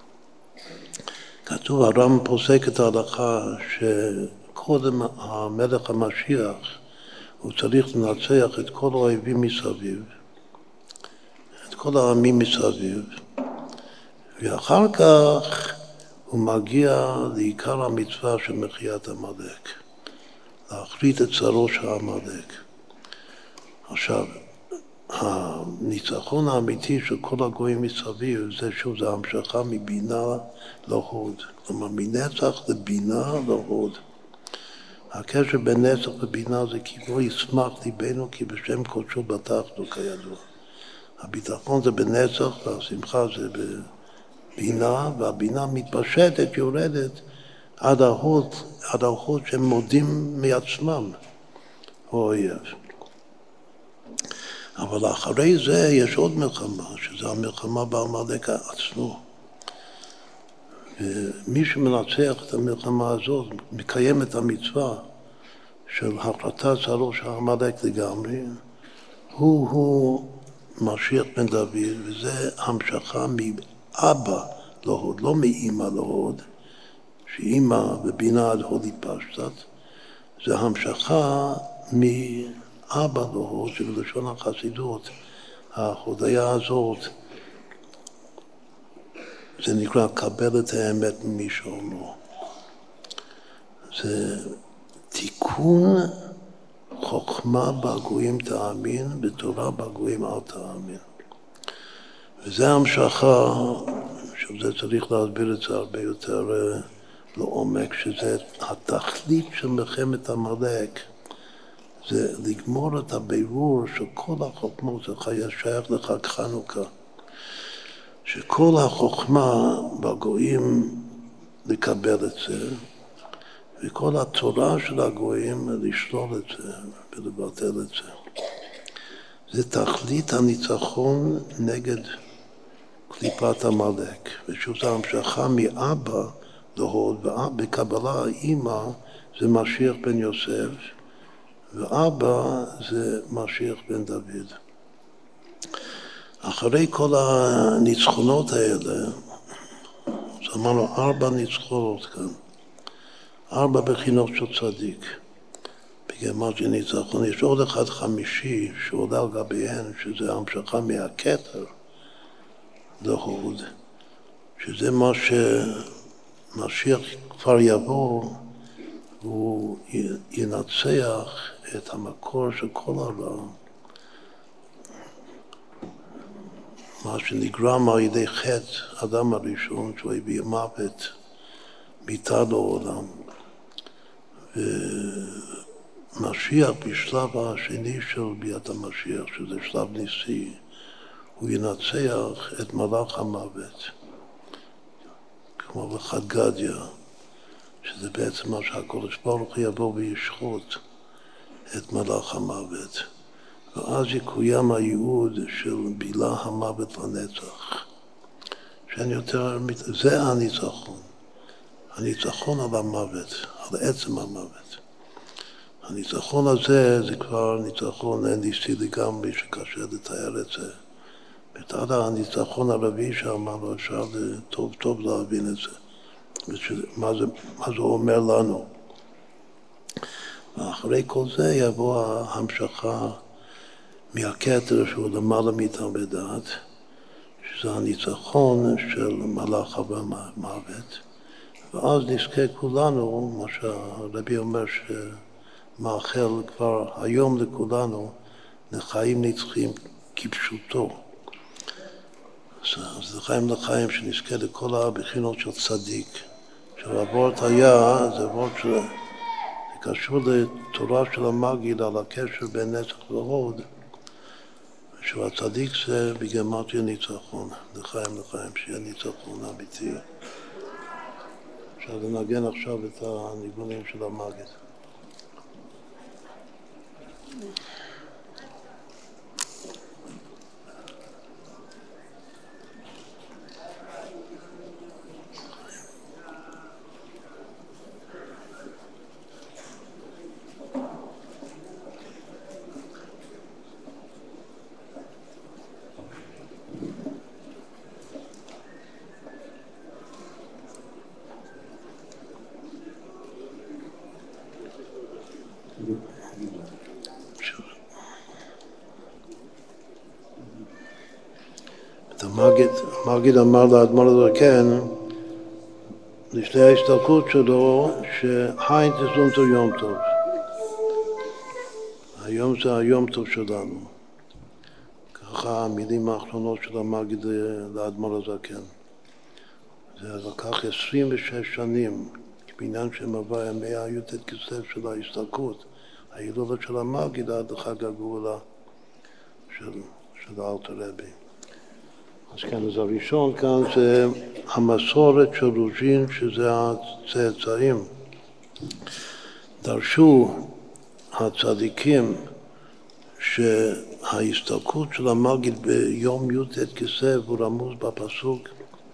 כתוב, הרמב"ם פוסק את ההלכה שקודם המלך המשיח הוא צריך לנצח את כל האויבים מסביב, את כל העמים מסביב, ואחר כך הוא מגיע לעיקר המצווה של מחיית עמלק, להחליט את צרו של עמלק. עכשיו, הניצחון האמיתי של כל הגויים מסביב זה שוב, זה המשכה מבינה להוד. כלומר, מנצח לבינה להוד. הקשר בין נצח ובינה זה כי בו ישמח ליבנו כי בשם קודשו בטחנו כידוע. הביטחון זה בנצח והשמחה זה בבינה, והבינה מתפשטת, יורדת עד ההוד שהם מודים מעצמם, האויב. אבל אחרי זה יש עוד מלחמה, שזה המלחמה בעמלק עצמו. ומי שמנצח את המלחמה הזאת, מקיים את המצווה של החלטת צרו של עמלק לגמרי, הוא משיח בן דוד, וזה המשכה מאבא להוד, לא מאמא להוד, שאמא ובינה עד הוד התפשטת, זה המשכה מאבא להוד, שבלשון החסידות, ההודיה הזאת, זה נקרא קבל את האמת ממי שאומרו. זה תיקון חוכמה בגויים תאמין, בתורה בגויים אל תאמין. וזה המשכה, שזה צריך להסביר את זה הרבה יותר לעומק, שזה התכלית של מלחמת עמלק, זה לגמור את הבירור של כל החוכמות, זה שייך לחג חנוכה. שכל החוכמה בגויים לקבל את זה, וכל התורה של הגויים לשלול את זה ולבטל את זה. זה תכלית הניצחון נגד קליפת עמלק, ושוב זה המשכה מאבא להוד, בקבלה אמא זה משיח בן יוסף, ואבא זה משיח בן דוד. אחרי כל הניצחונות האלה, אז אמרנו 4 ניצחונות כאן, 4 בחינות של צדיק. בגמר של ניצחון, יש עוד אחד חמישי שעולה על גביהן, שזה המשכה מהכתר להוד, שזה מה שמשיח כבר יבוא, והוא ינצח את המקור של כל הרע. מה שנגרם על ידי חטא אדם הראשון, שהוא הביא מוות מיתה לעולם. ומשיח בשלב השני של ביאת המשיח, שזה שלב ניסי, הוא ינצח את מלאך המוות, כמו בחד גדיא, שזה בעצם מה שהקדוש ברוך הוא יבוא וישחוט את מלאך המוות. ואז יקוים הייעוד של בילה המוות לנצח. שאין יותר, זה הניצחון. הניצחון על המוות, על עצם המוות. הניצחון הזה זה כבר ניצחון אנדיסטי לגמרי שקשה לתאר את זה. עד הניצחון הרביעי שאמרנו, אפשר טוב טוב להבין את זה. מה זה אומר לנו. ואחרי כל זה יבוא ההמשכה מהכתר שהוא למעלה מתעלה דעת, שזה הניצחון של מלאך המוות. ואז נזכה כולנו, מה שהרבי אומר שמאחל כבר היום לכולנו, לחיים נצחיים כפשוטו. אז לחיים לחיים שנזכה לכל הבחינות של צדיק. שהוורט היה, זה וורט זה קשור לתורה של המגיד על הקשר בין נצח והוד, שהצדיק זה בגימטריה ניצחון, לחיים לחיים, שיהיה ניצחון אמיתי. אפשר לנגן עכשיו את הניגונים של המגיד. המגיד אמר לאדמו"ר הזקן, לפני ההסתלקות שלו, שהיין תזונתו יום טוב. היום זה היום טוב שלנו. ככה המילים האחרונות של המגיד לאדמו"ר הזקן. זה לקח 26 שנים, בעניין שמבוא ימי הי"ט כסלו של ההסתלקות, ההילולה של המגיד עד לחג הגאולה של אלתר רבי. אז כאן, אז הראשון כאן זה המסורת של רוז'ין, שזה הצאצאים. דרשו הצדיקים שההסתלקות של המגיד ביום י"ט כסלו הוא רמוז בפסוק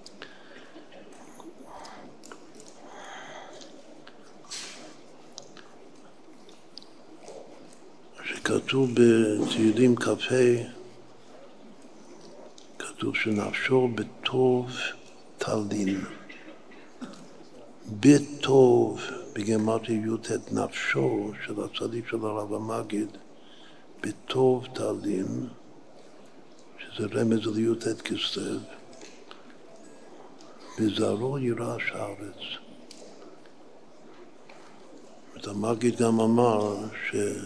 שכתוב בתהילים כ"ה, כתוב שנפשו בטוב תלין. בטוב בגימטריה י"ט, נפשו של הצדיק של הרב המגיד בטוב תלין, שזה רמז לי"ט כסלו, בזרעו יירש הארץ. המגיד גם אמר שזה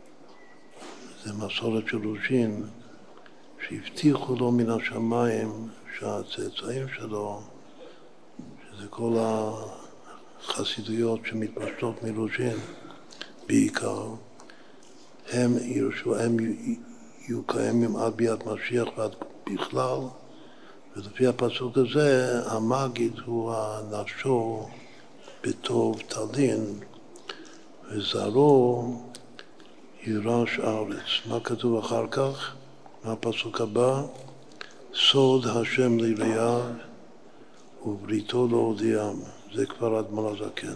מסורת של רוז'ין, שהבטיחו לו מן השמיים שהצאצאים שלו, שזה כל החסידויות שמתפשטות מרוז'ין בעיקר, הם ירשו, הם יהיו קיימים עד ביאת משיח ועד בכלל, ולפי הפסוק הזה המגיד הוא נפשו בטוב תלין וזרעו יירש ארץ. מה כתוב אחר כך? מה הפסוק הבא? סוד השם ליראיו ובריתו להודיעם. זה כבר אדמו"ר הזקן.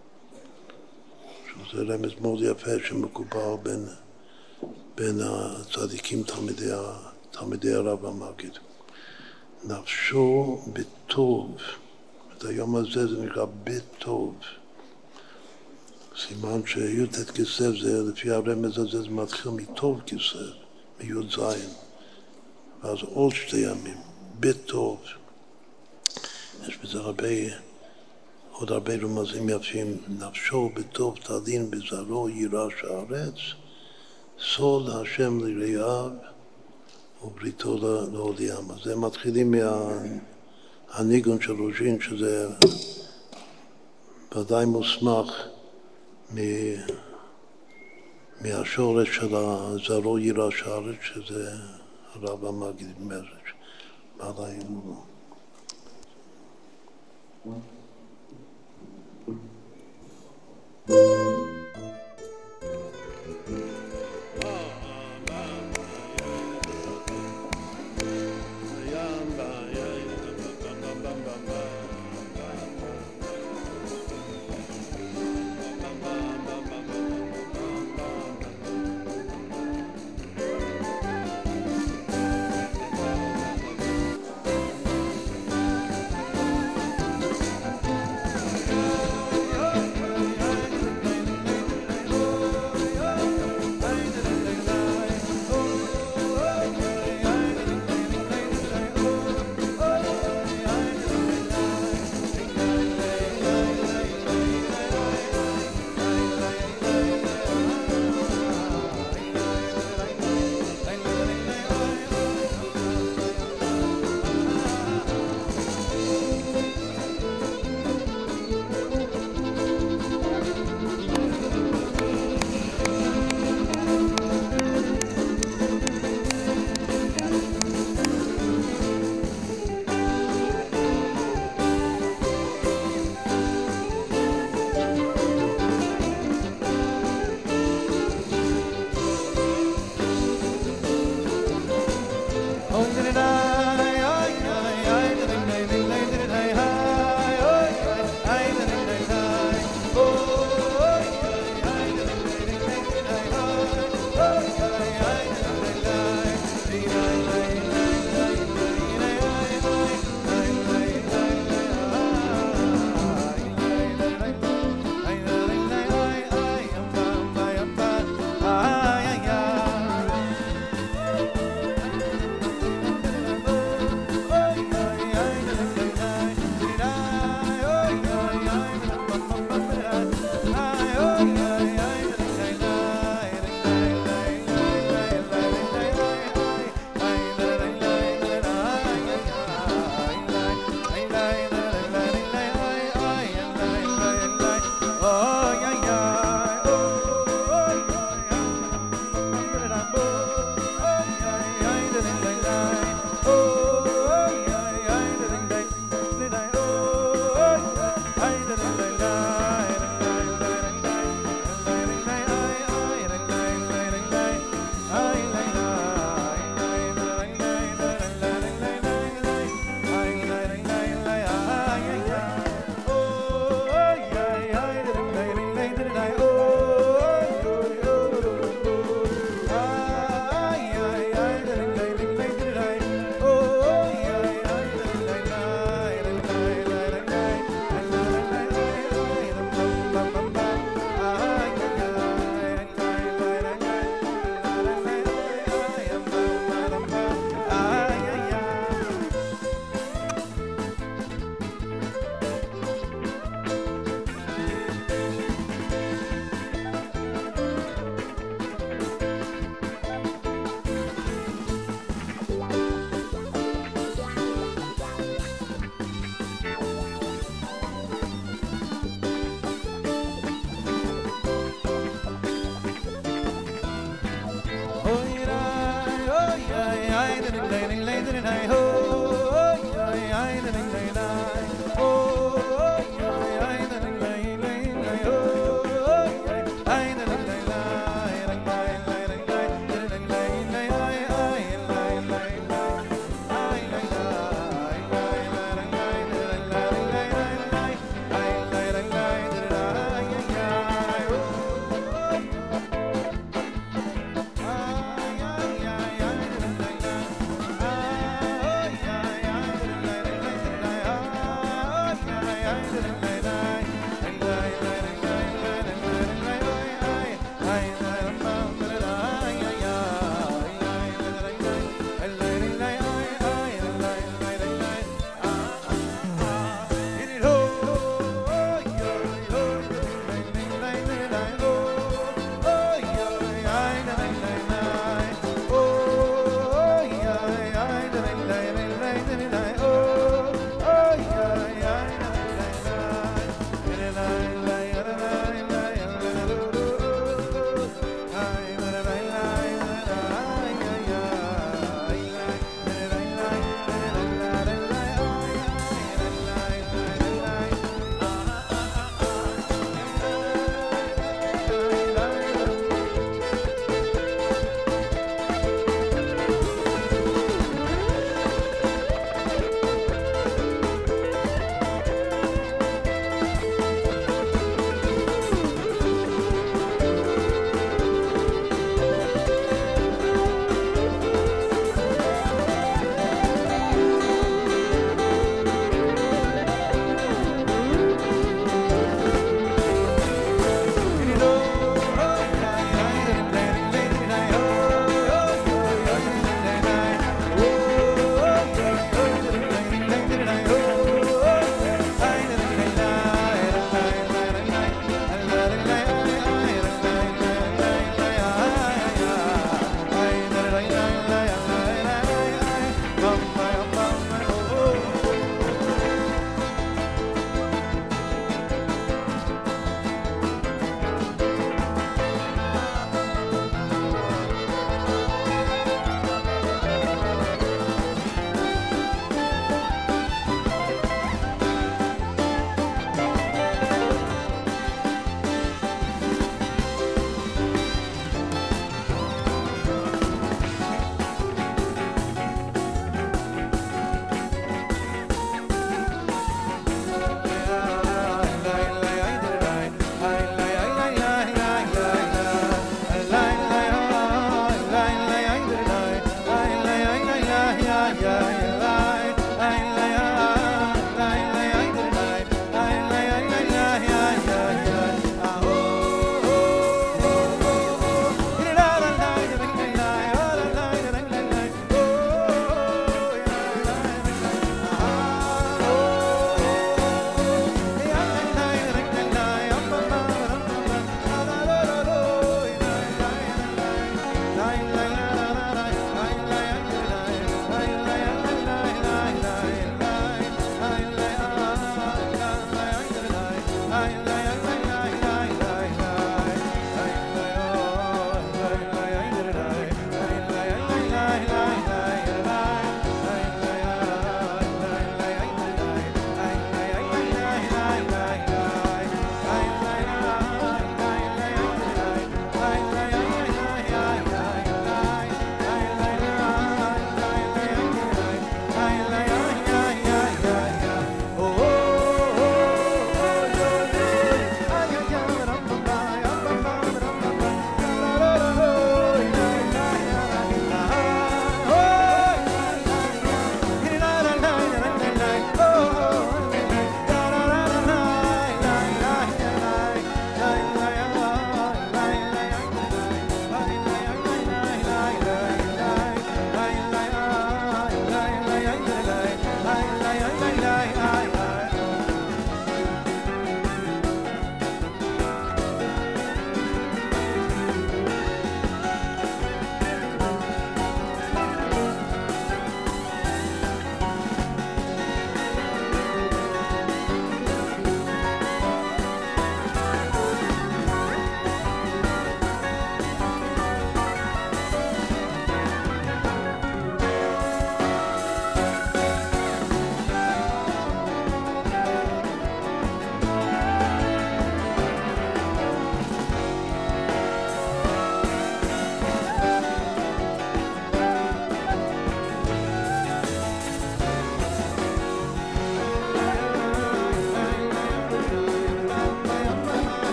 זה רמז מאוד יפה שמקובל בין הצדיקים תלמידי הרב המגיד. נפשו בטוב. את היום הזה זה נקרא בטוב. סימן שי"ט כסלו זה, לפי הרמז הזה, זה מתחיל מטוב כסלו, מי"ז. ואז עוד 2 ימים, בטוב. יש בזה עוד הרבה רמזים יפים. נפשו בטוב תלין בזרעו יירש הארץ, סוד השם ליראיו ובריתו להודיעם. אז הם מתחילים מהניגון של רוז'ין, שזה ודאי מוסמך מהשורש של הזרעו יירש הארץ, שזה רבא מגיד מרש, מעל ההילולה.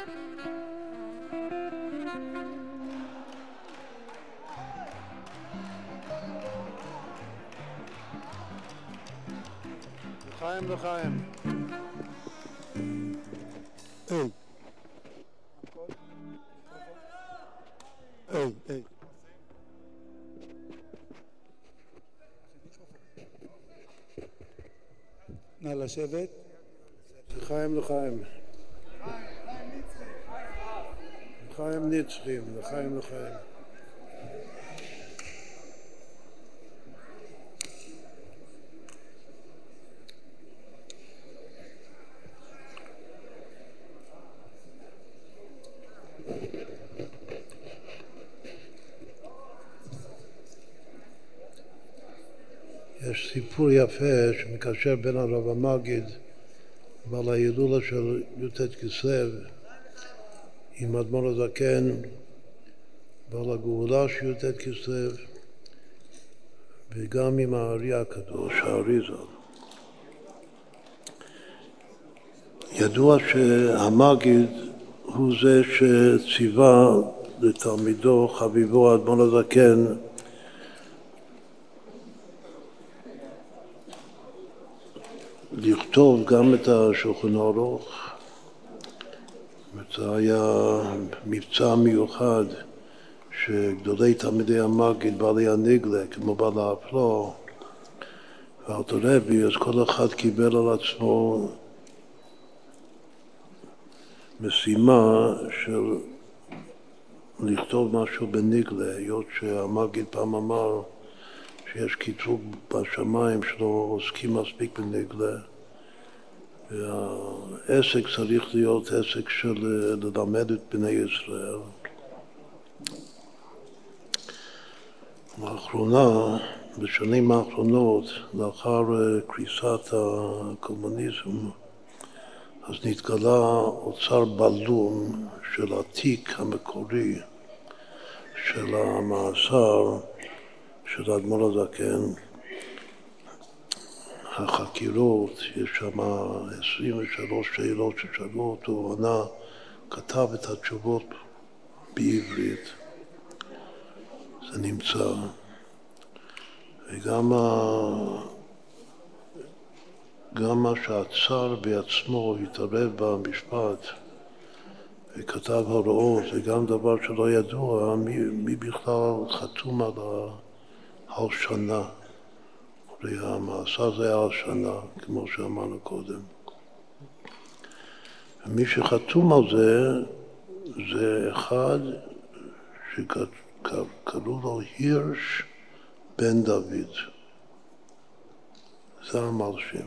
לחיים. היי. היי. נא לשבת. לחיים. לחיים נצחים. לחיים. יש סיפור יפה שמקשר בין הרב המגיד ועל ההילולה של י"ט כסלו עם אדמו"ר הזקן ועל הגאולה של י"ט כסלו וגם עם הארי הקדוש, האריז"ל. ידוע שהמגיד הוא זה שציווה לתלמידו חביבו אדמו"ר הזקן לכתוב גם את השולחן ערוך. זה היה מבצע מיוחד שגדולי תלמידי המגיד, בעלי הנגלה, כמו בעל האפלו ואלתר רבי, אז כל אחד קיבל על עצמו משימה של לכתוב משהו בנגלה, היות שהמגיד פעם אמר שיש קטרוג בשמיים שלא עוסקים מספיק בנגלה, והעסק צריך להיות עסק של ללמד את בני ישראל. לאחרונה, בשנים האחרונות, לאחר קריסת הקומוניזם, אז נתגלה אוצר בלום של התיק המקורי של המאסר של האדמו"ר הזקן. החקירות, יש שם 23 שאלות ששאלו אותו, הוא ענה, כתב את התשובות בעברית, זה נמצא. וגם מה שהצר בעצמו התערב במשפט וכתב הוראות, זה גם דבר שלא ידוע מי בכלל חתום על ההלשנה. המאסר זה היה הלשנה, כמו שאמרנו קודם. ומי שחתום על זה, זה אחד שקראו לו הירש בן דוד. זה המלשין.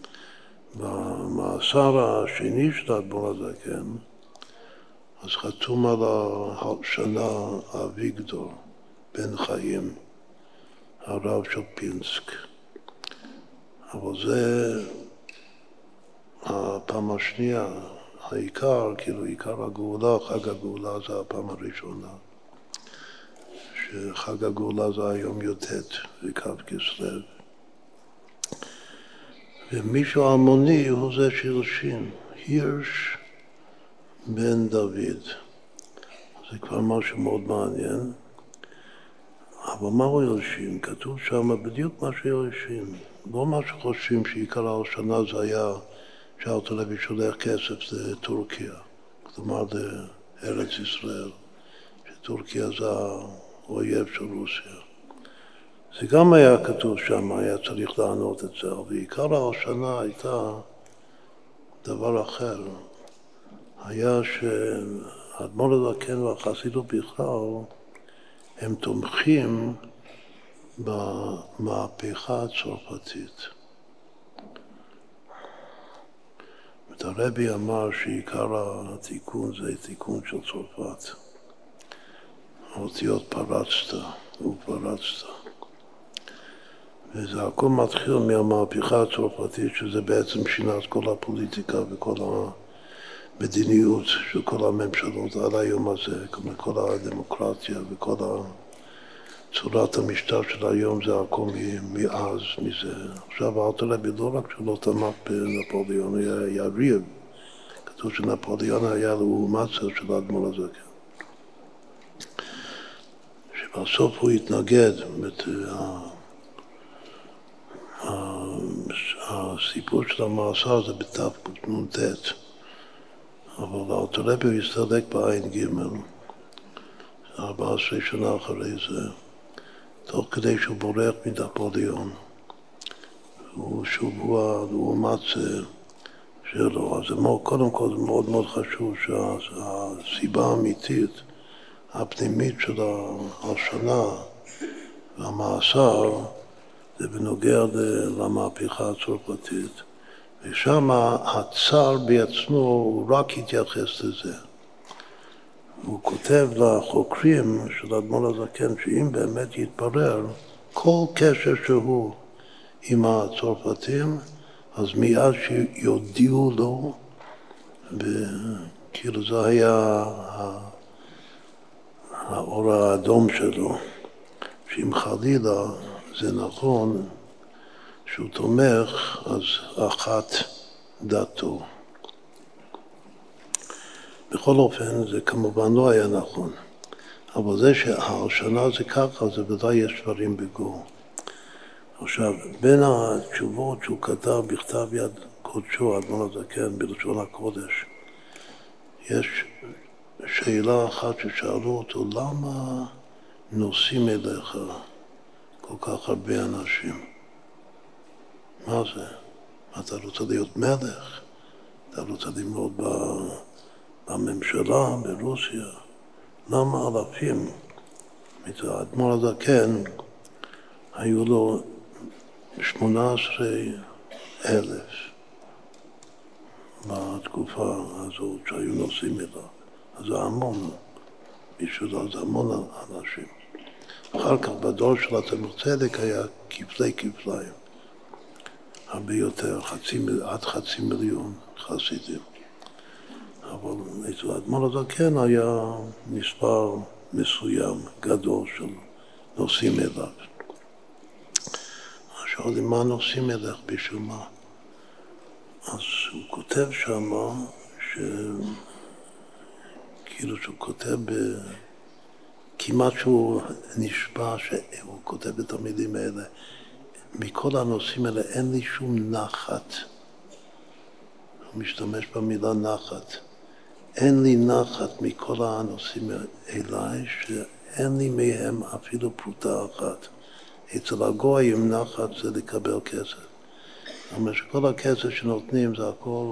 במאסר השני של האדמו"ר הזקן, אז חתום על ההלשנה אביגדור בן חיים, הרב של פינסק. אבל זה הפעם השנייה, העיקר, כאילו עיקר הגאולה, חג הגאולה זה הפעם הראשונה. שחג הגאולה זה היום י"ט וכ"ו כסלו. ומישהו אלמוני הוא זה שהלשין, הירש בן דוד. זה כבר משהו מאוד מעניין. אבל מה הוא הלשין? כתוב שם בדיוק מה שהוא הלשין. לא מה שחושבים שעיקר ההלשנה זה היה שאלתר רבי שולח כסף לטורקיה, כלומר לארץ ישראל, שטורקיה זה האויב של רוסיה. זה גם היה כתוב שם, היה צריך לענות את זה, אבל עיקר ההלשנה הייתה דבר אחר. היה שהאדמו"ר הזקן והחסידות בכלל הם תומכים במהפכה הצרפתית. הרבי אמר שעיקר התיקון זה תיקון של צרפת. האותיות פרצת ופרצת. וזה הכל מתחיל מהמהפכה הצרפתית, שזה בעצם שינה את כל הפוליטיקה וכל המדיניות של כל הממשלות על היום הזה, כמו כל הדמוקרטיה וכל צורת המשטר של היום, זה הכל מאז, מזה. עכשיו אלתר רבי לא רק שלא תמך בנפוליאון, הוא היה יריב. כתוב שנפוליאון היה לו מצר של האדמו"ר הזקן. שבסוף הוא התנגד, הסיפור של המאסר זה בתנ"ט, אבל האלטר-רבי הוא הסתלק בעין ג' 14 שנה אחרי זה, תוך כדי שהוא בורח מנפוליאון. הוא מצא שלו. אז קודם כל זה מאוד מאוד חשוב שהסיבה האמיתית, הפנימית של ההלשנה והמאסר, זה בנוגע למהפכה הצרפתית. ושם הצאר בעצמו הוא רק התייחס לזה. הוא כותב לחוקרים של האדמו"ר הזקן שאם באמת יתברר כל קשר שהוא עם הצרפתים, אז מיד שיודיעו לו, כאילו זה היה האור האדום שלו, שאם חלילה זה נכון שהוא תומך, אז אחת דתו. בכל אופן, זה כמובן לא היה נכון, אבל זה שההלשנה זה ככה, זה ודאי יש דברים בגו. עכשיו, בין התשובות שהוא כתב בכתב יד קודשו, האדמו"ר הזקן, בלשון הקודש, יש שאלה אחת ששאלו אותו, למה נוסעים אליך כל כך הרבה אנשים? מה זה? אתה רוצה להיות מלך? אתה רוצה ללמוד בממשלה, ברוסיה? למה אלפים? האדמו"ר הזקן, היו לו 18,000 בתקופה הזאת שהיו נוסעים אליו. אז זה המון, בשבילו זה המון אנשים. אחר כך בדור של התלמוד צדק היה כפליים, הרבה יותר, עד 500,000 חסידים. אבל אצל האדמו"ר הזקן היה מספר מסוים, גדול של נוסעים אליו. שואלים מה נוסעים אליך בשביל מה? אז הוא כותב שם, כאילו שהוא כותב, כמעט שהוא נשבע שהוא כותב את המילים האלה, מכל הנושאים האלה אין לי שום נחת. הוא משתמש במילה נחת. אין לי נחת מכל הנושאים אליי, שאין לי מהם אפילו פרוטה אחת. אצל הגויים נחת זה לקבל כסף. זאת אומרת שכל הכסף שנותנים זה הכל,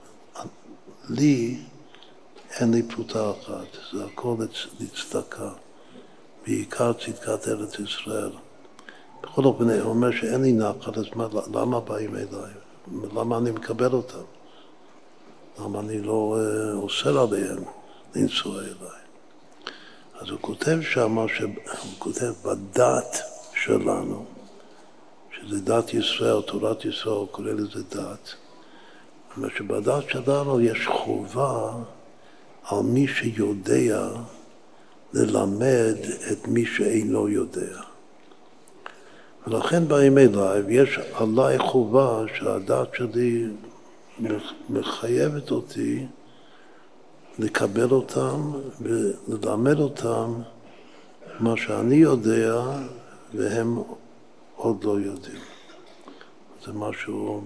לי אין לי פרוטה אחת, זה הכל לצדקה, בעיקר צדקת ארץ ישראל. בכל אופן הוא אומר שאין לי נחת, אז למה באים אליי? למה אני מקבל אותם? למה אני לא אוסר עליהם לנסוע אליי? אז הוא כותב שם, הוא כותב בדת שלנו, שזה דת ישראל, תורת ישראל, הוא קורא לזה דת. זאת אומרת שבדת שלנו יש חובה על מי שיודע ללמד את מי שאינו יודע. ולכן באים אליי, ויש עליי חובה שהדת שלי מחייבת אותי לקבל אותם וללמד אותם מה שאני יודע והם עוד לא יודעים. זה משהו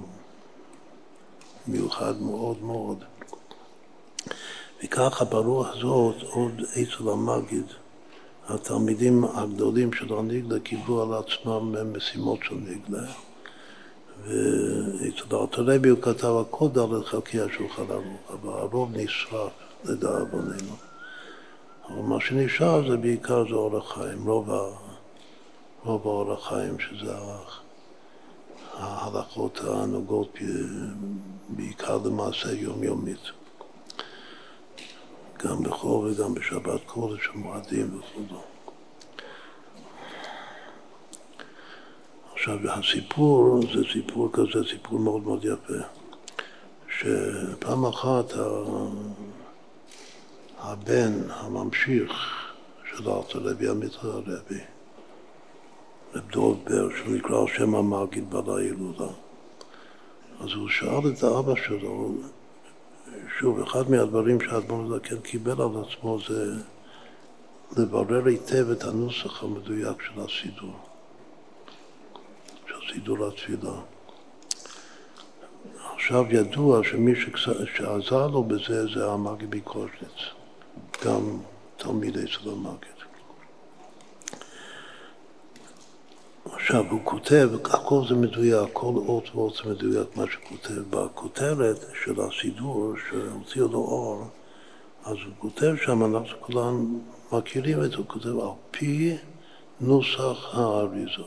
מיוחד מאוד מאוד. וככה ברוח הזאת עוד אצל המגיד, התלמידים הגדולים של הנגלה קיבלו על עצמם משימות של נגלה. ואצל האלטר-רבי הוא כתב הכל ד' חלקי השולחן ערוך, אבל הרוב נשרף לדאבוננו. אבל מה שנשאר זה בעיקר זה אור החיים, רוב האור החיים, שזה ההלכות הנוגעות בעיקר למעשה יומיומית. גם בחול וגם בשבת קודש המועדים וכו'. עכשיו, הסיפור זה סיפור כזה, סיפור מאוד מאוד יפה, שפעם אחת הבן הממשיך של האלטר-רבי, המיטרה הרבי, רב דב בר, שהוא נקרא על שם המגיד בעל ההילולה, אז הוא שאל את האבא שלו, שוב, אחד מהדברים שהאדמו"ר הזקן קיבל על עצמו זה לברר היטב את הנוסח המדויק של הסידור, של סידור התפילה. עכשיו ידוע שמי שעזר לו בזה זה המגיד מקושניץ, גם תלמידי של המגיד. עכשיו הוא כותב, הכל זה מדויק, כל אות ואות זה מדויק מה שכותב. בכותרת של הסידור שהוציאו לו אור, אז הוא כותב שם, אנחנו כולם מכירים את זה, הוא כותב על פי נוסח האריזה.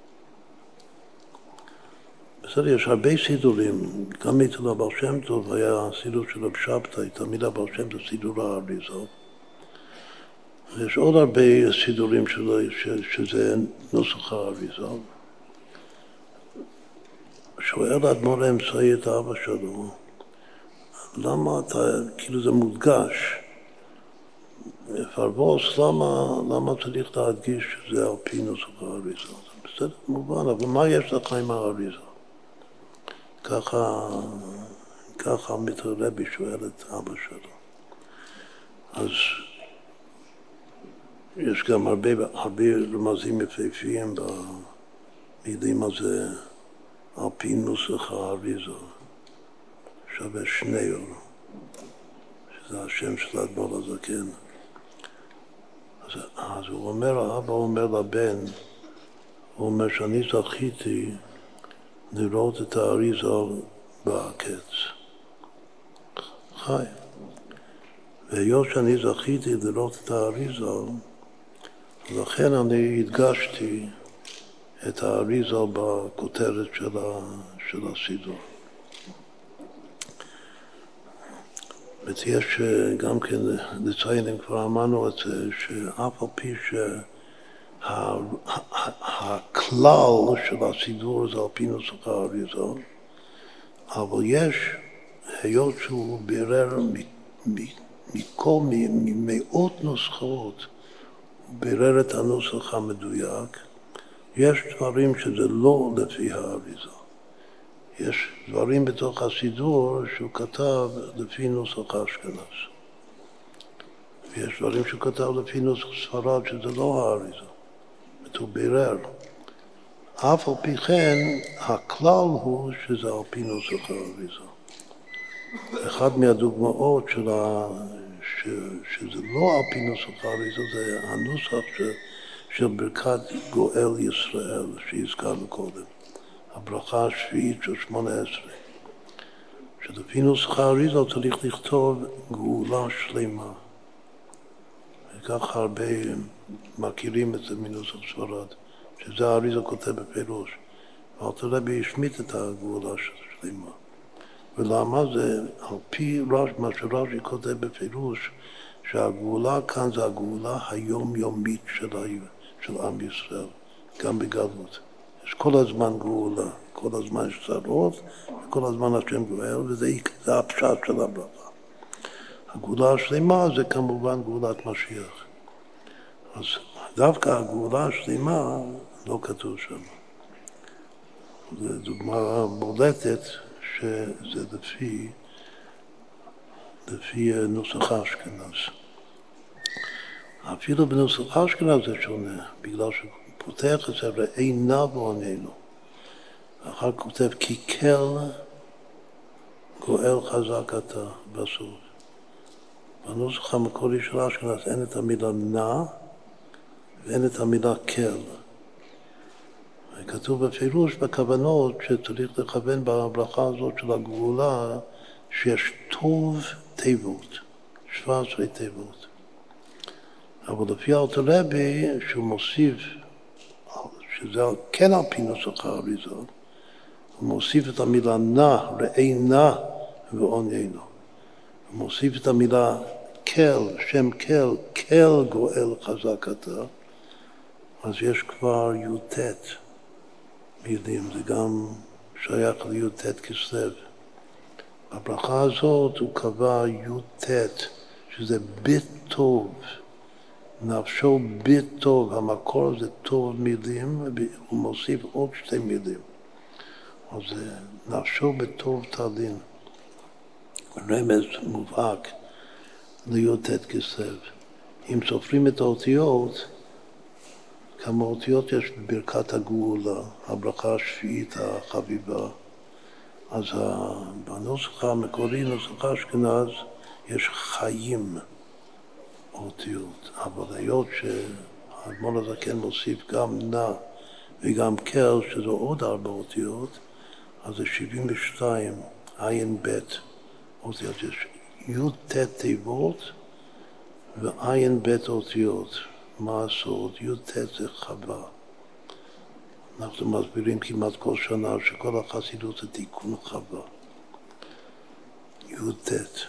בסדר, יש הרבה סידורים, גם אצל הבעל שם טוב היה סידור של רב שבתאי, תמיד הבעל שם טוב סידור האריזה. יש עוד הרבה סידורים שזה נוסח האריזה. שואל האדמו"ר האמצעי את האבא שלו, למה אתה, כאילו זה מודגש, פרבוס, למה צריך להדגיש שזה על פי נוסח האריזה? זה בסדר, מובן, אבל מה יש לך עם האריזה? ככה מתרבי שואל את אבא שלו. אז יש גם הרבה רמזים יפהפיים במילים הזה על פי נוסח האריזה, שווה שניאור, שזה השם של האדמו"ר הזקן. אז הוא אומר, האבא אומר לבן, הוא אומר שאני זכיתי לראות את האריזה בעקץ. חי. והיות שאני זכיתי לראות את האריזה, לכן אני הדגשתי את האריזה בכותרת של הסידור. ויש גם כן לציין, אם כבר אמרנו את זה, שאף על פי שהכלל של הסידור זה על פי נוסח האריזה, אבל יש, היות שהוא בירר ממאות נוסחאות, הוא בירר את הנוסח המדויק, יש דברים שזה לא לפי האריזה. יש דברים בתוך הסידור שהוא כתב לפי נוסח אשכנז. ויש דברים שהוא כתב לפי נוסח ספרד שזה לא האריזה. הוא בירר. אף על פי כן, הכלל הוא שזה על פי נוסח האריזה. אחד מהדוגמאות שזה לא על פי נוסח האריזה, זה הנוסח של ברכת גואל ישראל שהזכרנו קודם. הברכה השביעית של 18. שלפי נוסח האריזה צריך לכתוב גאולה שלמה. וכך הרבה מכירים את זה מנוסח ספרד, שזה האריזה כותב בפירוש. ואלתר רבי השמיט את הגאולה שלמה. ולמה זה? על פי מה שרש"י כותב בפירוש, שהגאולה כאן זה הגאולה היומיומית של עם ישראל, גם בגלות. יש כל הזמן גאולה, כל הזמן יש צרות, וכל הזמן השם גואל, וזה הפשט של הברכה. הגאולה השלמה זה כמובן גאולת משיח. אז דווקא הגאולה השלמה לא כתוב שם. זו דוגמה בולטת שזה לפי נוסח אשכנז. אפילו בנוסח אשכנז זה שונה, בגלל שפותח את זה ראי נא ועוננו. אחר כך כותב כי כל גואל חזק אתה בסוף. בנוסח המקורי של אשכנז אין את המילה נא ואין את המילה כל. כתוב בפירוש בכוונות שצריך לכוון בברכה הזאת של הגאולה שיש טוב תיבות, 17 תיבות. אבל לפי אלתר רבי שהוא מוסיף, שזה כן על פי נוסח האריזה, הוא מוסיף את המילה נא, ראי נא ועוננו. הוא מוסיף את המילה כל, שם כל, כל גואל חזק אתה, אז יש כבר י"ט מילים, זה גם שייך לי"ט כסלו. בברכה הזאת הוא קבע י"ט, שזה בית טוב, נפשו בית טוב, המקור זה טוב מילים, הוא מוסיף עוד 2 מילים. אז נפשו בטוב תלין. רמז מובהק לי"ט כסלו. אם סופרים את האותיות, כמה אותיות יש בברכת הגאולה, הברכה השביעית החביבה. אז בנוסח המקורי, נוסח אשכנז, יש חיים אותיות, אבל היות שהאדמו"ר הזקן מוסיף גם נא וגם קל, שזו עוד 4 אותיות, אז זה 72 עין בית אותיות. יש י"ט תיבות ועין בית אותיות. מה הסוד? י"ט זה חווה. אנחנו מסבירים כמעט כל שנה שכל החסידות זה תיקון חווה. י"ט.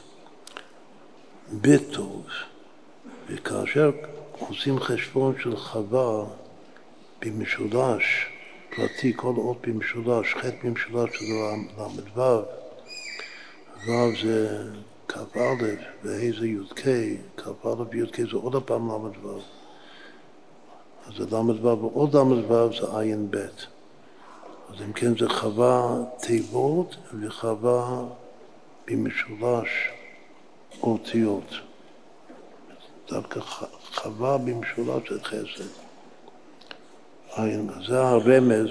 בטוב. וכאשר עושים חשבון של חווה במשולש, פרטי, כל אות במשולש, ח' במשולש שזה ל"ו, ו' זה כ"א, וה' זה י"ק, כ"א וי"ק זה עוד הפעם ל"ו. אז זה ל"ו ועוד ל"ו זה עין ב'. אז אם כן זה חווה תיבות וחווה במשולש אותיות. דווקא חווה במשולש זה חסד. זה הרמז,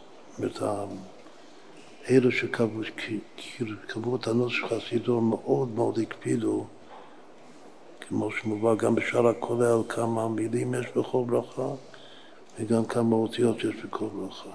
אלו שקבעו את הנוסח חסידו מאוד מאוד הקפידו, כמו שמובא גם בשאר הכולל, כמה מילים יש בכל ברכה וגם כמה אותיות יש בכל ברכה.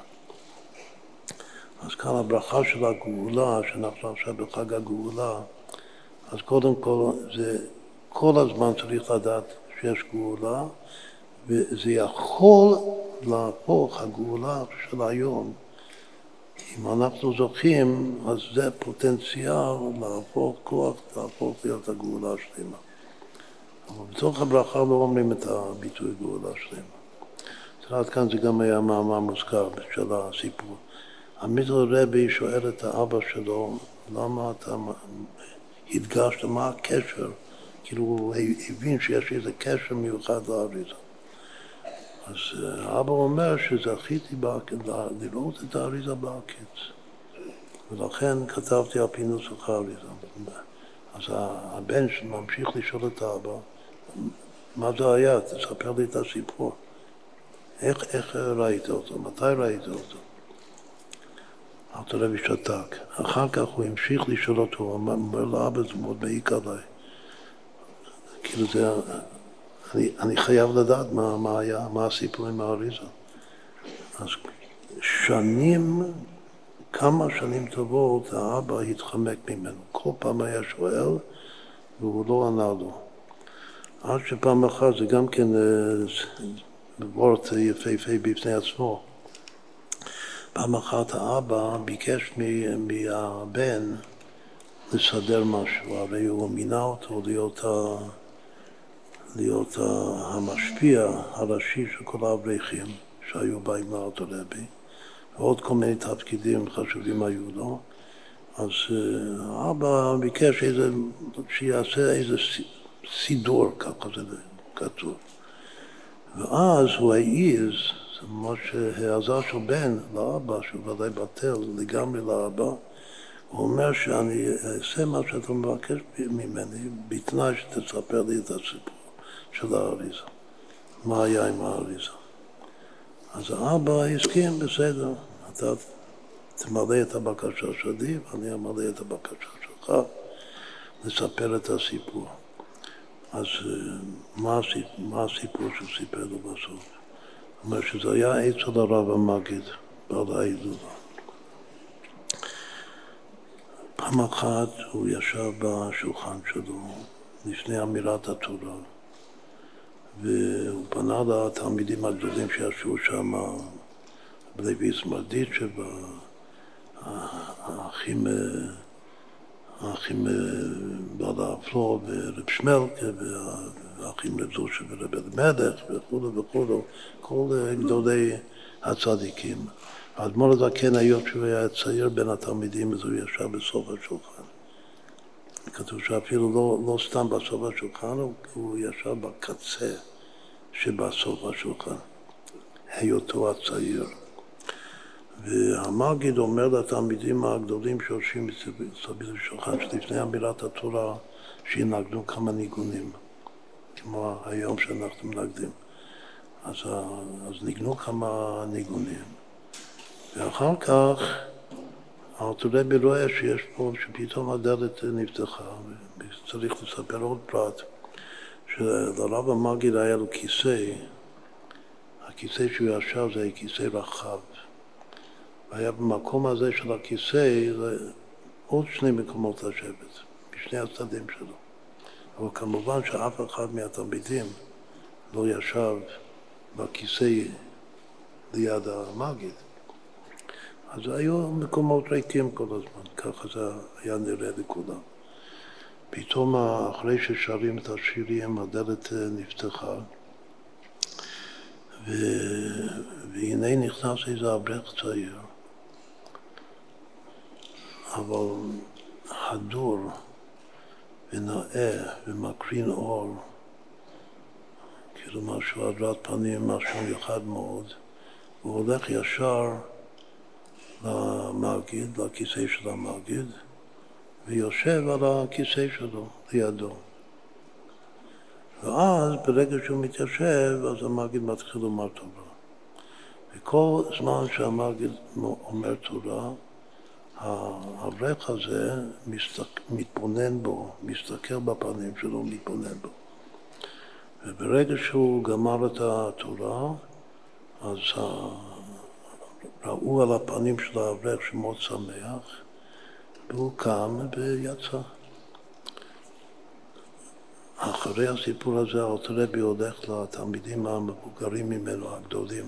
אז כאן הברכה של הגאולה, שאנחנו עכשיו בחג הגאולה, אז קודם כל זה כל הזמן צריך לדעת שיש גאולה, וזה יכול להפוך הגאולה של היום. אם אנחנו זוכים, אז זה פוטנציאל להפוך כוח, להפוך להיות הגאולה שלמה. אבל בתוך הברכה לא אומרים את הביטוי גאולה שלמה. עד כאן זה גם היה מאמר מוזכר של הסיפור. המיטל רבי שואל את האבא שלו, למה אתה הדגשת, מה הקשר? כאילו הוא הבין שיש איזה קשר מיוחד לאריזה. אז האבא אומר שזכיתי לראות את האריזה בעקיץ. ולכן כתבתי על פי נוסח האריזה. אז הבן ממשיך לשאול את האבא, מה זה היה? תספר לי את הסיפור. איך ראית אותו? מתי ראית אותו? אלתר רבי שתק. אחר כך הוא המשיך לשאול אותו, הוא אומר לאבא, זה מאוד מעיק עליי. כאילו זה, אני חייב לדעת מה היה, מה הסיפור עם האריזה. אז כמה שנים טובות האבא התחמק ממנו. כל פעם היה שואל והוא לא ענה לו. עד שפעם אחת זה גם כן וורט יפהפה בפני עצמו. פעם אחת האבא ביקש מהבן לסדר משהו, הרי הוא מינה אותו להיות המשפיע הראשי של כל האברכים שהיו באים לאלתר רבי, ועוד כל מיני תפקידים חשובים היו לו. אז האבא ביקש שיעשה איזה סידור, ככה זה כתוב. ואז הוא העיז, זה ממש העזה של בן לאבא, שהוא ודאי בטל לגמרי לאבא, הוא אומר שאני אעשה מה שאתה מבקש ממני, בתנאי שתספר לי את הסיפור של האריזה. מה היה עם האריזה? אז האבא הסכים, בסדר, אתה תמלא את הבקשה שלי, ואני אמלא את הבקשה שלך, לספר את הסיפור. אז מה הסיפור שהוא סיפר לו בסוף? הוא אומר שזה היה אצל הרב המגיד, בעל ההילולה. פעם אחת הוא ישב בשולחן שלו לפני אמירת התורה, והוא פנה לתלמידים הגדולים שישבו שם, בלוי סמרדיצ'ה, האחים בעל הפלור ורב שמלכה, והאחים רב זושה ורב אלימלך וכו' וכו', כל גדולי הצדיקים. האדמו"ר הזקן, היות שהוא היה צעיר בין התלמידים, אז הוא ישב בסוף השולחן. כתוב שאפילו לא סתם בסוף השולחן, הוא ישב בקצה שבסוף השולחן, היותו הצעיר. והמגיד אומר לתלמידים הגדולים שיושבים מסביב לשולחן שלפני אמירת התורה שינגנו כמה ניגונים, כמו היום שאנחנו מנגדים. אז ניגנו כמה ניגונים. ואחר כך אלתר רבי רואה שיש פה, שפתאום הדלת נפתחה, וצריך לספר עוד פרט, שלרב המגיד היה לו כיסא, הכיסא שהוא ישב זה היה כיסא רחב. והיה במקום הזה של הכיסא עוד שני מקומות לשבת, בשני הצדדים שלו. אבל כמובן שאף אחד מהתלמידים לא ישב בכיסא ליד המגיד. אז היו מקומות ריקים כל הזמן, ככה זה היה נראה לכולם. פתאום אחרי ששרים את השירים הדלת נפתחה, והנה נכנס איזה אברך צעיר, אבל הדור ונאה ומקרין אור, כאילו משהו הדרת פנים, משהו מיוחד מאוד, הוא הולך ישר למגיד, לכיסא של המגיד, ויושב על הכיסא שלו לידו. ואז ברגע שהוא מתיישב, אז המגיד מתחיל לומר תורה. וכל זמן שהמגיד אומר תורה, האברך הזה מתבונן בו, מסתכל בפנים שלו, מתבונן בו. וברגע שהוא גמר את התורה, אז ראו על הפנים של האברך שמאוד שמח, והוא קם ויצא. אחרי הסיפור הזה, אלתר רבי הולך לתלמידים המבוגרים ממנו, הגדולים,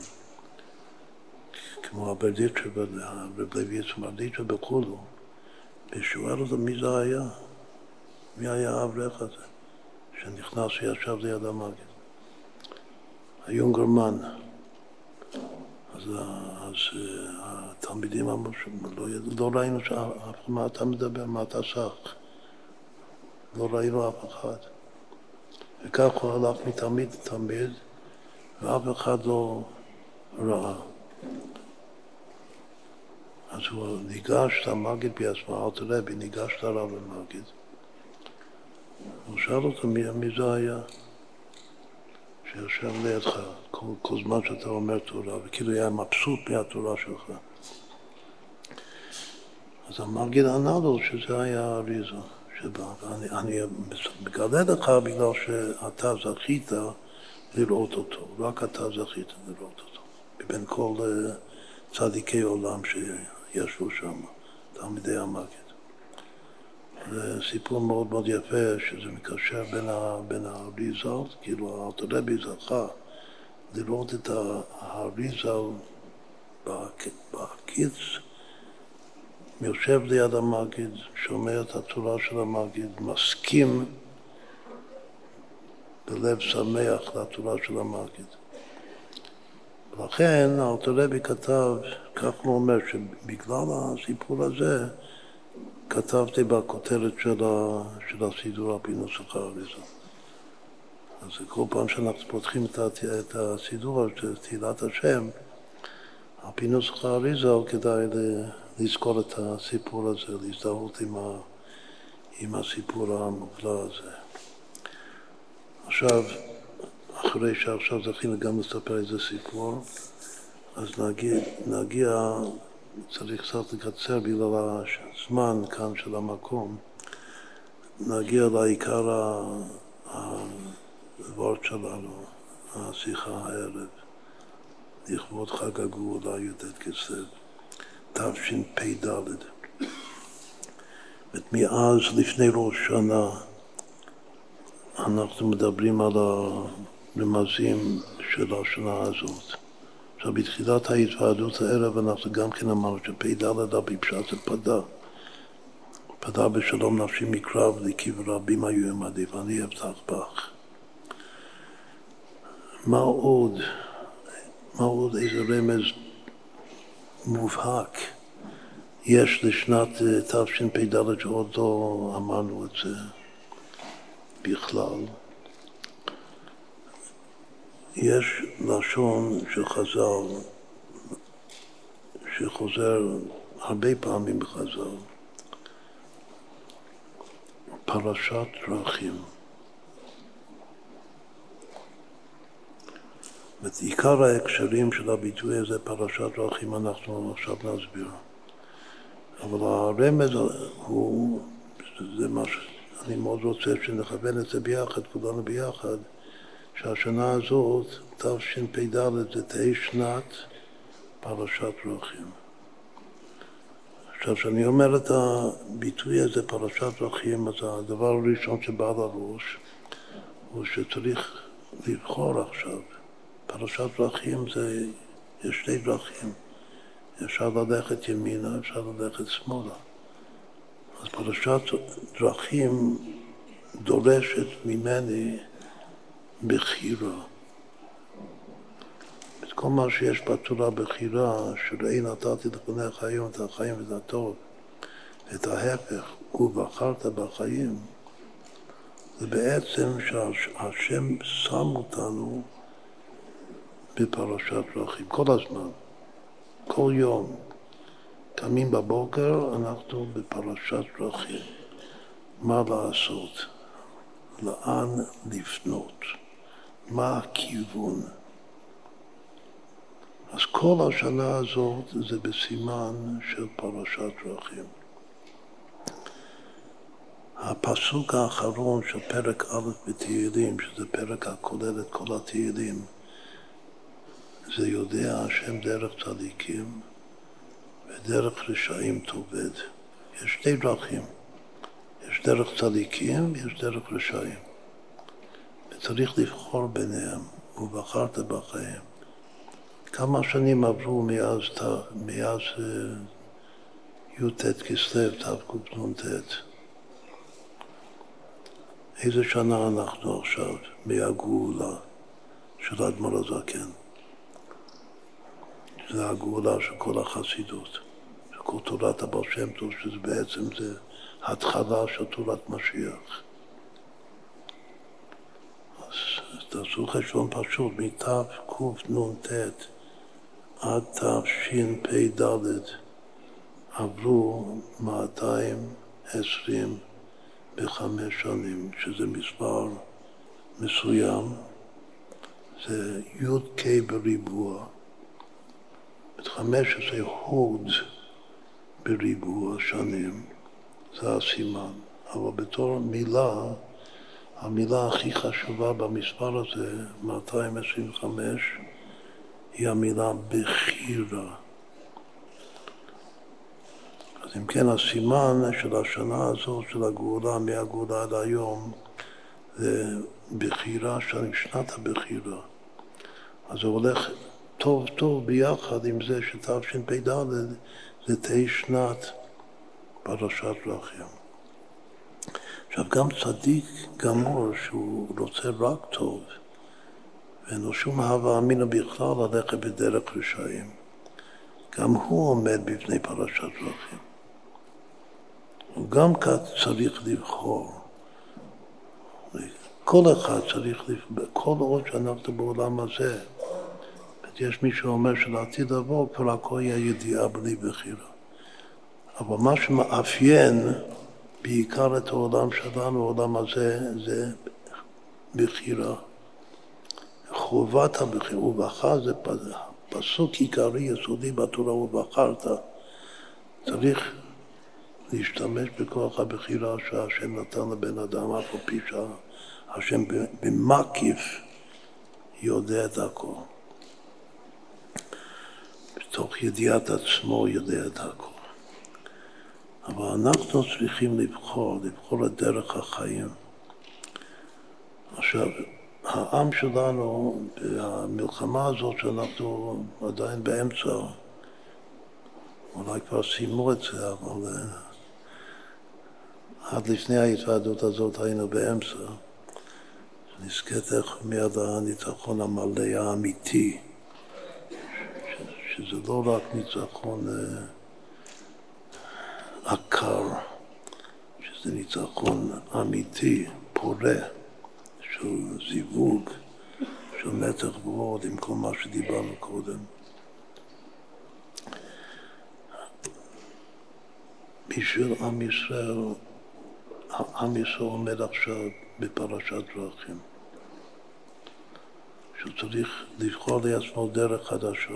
כמו הברדיצ'ה והרב לוי יצחק וכולו, ושואל אותו מי זה היה? מי היה האברך הזה שנכנס וישב ליד המגיד? היונגרמן. אז התלמידים אמרו לא ראינו מה אתה מדבר, מה אתה שח. לא ראינו אף אחד. וכך הוא הלך מתמיד לתמיד, ואף אחד לא ראה. אז הוא ניגש למגיד בעצמו, אלתר רבי ניגש לרב המגיד. הוא שאל אותו מי זה היה שיושב לידך כל זמן שאתה אומר תורה, וכאילו היה מבסוט מהתורה שלך. אז המגיד ענה לו שזה היה האריזה שבא, ואני מגלה לך בגלל שאתה זכית לראות אותו, רק אתה זכית לראות אותו, מבין כל צדיקי עולם שישבו שם, תלמידי המגיד. זה סיפור מאוד מאוד יפה, שזה מקשר בין האריזה, כאילו אלתר רבי זכה לראות את האריזה בקיץ, יושב ליד המגיד, שומע את התורה של המגיד, מסכים בלב שמח לתורה של המגיד. ולכן אלתר רבי כתב, כך הוא אומר, שבגלל הסיפור הזה, כתבתי בכותרת של הסידור הפינוס האריזה. אז כל פעם שאנחנו פותחים את הסידור של תהילת השם, הפינוס האריזה, כדאי לזכור את הסיפור הזה, להזדהות עם הסיפור המופלא הזה. עכשיו, אחרי שעכשיו זכינו גם לספר איזה סיפור, אז נגיע, צריך קצת לקצר בגלל הזמן כאן של המקום, נגיע לעיקר הוורד שלנו, השיחה הערב, לכבוד חג הגאולה י"ט כסלו, תשפ"ד. מאז לפני ראש שנה אנחנו מדברים על הרמזים של השנה הזאת. עכשיו, בתחילת ההתוועדות הערב אנחנו גם כן אמרנו שפ"ד בפשט זה פדה. פדה בשלום נפשי מקרב לי ורבים היו עמדי ואני אבטח בך. מה עוד איזה רמז מובהק יש לשנת תשפ"ד שעוד לא אמרנו את זה בכלל. יש לשון של חז"ל שחוזר הרבה פעמים בחז"ל, פרשת דרכים. עיקר ההקשרים של הביטוי הזה, פרשת דרכים, אנחנו עכשיו נסביר. אבל הרמז הוא, זה מה שאני מאוד רוצה שנכוון את זה ביחד, כולנו ביחד, שהשנה הזאת, תשפ"ד, זה תהי שנת פרשת דרכים. עכשיו, כשאני אומר את הביטוי הזה, פרשת דרכים, אז הדבר הראשון שבא לראש הוא שצריך לבחור עכשיו. פרשת דרכים זה, יש שתי דרכים. אפשר ללכת ימינה, אפשר ללכת שמאלה. אז פרשת דרכים דורשת ממני בחירה. את כל מה שיש בתורה בחירה, שראי נתתי לפניך היום את החיים ואת הטוב, את ההפך, ובחרת בחיים, זה בעצם שהשם שם אותנו בפרשת דרכים, כל הזמן, כל יום. קמים בבוקר, אנחנו בפרשת דרכים. מה לעשות? לאן לפנות? מה הכיוון? אז כל השנה הזאת זה בסימן של פרשת דרכים. הפסוק האחרון של פרק א' בתהילים, שזה פרק הכולל את כל התהילים, זה יודע השם דרך צדיקים ודרך רשעים תאבד. יש שתי דרכים. יש דרך צדיקים ויש דרך רשעים. וצריך לבחור ביניהם, ובחרת בחיים. כמה שנים עברו מאז י"ט כסלו, תקנ"ט. איזה שנה אנחנו עכשיו מהגאולה של האדמו"ר הזקן? זה הגאולה של כל החסידות, של כל תורת הבעל שם טוב, שזה בעצם זה התחלה של תורת משיח. אז תעשו חשבון פשוט, מתקנ"ט עד תשפ"ד עברו 225 שנים, שזה מספר מסוים, זה י"ק בריבוע. 15 הוד בריבוע שנים, זה הסימן. אבל בתור מילה, המילה הכי חשובה במספר הזה, 225, היא המילה בחירה. אז אם כן, הסימן של השנה הזאת, של הגאולה, מהגאולה עד היום, זה בחירה, שנת הבחירה. אז זה הולך טוב טוב ביחד עם זה שתשפ"ד זה תהי שנת פרשת דרכים. עכשיו גם צדיק גמור שהוא רוצה רק טוב ואין לו שום הווה אמינה בכלל ללכת בדרך רשעים, גם הוא עומד בפני פרשת דרכים. הוא גם כאן צריך לבחור. כל אחד צריך לבחור, כל עוד שאנחנו בעולם הזה, יש מי שאומר שלעתיד לבוא כבר הכל יהיה ידיעה בלי בחירה. אבל מה שמאפיין בעיקר את העולם שלנו, העולם הזה, זה בחירה. חובת הבחירה, ובחר זה פסוק עיקרי יסודי בתורה, ובחרת. צריך להשתמש בכוח הבחירה שהשם נתן לבן אדם, אף על פי שהשם במקיף יודע את הכל. בתוך ידיעת עצמו יודע את הכל. אבל אנחנו צריכים לבחור את דרך החיים. עכשיו, העם שלנו, במלחמה הזאת שאנחנו עדיין באמצע, אולי כבר סיימו את זה, אבל עד לפני ההתוועדות הזאת היינו באמצע, נזכית איך מיד הניצחון המלא האמיתי, שזה לא רק ניצחון עקר, שזה ניצחון אמיתי, פורה, של זיווג, של מתח ועוד עם כל מה שדיברנו קודם. בשביל עם ישראל, עם ישראל עומד עכשיו בפרשת דרכים. שהוא צריך לבחור לעצמו דרך חדשה.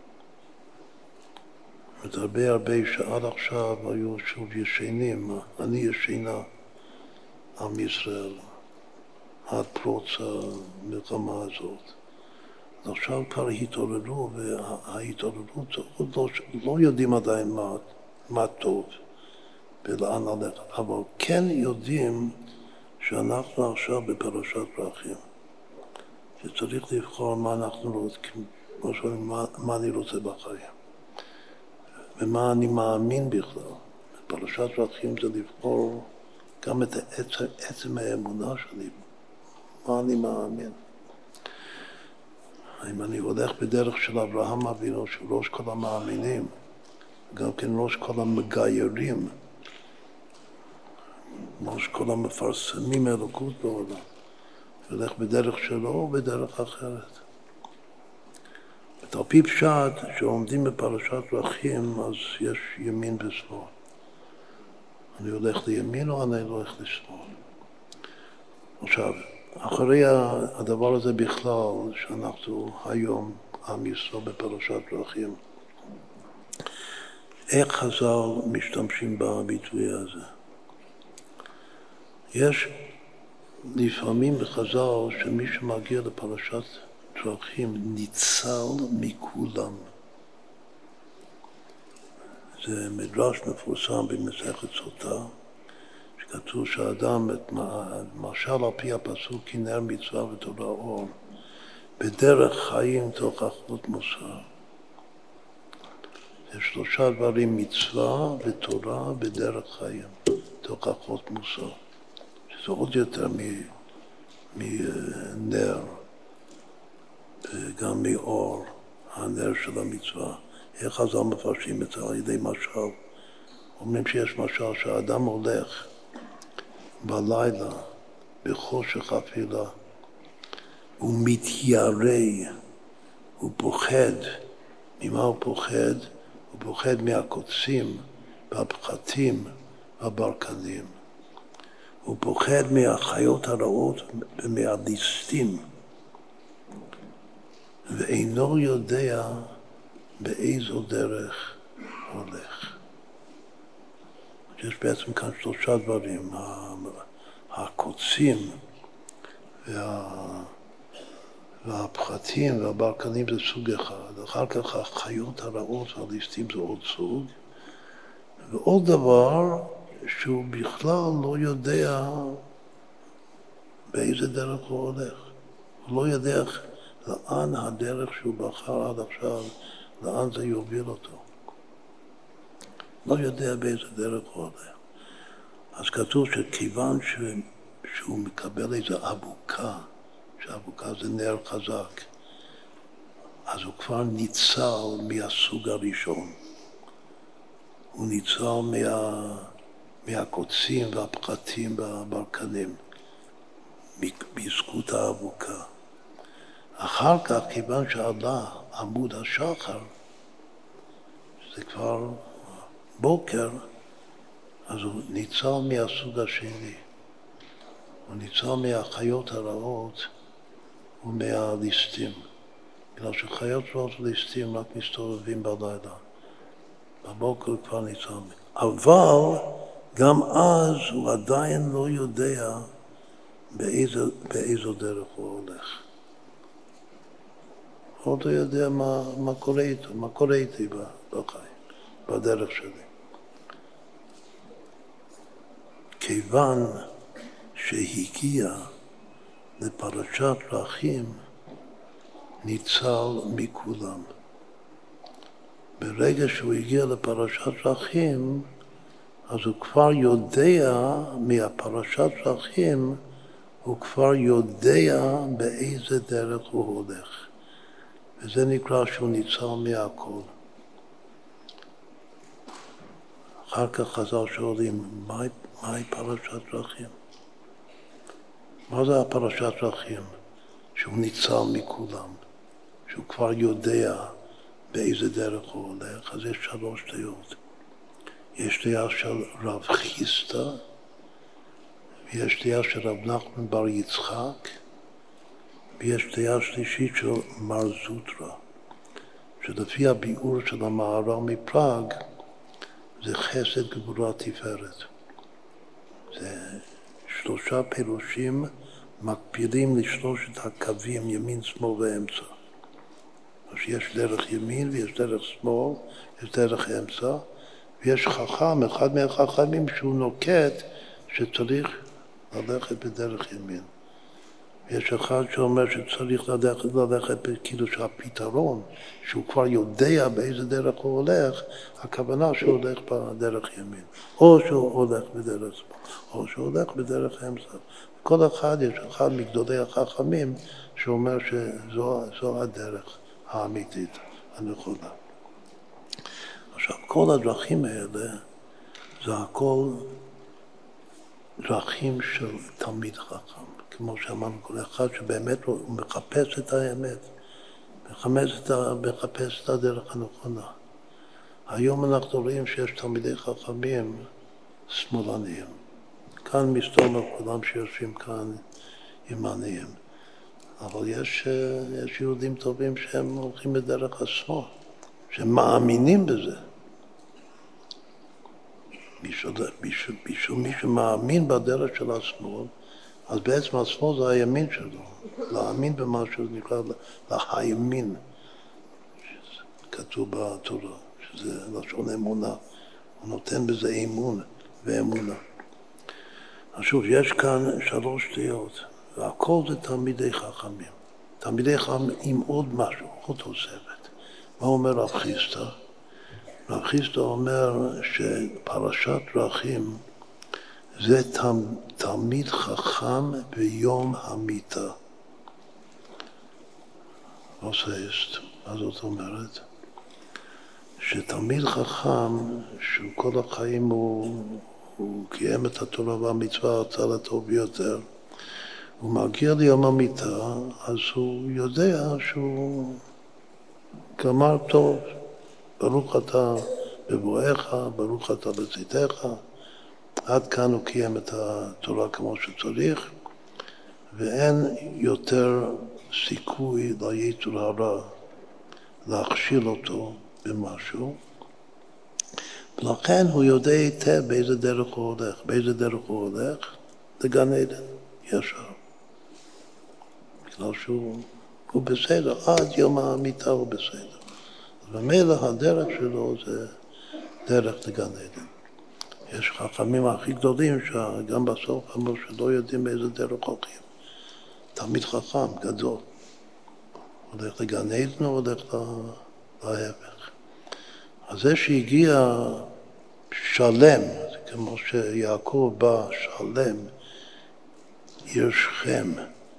הרבה שעד עכשיו היו שוב ישנים, אני ישנה, עם ישראל, עד פרוץ המלחמה הזאת. אז עכשיו כבר התעוררו, וההתעוררות עוד לא יודעים עדיין מה טוב ולאן ללכת, אבל כן יודעים שאנחנו עכשיו בפרשת דרכים. שצריך לבחור מה אנחנו רוצים, מה אני רוצה בחיים. ומה אני מאמין בכלל. בפרשת דרכים זה לבחור גם את עצם האמונה שלי, מה אני מאמין. אם אני הולך בדרך של אברהם אבינו, שהוא ראש כל המאמינים, גם כן ראש כל המגיירים, ראש כל המפרסמים אלוקות בעולם, הולך בדרך שלו או בדרך אחרת. על פי פשט, שעומדים בפרשת דרכים, אז יש ימין ושמאל. אני הולך לימין או אני הולך לשמאל. עכשיו, אחרי הדבר הזה בכלל, שאנחנו היום, עם ישראל בפרשת דרכים, איך חז"ל משתמשים בביטוי הזה? יש לפעמים בחז"ל שמי שמגיע לפרשת דרכים ניצל מכולם. זה מדרש מפורסם במסכת סוטה, שכתוב שהאדם, משל על פי הפסוק, כי נר מצווה ותורה אור, בדרך חיים תוך אחדות מוסר. זה שלושה דברים, מצווה ותורה בדרך חיים, תוך אחדות מוסר. שזה עוד יותר מנר, גם מאור, הנר של המצווה. איך חז"ל מפרשים את זה על ידי משל? אומרים שיש משל שהאדם הולך בלילה, בחושך אפלה, הוא מתיירא, הוא פוחד. ממה הוא פוחד? הוא פוחד מהקוצים והפחתים והברקנים. הוא פוחד מהחיות הרעות ומהליסטים. ואינו יודע באיזו דרך הולך. יש בעצם כאן שלושה דברים. הקוצים והפחתים והברקנים זה סוג אחד. אחר כך החיות הרעות והליסטים זה עוד סוג. ועוד דבר שהוא בכלל לא יודע באיזה דרך הוא הולך. הוא לא יודע לאן הדרך שהוא בחר עד עכשיו, לאן זה יוביל אותו. לא יודע באיזה דרך הוא הולך. אז כתוב שכיוון שהוא מקבל איזו אבוקה, שאבוקה זה נר חזק, אז הוא כבר ניצל מהסוג הראשון. הוא ניצל מהקוצים והפחתים והברקנים, בזכות האבוקה. אחר כך, כיוון שעלה עמוד השחר, זה כבר בוקר, אז הוא ניצל מהסוג השני. הוא ניצל מהחיות הרעות ומהליסטים. בגלל שחיות רעות וליסטים רק מסתובבים בלילה. בבוקר הוא כבר ניצל. אבל גם אז הוא עדיין לא יודע באיזו דרך הוא הולך. עוד לא יודע מה קורה איתו, מה קורה איתי בחיים, בדרך שלי. כיוון שהגיע לפרשת דרכים, ניצל מכולם. ברגע שהוא הגיע לפרשת דרכים, אז הוא כבר יודע מהפרשת דרכים, הוא כבר יודע באיזה דרך הוא הולך. וזה נקרא שהוא ניצל מהכל. אחר כך חז"ל שואלים, מהי פרשת דרכים? מה זה הפרשת דרכים? שהוא ניצל מכולם, שהוא כבר יודע באיזה דרך הוא הולך. אז יש שלוש דעות. יש דעה של רב חיסטה, ויש דעה של רב נחמן בר יצחק, ויש דעה שלישית של מר זוטרא, שלפי הביאור של המהר"ל מפראג, זה חסד גבורה תפארת. זה 3 פירושים מקבילים לשלושת הקווים, ימין, שמאל ואמצע. אז יש דרך ימין ויש דרך שמאל, יש דרך אמצע, ויש חכם, אחד מהחכמים שהוא נוקט שצריך ללכת בדרך ימין. יש אחד שאומר שצריך ללכת כאילו שהפתרון, שהוא כבר יודע באיזה דרך הוא הולך, הכוונה שהוא הולך בדרך ימין, או שהוא הולך בדרך שמאל, או שהוא הולך בדרך אמצע. כל אחד, יש אחד מגדולי החכמים שאומר שזו הדרך האמיתית, הנכונה. עכשיו, כל הדרכים האלה, זה הכל דרכים של תלמיד חכם. כמו שאמרנו, כל אחד שבאמת הוא מחפש את האמת, מחפש את הדרך הנכונה. היום אנחנו רואים שיש תלמידי חכמים שמאלניים. כאן מסתובב כולם שיושבים כאן ימניים. אבל יש יהודים טובים שהם הולכים בדרך השמאל, שהם מאמינים בזה. מי שמאמין בדרך של השמאל, אז בעצם השמאל זה הימין שלו, להאמין במשהו נקרא להאמין, כתוב בתורה, שזה לשון אמונה, הוא נותן בזה אמון ואמונה. עכשיו, יש כאן 3 דעות, והכל זה תלמידי חכמים. תלמידי חכמים עם עוד משהו, עוד תוספת. מה אומר רב חיסטה? רב חיסטה אומר שפרשת דרכים זה תלמיד חכם ביום המיטה. מה זאת אומרת? שתלמיד חכם, שהוא כל החיים הוא קיים את התורה והמצווה הצד הטוב ביותר, הוא מגיע ליום המיטה, אז הוא יודע שהוא גמר טוב. ברוך אתה בבואך, ברוך אתה בצאתך. עד כאן הוא קיים את התורה כמו שצריך, ואין יותר סיכוי ליצור הרע להכשיל אותו במשהו. ולכן הוא יודע היטב באיזה דרך הוא הולך. באיזה דרך הוא הולך? לגן עדן, ישר. בגלל שהוא בסדר, עד יום המיטה הוא בסדר. ומילא הדרך שלו זה דרך לגן עדן. יש חכמים הכי גדולים שגם בסוף אמרו שלא יודעים באיזה דרך הולכים. תלמיד חכם, גדול. הולך לגן עדן או הולך להפך. אז זה שהגיע שלם, כמו שיעקב בא שלם, עיר שכם,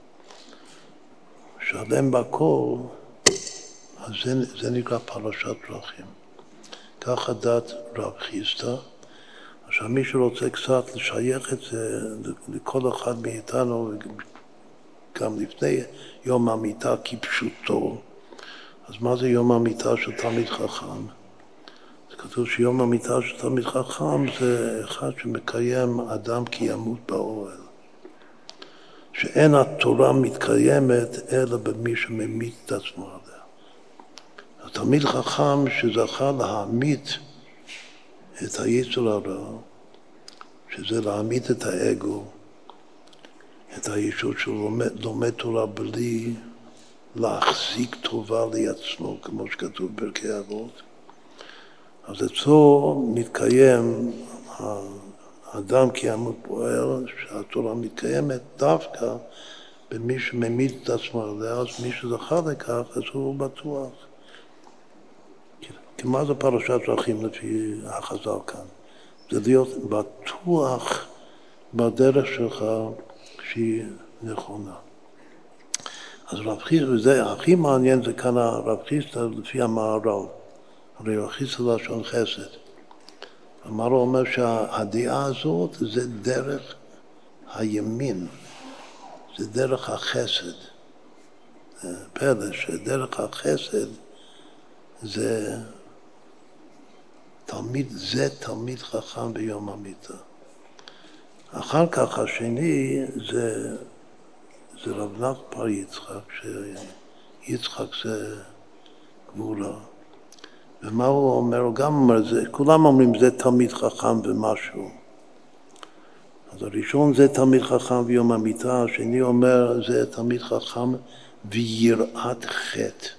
שלם בכל, אז זה נקרא פרשת דרכים. ככה דת רב חיסטה. עכשיו מי שרוצה קצת לשייך את זה לכל אחד מאיתנו, גם לפני יום המיטה כפשוטו, אז מה זה יום המיטה של תלמיד חכם? זה כתוב שיום המיטה של תלמיד חכם זה אחד שמקיים אדם כי ימות באוהל. שאין התורה מתקיימת אלא במי שממית את עצמו עליה. התלמיד חכם שזכה להמית את היצר הרע, שזה להמית את האגו, את הישות שלומד תורה בלי להחזיק טובה לעצמו, כמו שכתוב בפרקי אבות. אז אצלו מתקיים האדם כי ימות באוהל, שהתורה מתקיימת דווקא במי שממית את עצמו עליה, אז מי שזכה לכך, אז הוא בטוח. כי מה זה פרשת דרכים לפי החז"ל כאן? זה להיות בטוח בדרך שלך שהיא נכונה. אז רב חיסטה, וזה הכי מעניין, זה כאן הרב חיסטה לפי המהר"ל. הרי רב חיסטה לשון חסד. המהר"ל אומר שהדעה הזאת זה דרך הימין, זה דרך החסד. פלא שדרך החסד זה זה תלמיד חכם ביום המיתה. אחר כך השני זה רב נחמן בר יצחק, שיצחק זה גבורה. ומה הוא אומר? הוא גם אומר, כולם אומרים זה תלמיד חכם ומשהו. אז הראשון זה תלמיד חכם ביום המיתה, השני אומר זה תלמיד חכם ויראת חטא.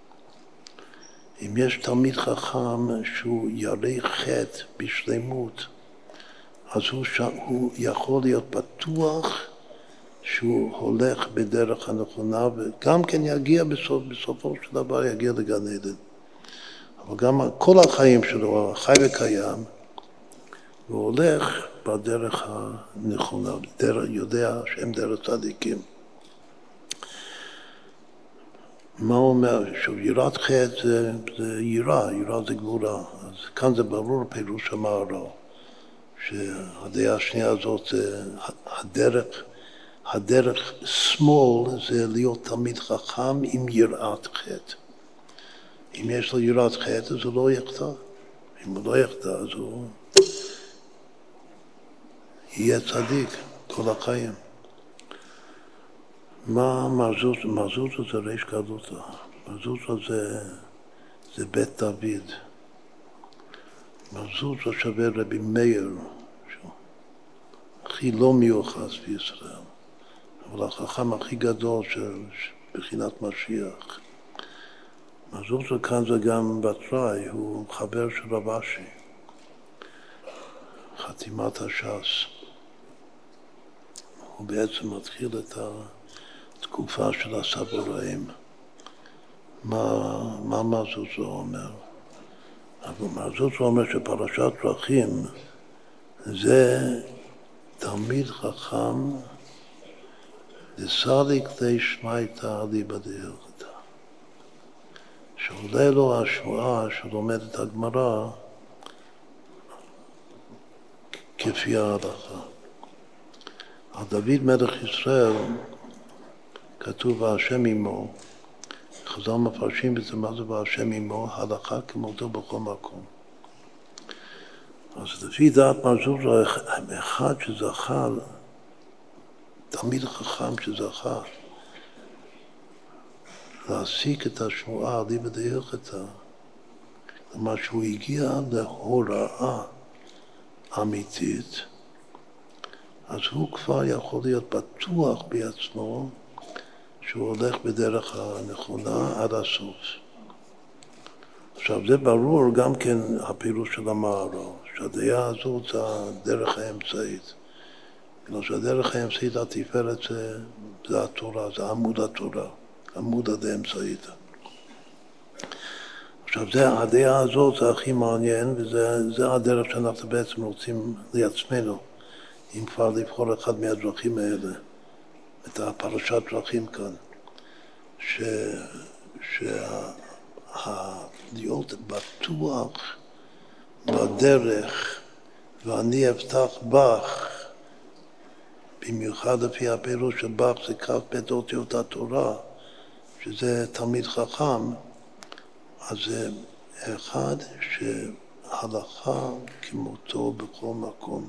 אם יש תלמיד חכם שהוא ירא חטא בשלמות, אז הוא יכול להיות בטוח שהוא הולך בדרך הנכונה, וגם כן יגיע בסופו של דבר יגיע לגן עדן. אבל גם כל החיים שלו, חי וקיים, הוא הולך בדרך הנכונה, יודע שהם דרך צדיקים. מה הוא אומר? שוב, יראת חטא זה יראה זה גבורה. אז כאן זה ברור פירוש המהר"ל, שהדעה השנייה הזאת זה הדרך שמאל זה להיות תלמיד חכם עם יראת חטא. אם יש לו יראת חטא, אז הוא לא יחטא. אם הוא לא יחטא, אז הוא יהיה צדיק כל החיים. מה מזוזה זה ריש גדותא. מזוזה זה בית דוד. מזוזה שווה רבי מאיר, שהוא הכי לא מיוחס בישראל, אבל החכם הכי גדול של בחינת משיח. מזוזה כאן זה גם בתראי, הוא חבר של רב אשי, חתימת הש"ס. הוא בעצם מתחיל את התקופה של הסבוראים. מה מזוזה אומר? אבל מזוזה אומר שפרשת דרכים זה תלמיד חכם דסליק די שמייתא אליבא דהלכתא. שעולה לו השמועה שלומדת הגמרא כפי ההלכה. על דוד מלך ישראל כתוב והשם עמו, חז"ל מפרשים בזה מה זה והשם עמו, הלכה כמותו בכל מקום. אז לפי דעת מזוזה, אחד שזכה, תלמיד חכם שזכה להסיק את השמועה אליבא דהלכתא, כלומר שהוא הגיע להוראה אמיתית, אז הוא כבר יכול להיות בטוח בעצמו שהוא הולך בדרך הנכונה עד הסוף. עכשיו זה ברור גם כן הפירוש של המהר"ל, שהדעה הזאת זה הדרך האמצעית. בגלל שהדרך האמצעית התפארת זה התורה, זה עמוד התורה, עמוד הדאמצעית. עכשיו הדעה הזאת זה הכי מעניין, וזה הדרך שאנחנו בעצם רוצים לעצמנו, אם כבר לבחור אחד מהדרכים האלה, את הפרשת דרכים כאן, להיות בטוח בדרך, ואני אבטח בך, במיוחד לפי הפירוש של בך זה כף בית אותיות התורה, שזה תלמיד חכם, אז זה אחד שהלכה כמותו בכל מקום.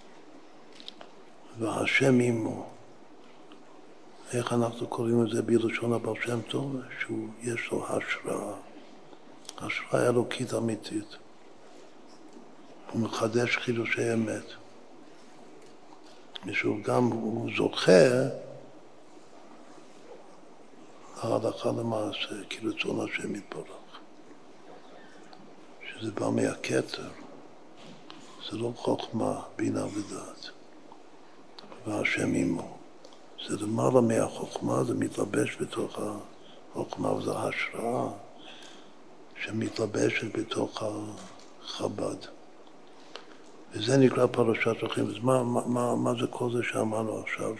והשם עמו. איך אנחנו קוראים לזה בלשון הבעל שם טוב? שיש לו השראה. השראה אלוקית אמיתית. הוא מחדש חידושי אמת. משהו גם הוא זוכה להלכה למעשה, כי רצון השם יתברך. שזה בא מהכתר. זה לא חוכמה, בינה ודעת. והשם עמו. זה למעלה מהחוכמה, זה מתלבש בתוך החוכמה, וזו השראה שמתלבשת בתוך החב"ד. וזה נקרא פרשת דרכים. אז מה זה כל זה שאמרנו עכשיו?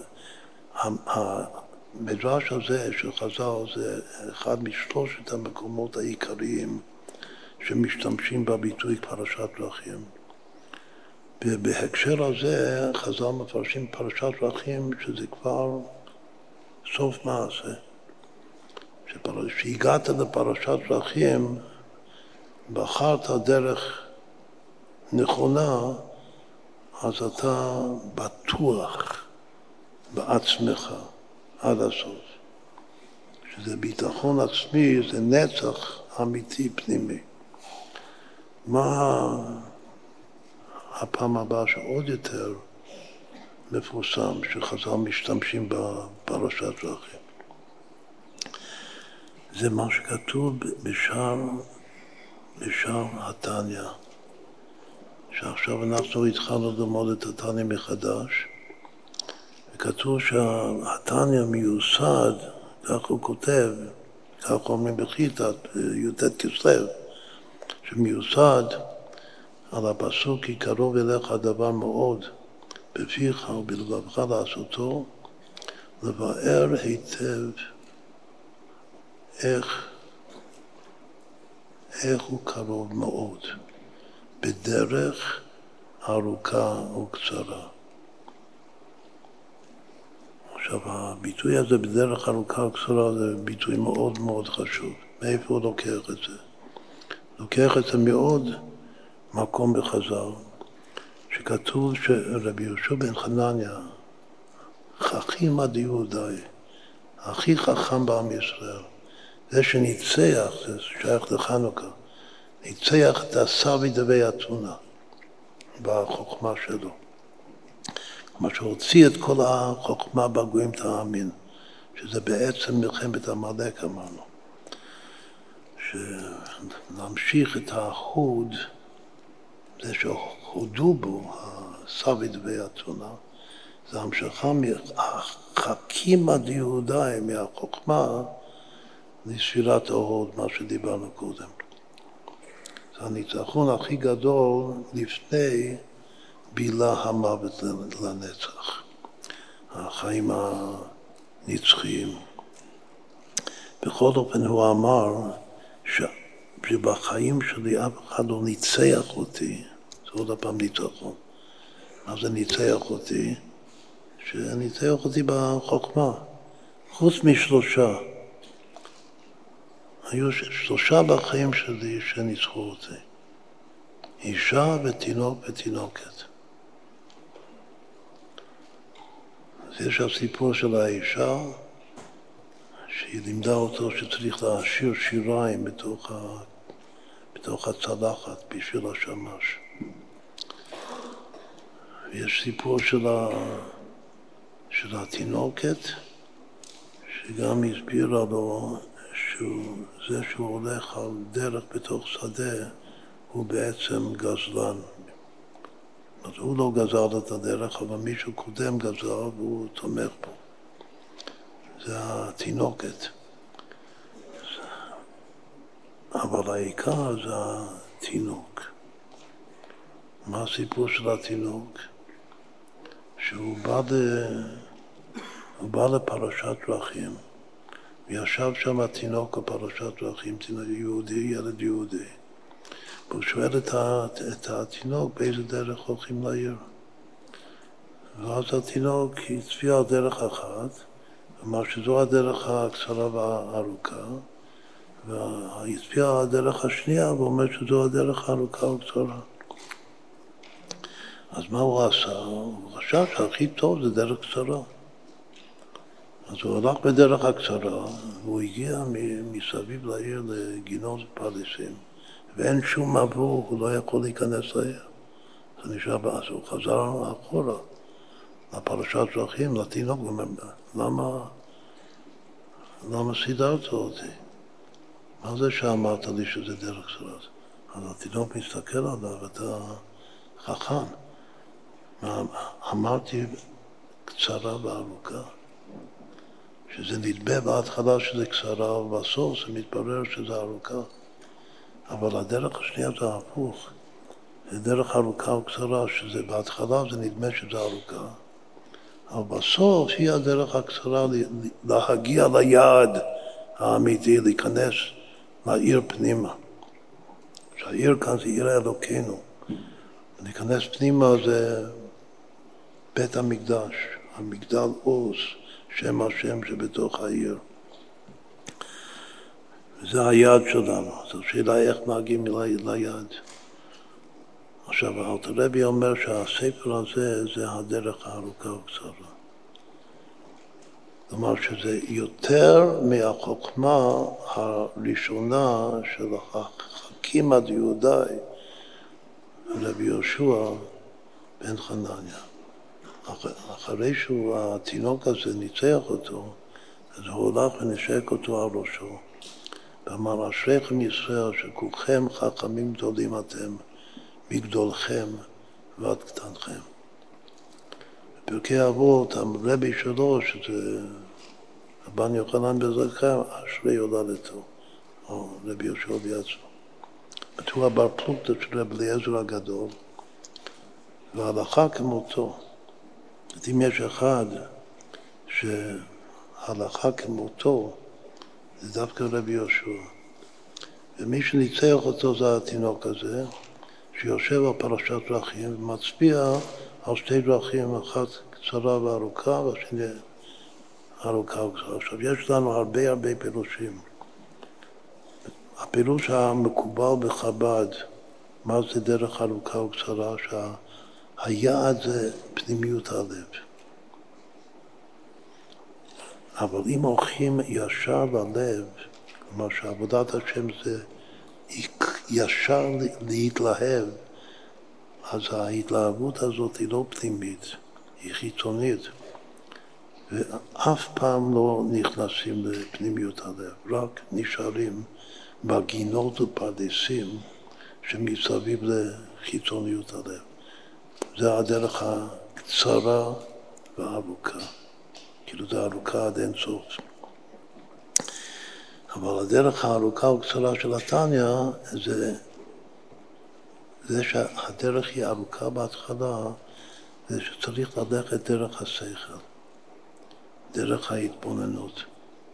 שהמדרש הזה של חז"ל זה אחד משלושת המקומות העיקריים שמשתמשים בביטוי פרשת דרכים. בהקשר הזה חז"ל מפרשים פרשת דרכים שזה כבר סוף מעשה. שהגעת לפרשת דרכים, בחרת דרך נכונה, אז אתה בטוח בעצמך עד הסוף. שזה ביטחון עצמי, זה נצח אמיתי פנימי. מה הפעם הבאה שעוד יותר מפורסם, שחז"ל משתמשים בפרשת דרכים? זה מה שכתוב בשער התניא, שעכשיו אנחנו התחלנו ללמוד את התניא מחדש, וכתוב שהתניא מיוסד, כך הוא כותב, כך אומרים בחיטת, י"ט כסלו, שמיוסד על הפסוק כי קרוב אליך הדבר מאוד בפיך ובלבבך לעשותו, לבאר היטב איך הוא קרוב מאוד, בדרך ארוכה וקצרה. עכשיו, הביטוי הזה בדרך ארוכה וקצרה זה ביטוי מאוד מאוד חשוב. מאיפה הוא לוקח את זה? לוקח את זה מאוד מקום בחז"ל, שכתוב שרבי יהושע בן חנניה, חכם עד יהודאי, הכי חכם בעם ישראל, זה שניצח, זה שייך לחנוכה, ניצח את הסבי דבי אתונה בחוכמה שלו. כלומר שהוציא את כל החוכמה בגויים תאמין, שזה בעצם מלחמת עמלק אמרנו. שנמשיך את האחוד, זה שהודו בו, הסבי דבי אתונה, זה המשכה מהחכים עד יהודאי, מהחוכמה, לספירת ההוד, מה שדיברנו קודם. זה הניצחון הכי גדול לפני בילה המוות לנצח. החיים הנצחיים. בכל אופן הוא אמר שבחיים שלי אף אחד לא ניצח אותי. זה עוד הפעם ניצחון. מה זה ניצח אותי? שניצח אותי בחוכמה. חוץ משלושה. היו שלושה בחיים שלי שניצחו אותי. אישה ותינוק ותינוקת. אז יש הסיפור של האישה, שהיא לימדה אותו שצריך להשאיר שיריים בתוך הצלחת בשביל השמש. ויש סיפור של התינוקת, שגם הסבירה לו שזה שהוא הולך על דרך בתוך שדה, הוא בעצם גזלן. אז הוא לא גזל את הדרך, אבל מישהו קודם גזל והוא תומך בו. זה התינוקת. אבל העיקר זה התינוק. מה הסיפור של התינוק? שהוא בא לפרשת דרכים, וישב שם התינוק בפרשת דרכים, תינוק יהודי, ילד יהודי. והוא שואל את התינוק באיזה דרך הולכים לעיר. ואז התינוק הצביע על דרך אחת, אמר שזו הדרך הקצרה והארוכה, והצביע על הדרך השנייה ואומר שזו הדרך הארוכה וקצרה. אז מה הוא עשה? הוא חשב שהכי טוב זה דרך קצרה. אז הוא הלך בדרך הקצרה, והוא הגיע מסביב לעיר לגינות ופרדסים. ואין שום מבוא, הוא לא יכול להיכנס לעיר. אז נשאר, אז הוא חזר אחורה, לפרשת דרכים, לתינוק, ואומר, למה סידרת אותי? מה זה שאמרת לי שזה דרך קצרה? אז התינוק מסתכל עליו, אתה חכם. אמרתי קצרה וארוכה, שזה נדמה בהתחלה שזה קצרה, ובסוף זה מתברר שזה ארוכה. אבל הדרך השנייה זה הפוך. זה דרך ארוכה וקצרה, שזה בהתחלה זה נדמה שזה ארוכה. אבל בסוף היא הדרך הקצרה להגיע ליעד האמיתי, להיכנס לעיר פנימה. שהעיר כאן זה עיר אלוקינו. להיכנס פנימה זה בית המקדש, המגדל עוז, שם השם שבתוך העיר. זה היעד שלנו. אז השאלה איך מגיעים ליעד. עכשיו, אלתר רבי אומר שהספר הזה זה הדרך הארוכה וקצרה. כלומר שזה יותר מהחוכמה הראשונה של החכים עד יהודאי, רבי יהושע בן חנניה. אחרי שהתינוק הזה ניצח אותו, אז הוא הולך ונשק אותו על ראשו. ואמר, אשריכם ישראל שכולכם חכמים גדולים אתם, מגדולכם ועד קטנכם. בפרקי אבות, הרבי שלו, שזה רבן יוחנן בן זכאי, אשרי הולדתו, או רבי יהושע ביאדסו. הוא הבר פלוגתא של רבי אליעזר הגדול, והלכה כמותו. אם יש אחד שהלכה כמותו, זה דווקא רבי יהושע. ומי שניצח אותו זה התינוק הזה, שיושב על פרשת דרכים ומצביע על שתי דרכים, אחת קצרה וארוכה והשני ארוכה וקצרה. עכשיו יש לנו הרבה פירושים. הפירוש המקובל בחב"ד, מה זה דרך ארוכה וקצרה, שהיעד זה פנימיות הלב. אבל אם הולכים ישר ללב, כלומר שעבודת השם זה ישר להתלהב, אז ההתלהבות הזאת היא לא פנימית, היא חיצונית, ואף פעם לא נכנסים לפנימיות הלב, רק נשארים בגינות ופרדסים שמסביב לחיצוניות הלב. זה הדרך הקצרה והארוכה, כאילו זה ארוכה עד אין סוף. אבל הדרך הארוכה וקצרה של התניא זה שהדרך היא ארוכה בהתחלה, זה שצריך ללכת דרך השכל, דרך ההתבוננות.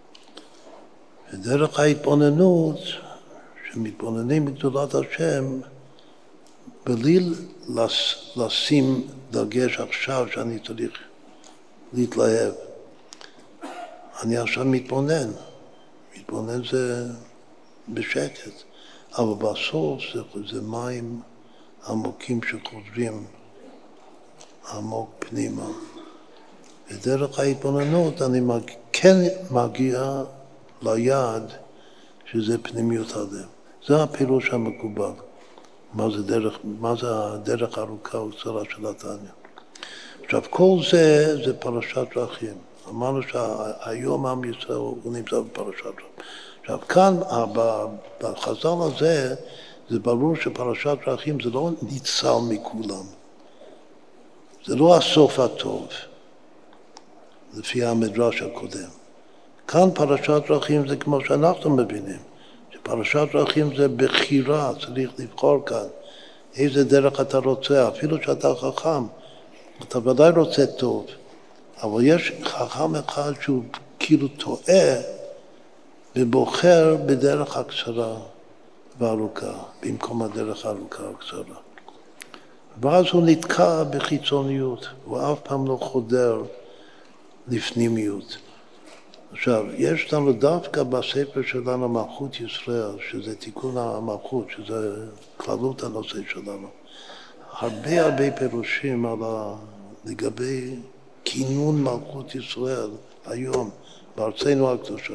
ודרך ההתבוננות, שמתבוננים בגדולת השם, בלי לשים דגש עכשיו שאני צריך להתלהב. אני עכשיו מתבונן זה בשקט, אבל בסוף זה מים עמוקים שחוזרים עמוק פנימה. ודרך ההתבוננות אני כן מגיע ליעד שזה פנימיות הלב. זה הפירוש המקובל. מה זה הדרך הארוכה וקצרה של התניא. עכשיו כל זה פרשת דרכים. אמרנו שהיום עם ישראל הוא נמצא בפרשת דרכים. עכשיו כאן בחז"ל הזה זה ברור שפרשת דרכים זה לא ניצל מכולם. זה לא הסוף הטוב, לפי המדרש הקודם. כאן פרשת דרכים זה כמו שאנחנו מבינים, שפרשת דרכים זה בחירה, צריך לבחור כאן איזה דרך אתה רוצה, אפילו שאתה חכם, אתה ודאי רוצה טוב, אבל יש חכם אחד שהוא כאילו טועה ובוחר בדרך הקצרה והארוכה, במקום הדרך הארוכה הקצרה. ואז הוא נתקע בחיצוניות, הוא אף פעם לא חודר לפנימיות. עכשיו, יש לנו דווקא בספר שלנו מלכות ישראל, שזה תיקון המלכות, שזה כללות הנושא שלנו, הרבה פירושים לגבי כינון מלכות ישראל היום בארצנו הקדושה.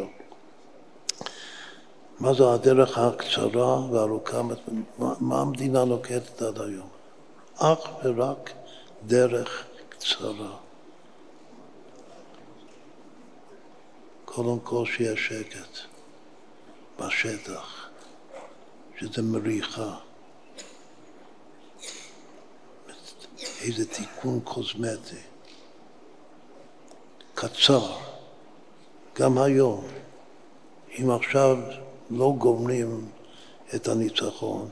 מה זה הדרך הקצרה והארוכה? מה המדינה נוקטת עד היום? אך ורק דרך קצרה. קודם כל שיהיה שקט בשטח, שזה מריחה. איזה תיקון קוסמטי. קצר. גם היום, אם עכשיו לא גומרים את הניצחון,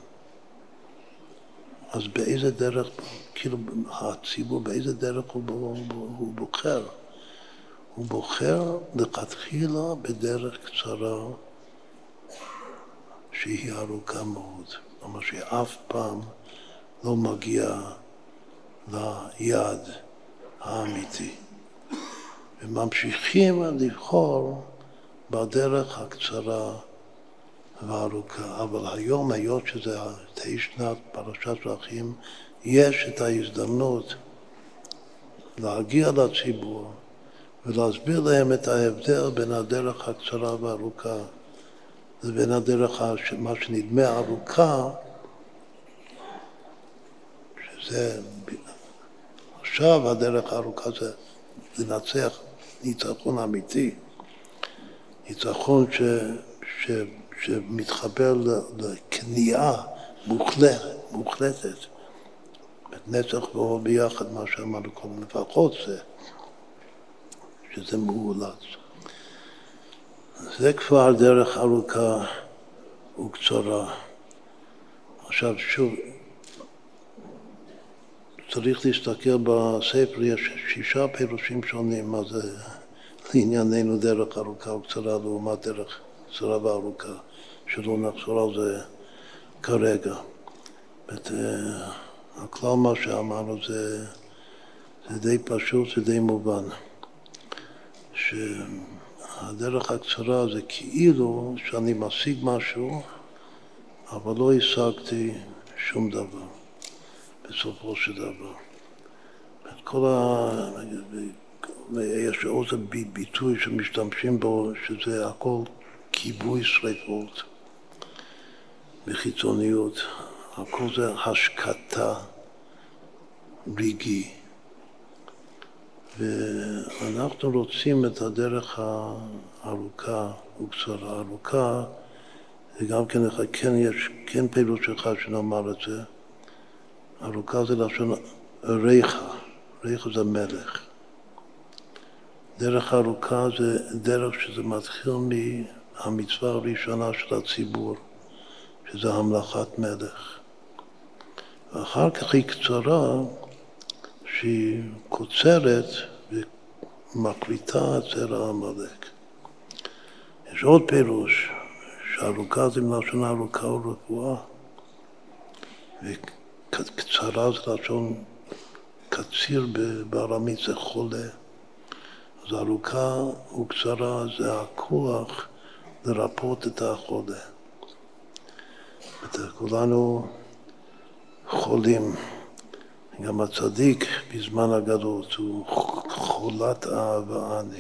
אז באיזה דרך, כאילו הציבור, באיזה דרך הוא בוחר? הוא בוחר לכתחילה בדרך קצרה שהיא ארוכה מאוד. כלומר שאף פעם לא מגיע ליעד האמיתי. וממשיכים לבחור בדרך הקצרה וארוכה. אבל היום, היות שזה תשנת פרשת דרכים, יש את ההזדמנות להגיע לציבור ולהסביר להם את ההבדל בין הדרך הקצרה והארוכה לבין הדרך, מה שנדמה ארוכה, שזה עכשיו הדרך הארוכה זה לנצח ניצחון אמיתי, ניצחון שמתחבר לכניעה מוחלטת, נצח ואור ביחד, מה שאמרנו קודם, לפחות זה, שזה מאולץ. זה כבר דרך ארוכה וקצרה. עכשיו שוב, צריך להסתכל בספר, יש 6 פירושים שונים, מה זה לענייננו דרך ארוכה וקצרה לעומת דרך קצרה וארוכה, שלא נחזור על זה כרגע. הכלל מה שאמרנו זה די פשוט ודי מובן, שהדרך הקצרה זה כאילו שאני משיג משהו, אבל לא השגתי שום דבר. בסופו של דבר. יש עוד ביטוי שמשתמשים בו, שזה הכל כיבוי שריפות בחיצוניות. הכל זה השקטה רגעי. ואנחנו רוצים את הדרך הארוכה וקצרה. ארוכה, וגם כן יש פירוש אחד שנאמר את זה, ארוכה זה לשון ריחה, ריחה זה מלך. דרך ארוכה זה דרך שזה מתחיל מהמצווה הראשונה של הציבור, שזה המלכת מלך. ואחר כך היא קצרה, שהיא קוצרת ומקליטה את זרע עמלק. יש עוד פירוש, שארוכה זה מלשון ארוכה ורפואה. קצרה זה לשון קציר בארמית, זה חולה. אז ארוכה וקצרה זה הכוח לרפות את החולה. כולנו חולים. גם הצדיק בזמן הגלות הוא חולת אהבה אני.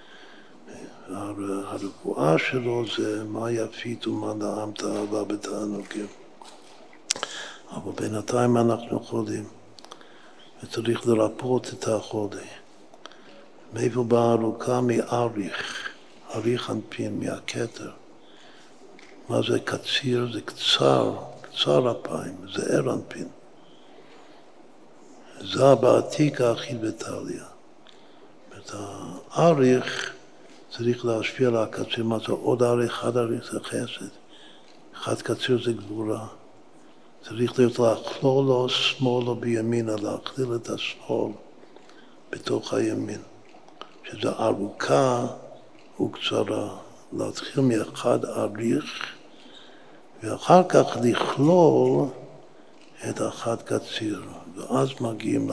הרפואה שלו זה מה יפית ומה נעמת אהבה בתענוגים. אבל בינתיים אנחנו חולים, וצריך לרפות את החולה. מאיפה באה ארוכה? מאריך, אריך אנפין, מהכתר. מה זה קציר? זה קצר אפיים, זה ער אנפין. זה בעתיק האחיד בטליה. האריך צריך להשפיע על הקציר, מה זה עוד אריך, אחד אריך זה חסד. אחד קציר זה גבורה. צריך להיות להכלול לו שמאל או בימינה, להכליל את השמאל בתוך הימין. שזה ארוכה וקצרה. להתחיל מאחד אריך, ואחר כך לכלול את אחד קציר. ואז מגיעים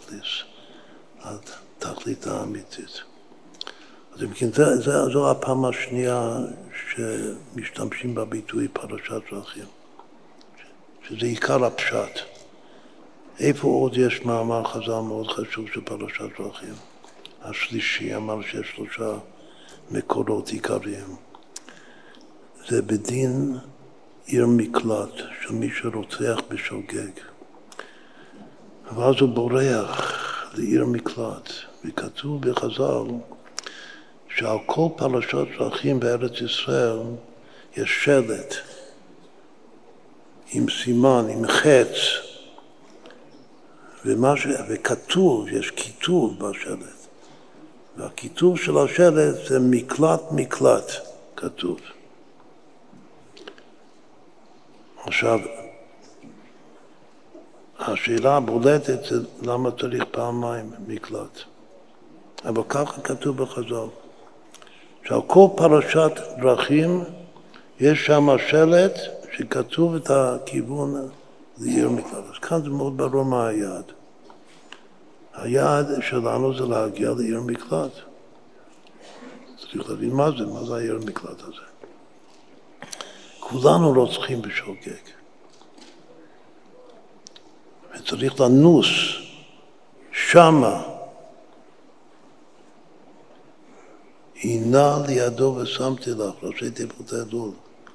לתכלית האמיתית. אז אם כן, זו הפעם השנייה שמשתמשים בביטוי פרשת דרכים. שזה עיקר הפשט. איפה עוד יש מאמר חז"ל מאוד חשוב של פרשת דרכים? השלישי אמר שיש 3 מקורות עיקריים. זה בדין עיר מקלט של מי שרוצח בשוגג. ואז הוא בורח לעיר מקלט. וכתוב בחז"ל שעל כל פרשת דרכים בארץ ישראל יש שלט. עם סימן, עם חץ, וכתוב, יש כיתוב בשלט. והכיתוב של השלט זה מקלט, כתוב. עכשיו, השאלה הבולטת זה למה צריך פעמיים מקלט. אבל ככה כתוב בחז"ל. שעל כל פרשת דרכים יש שם שלט שכתוב את הכיוון לעיר מקלט. אז כאן זה מאוד ברור מה היעד. היעד שלנו זה להגיע לעיר מקלט. צריך להבין מה זה העיר מקלט הזה. כולנו רוצחים בשוגג. וצריך לנוס שמה. הנה לידו ושמתי לך, ראשי תיבות אלול.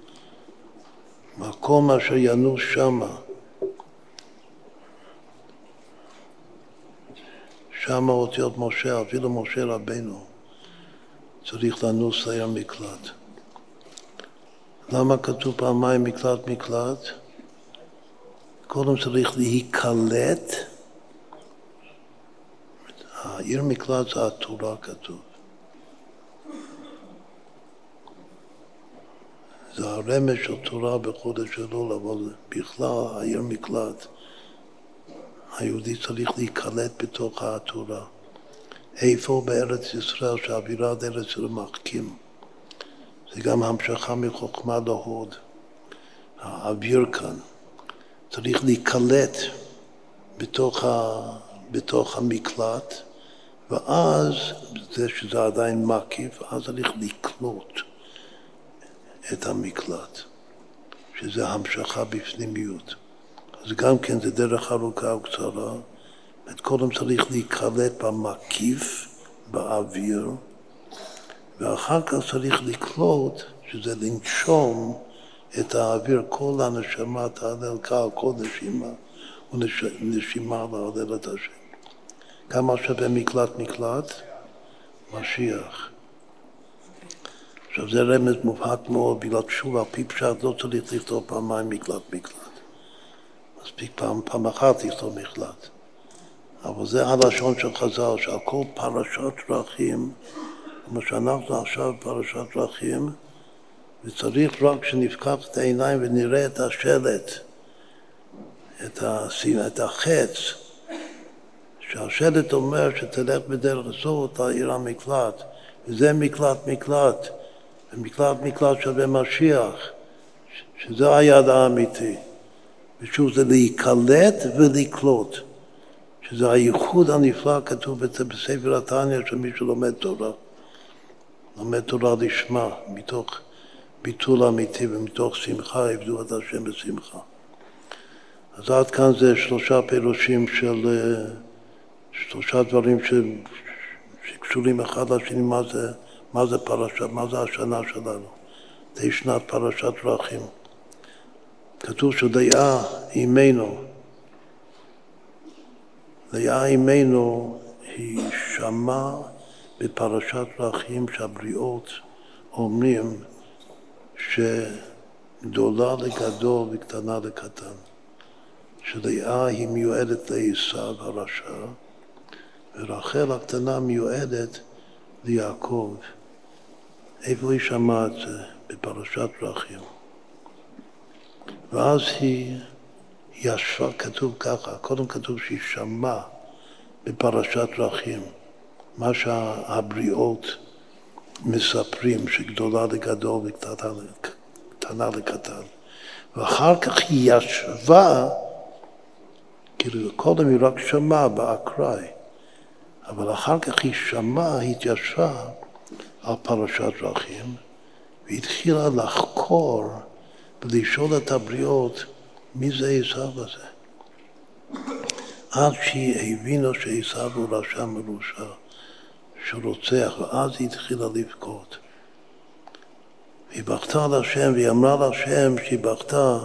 מקום אשר ינוס שמה. שמה אותיות משה, אפילו משה רבנו. צריך לנוס לעיר מקלט. למה כתוב פעמיים מקלט מקלט? קודם צריך להיקלט. העיר מקלט זה התורה כתוב. זה הרמז של תורה בחודש אלול, אבל בכלל העיר מקלט. היהודי צריך להיקלט בתוך התורה. איפה בארץ ישראל שהאווירת ארץ ישראל מחכים. זה גם המשכה מחוכמה להוד. האוויר כאן. צריך להיקלט בתוך המקלט, ואז, זה שזה עדיין מקיף, אז צריך לקלוט את המקלט, שזה המשכה בפנימיות. אז גם כן זה דרך ארוכה וקצרה, קודם צריך להיקלט במקיף, באוויר, ואחר כך צריך לקלוט, שזה לנשום את האוויר, כל הנשמה תהלל קהל, כל נשימה, ונשימה להלל את השם. כמה שווה מקלט מקלט? משיח. עכשיו זה רמז מובהק מאוד, בגלל שוב על פי פשט לא צריך לכתוב פעמיים מקלט מקלט. מספיק פעם אחת לכתוב מקלט. אבל זה הלשון של חז"ל, שעל כל פרשת דרכים, כמו שאנחנו עכשיו בפרשת דרכים, וצריך רק שנפקח את העיניים ונראה את השלט, את החץ, שהשלט אומר שתלך בדרך זאת לעיר המקלט, וזה מקלט מקלט, ומקלט מקלט שווה משיח, שזה היעד האמיתי. ושוב זה להיקלט ולקלוט, שזה הייחוד הנפלא כתוב בספר התניא של מי שלומד תורה. לומד תורה לשמה, מתוך ביטול אמיתי ומתוך שמחה, עבדו את השם בשמחה. אז עד כאן זה שלושה פירושים של שלושה דברים שקשורים אחד לשני, מה זה פרשה, מה זה השנה שלנו. זה שנת פרשת דרכים. כתוב שדעה אימנו, דעה אימנו היא שמע בפרשת דרכים שהבריאות אומרים שגדולה לגדול וקטנה לקטן. שדעה היא מיועדת לעשיו הרשע, ורחל הקטנה מיועדת ליעקב. איפה היא שמעה את זה? בפרשת דרכים. ואז היא ישבה, כתוב ככה, קודם כתוב שהיא שמעה בפרשת דרכים, מה שהבריאות מספרים, שגדולה לגדול וקטנה לקטן. ואחר כך היא ישבה, כאילו קודם היא רק שמעה באקראי, אבל אחר כך היא שמעה, התיישבה על פרשת דרכים, והתחילה לחקור ולשאול את הבריאות מי זה עשיו הזה. עד שהיא הבינה שעשיו הוא רשע מרושע, שרוצח, ואז היא התחילה לבכות. היא בכתה על השם, והיא אמרה לשם שהיא בכתה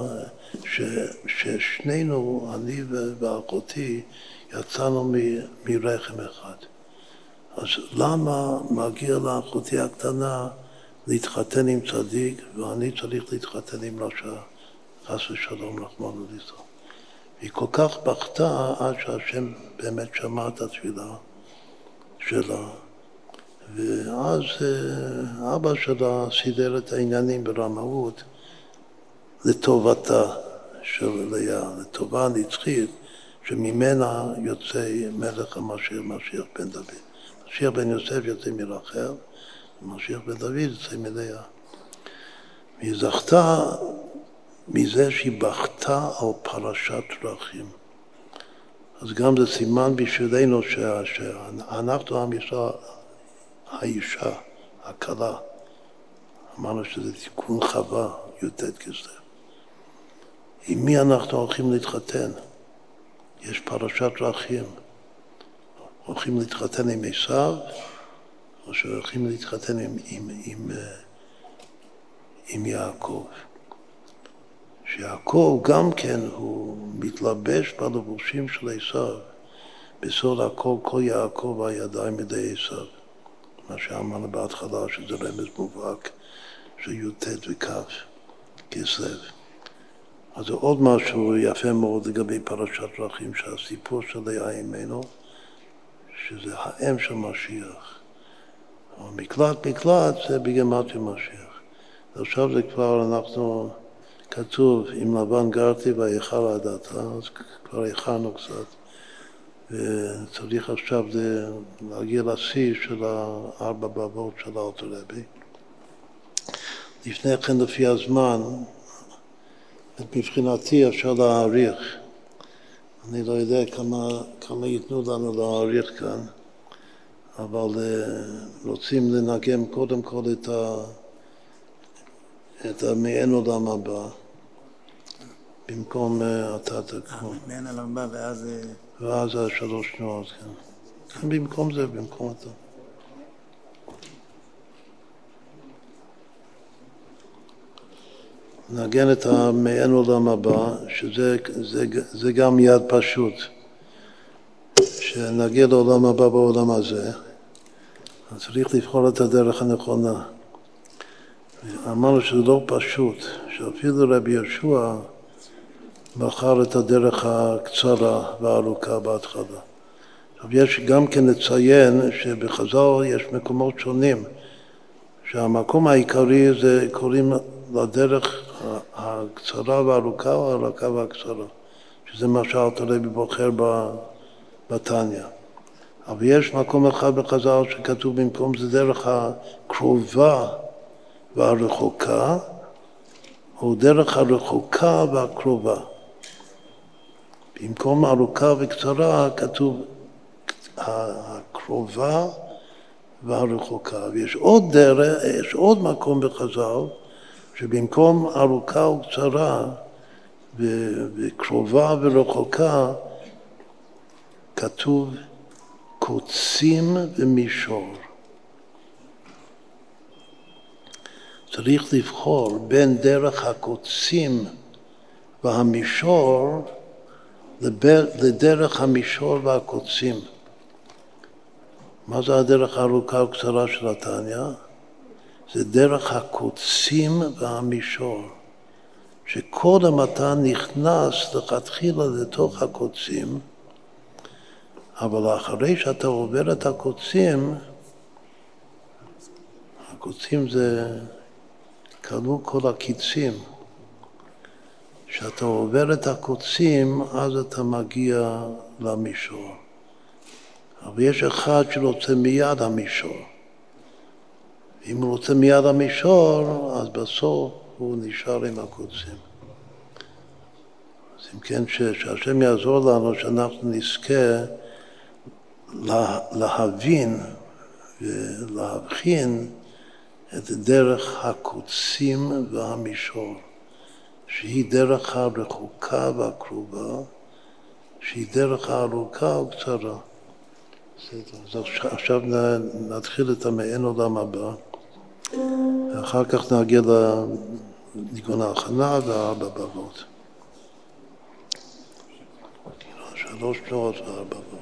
ששנינו, אני ואחותי, יצאנו מרחם אחד. אז למה מגיע לאחותי הקטנה להתחתן עם צדיק, ואני צריך להתחתן עם רשע, חס ושלום, רחמנא ליצלן. היא כל כך בכתה עד שהשם באמת שמע את התפילה שלה, ואז אבא שלה סידר את העניינים ברמאות לטובתה של לאה, לטובה נצחית, שממנה יוצא מלך המשיח, משיח בן דוד. משיח בן יוסף יוצא מרחל, משיח בן דוד יוצא מלאה. והיא זכתה מזה שהיא בכתה על פרשת דרכים. אז גם זה סימן בשבילנו שאנחנו עם ישראל, האישה, הכלה, אמרנו שזה תיקון חווה, י"ט כסלו. עם מי אנחנו הולכים להתחתן? יש פרשת דרכים. הולכים להתחתן עם עשיו, או שהולכים להתחתן עם יעקב. שיעקב גם כן הוא מתלבש בלבושים של עשיו. בסוד הכל, כל יעקב הידיים בידי עשיו. מה שאמרנו בהתחלה, שזה רמז מובהק של י"ט וכ' כסלו. אז זה עוד משהו יפה מאוד לגבי פרשת דרכים, שהסיפור של לאה אימנו, שזה האם של משיח. מקלט זה בגימטריה משיח. עכשיו זה כבר אנחנו, כתוב, עם לבן גרתי והיכל עדת, אז כבר הכנו קצת. וצריך עכשיו להגיע לשיא של 4 בבות של אלתר רבי. לפני כן, לפי הזמן, מבחינתי אפשר להעריך. אני לא יודע כמה ייתנו לנו להעריך כאן, אבל רוצים לנגן קודם כל את המעין עולם הבא, במקום אתה תקום. מעין עולם הבא ואז 3 תנועות, כן. במקום זה, במקום אתה. נגן את המעין עולם הבא, שזה גם יד פשוט. שנגיע לעולם הבא בעולם הזה, אז צריך לבחור את הדרך הנכונה. אמרנו שזה לא פשוט, שאפילו רבי יהושע בחר את הדרך הקצרה והארוכה בהתחלה. עכשיו יש גם כן לציין שבחז"ל יש מקומות שונים, שהמקום העיקרי זה קוראים לדרך הקצרה והארוכה או הארוכה והקצרה, שזה מה שאלתר רבי בוחר בתניא. אבל יש מקום אחד בחז"ל שכתוב במקום זה דרך הקרובה והרחוקה, או דרך הרחוקה והקרובה. במקום ארוכה וקצרה כתוב הקרובה והרחוקה. ויש עוד דרך, יש עוד מקום בחז"ל, שבמקום ארוכה וקצרה וקרובה ורחוקה, כתוב קוצים ומישור. צריך לבחור בין דרך הקוצים והמישור לדרך המישור והקוצים. מה זה הדרך הארוכה וקצרה של התניא? זה דרך הקוצים והמישור. שקודם אתה נכנס לכתחילה לתוך הקוצים, אבל אחרי שאתה עובר את הקוצים, הקוצים זה כלו כל הקיצים. כשאתה עובר את הקוצים, אז אתה מגיע למישור. אבל יש אחד שרוצה מיד המישור. אם הוא רוצה מיד המישור, אז בסוף הוא נשאר עם הקוצים. אז אם כן, שהשם יעזור לנו שאנחנו נזכה להבין ולהבחין את דרך הקוצים והמישור, שהיא דרך הרחוקה והקרובה, שהיא דרך הארוכה וקצרה. אז עכשיו נתחיל את המעין עולם הבא, ואחר כך נגיע לניגון ההכנה ו4 בבות. 3 תנועות ו4 בבות.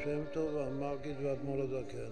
שם טוב, המגיד והאדמו"ר הזקן.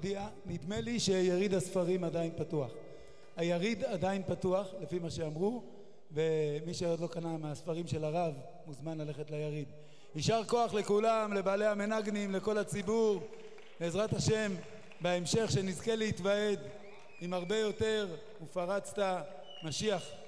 להודיע, נדמה לי שיריד הספרים עדיין פתוח. היריד עדיין פתוח, לפי מה שאמרו, ומי שעוד לא קנה מהספרים של הרב, מוזמן ללכת ליריד. יישר כוח לכולם, לבעלי המנגנים, לכל הציבור, בעזרת השם, בהמשך שנזכה להתוועד עם הרבה יותר, ופרצת משיח.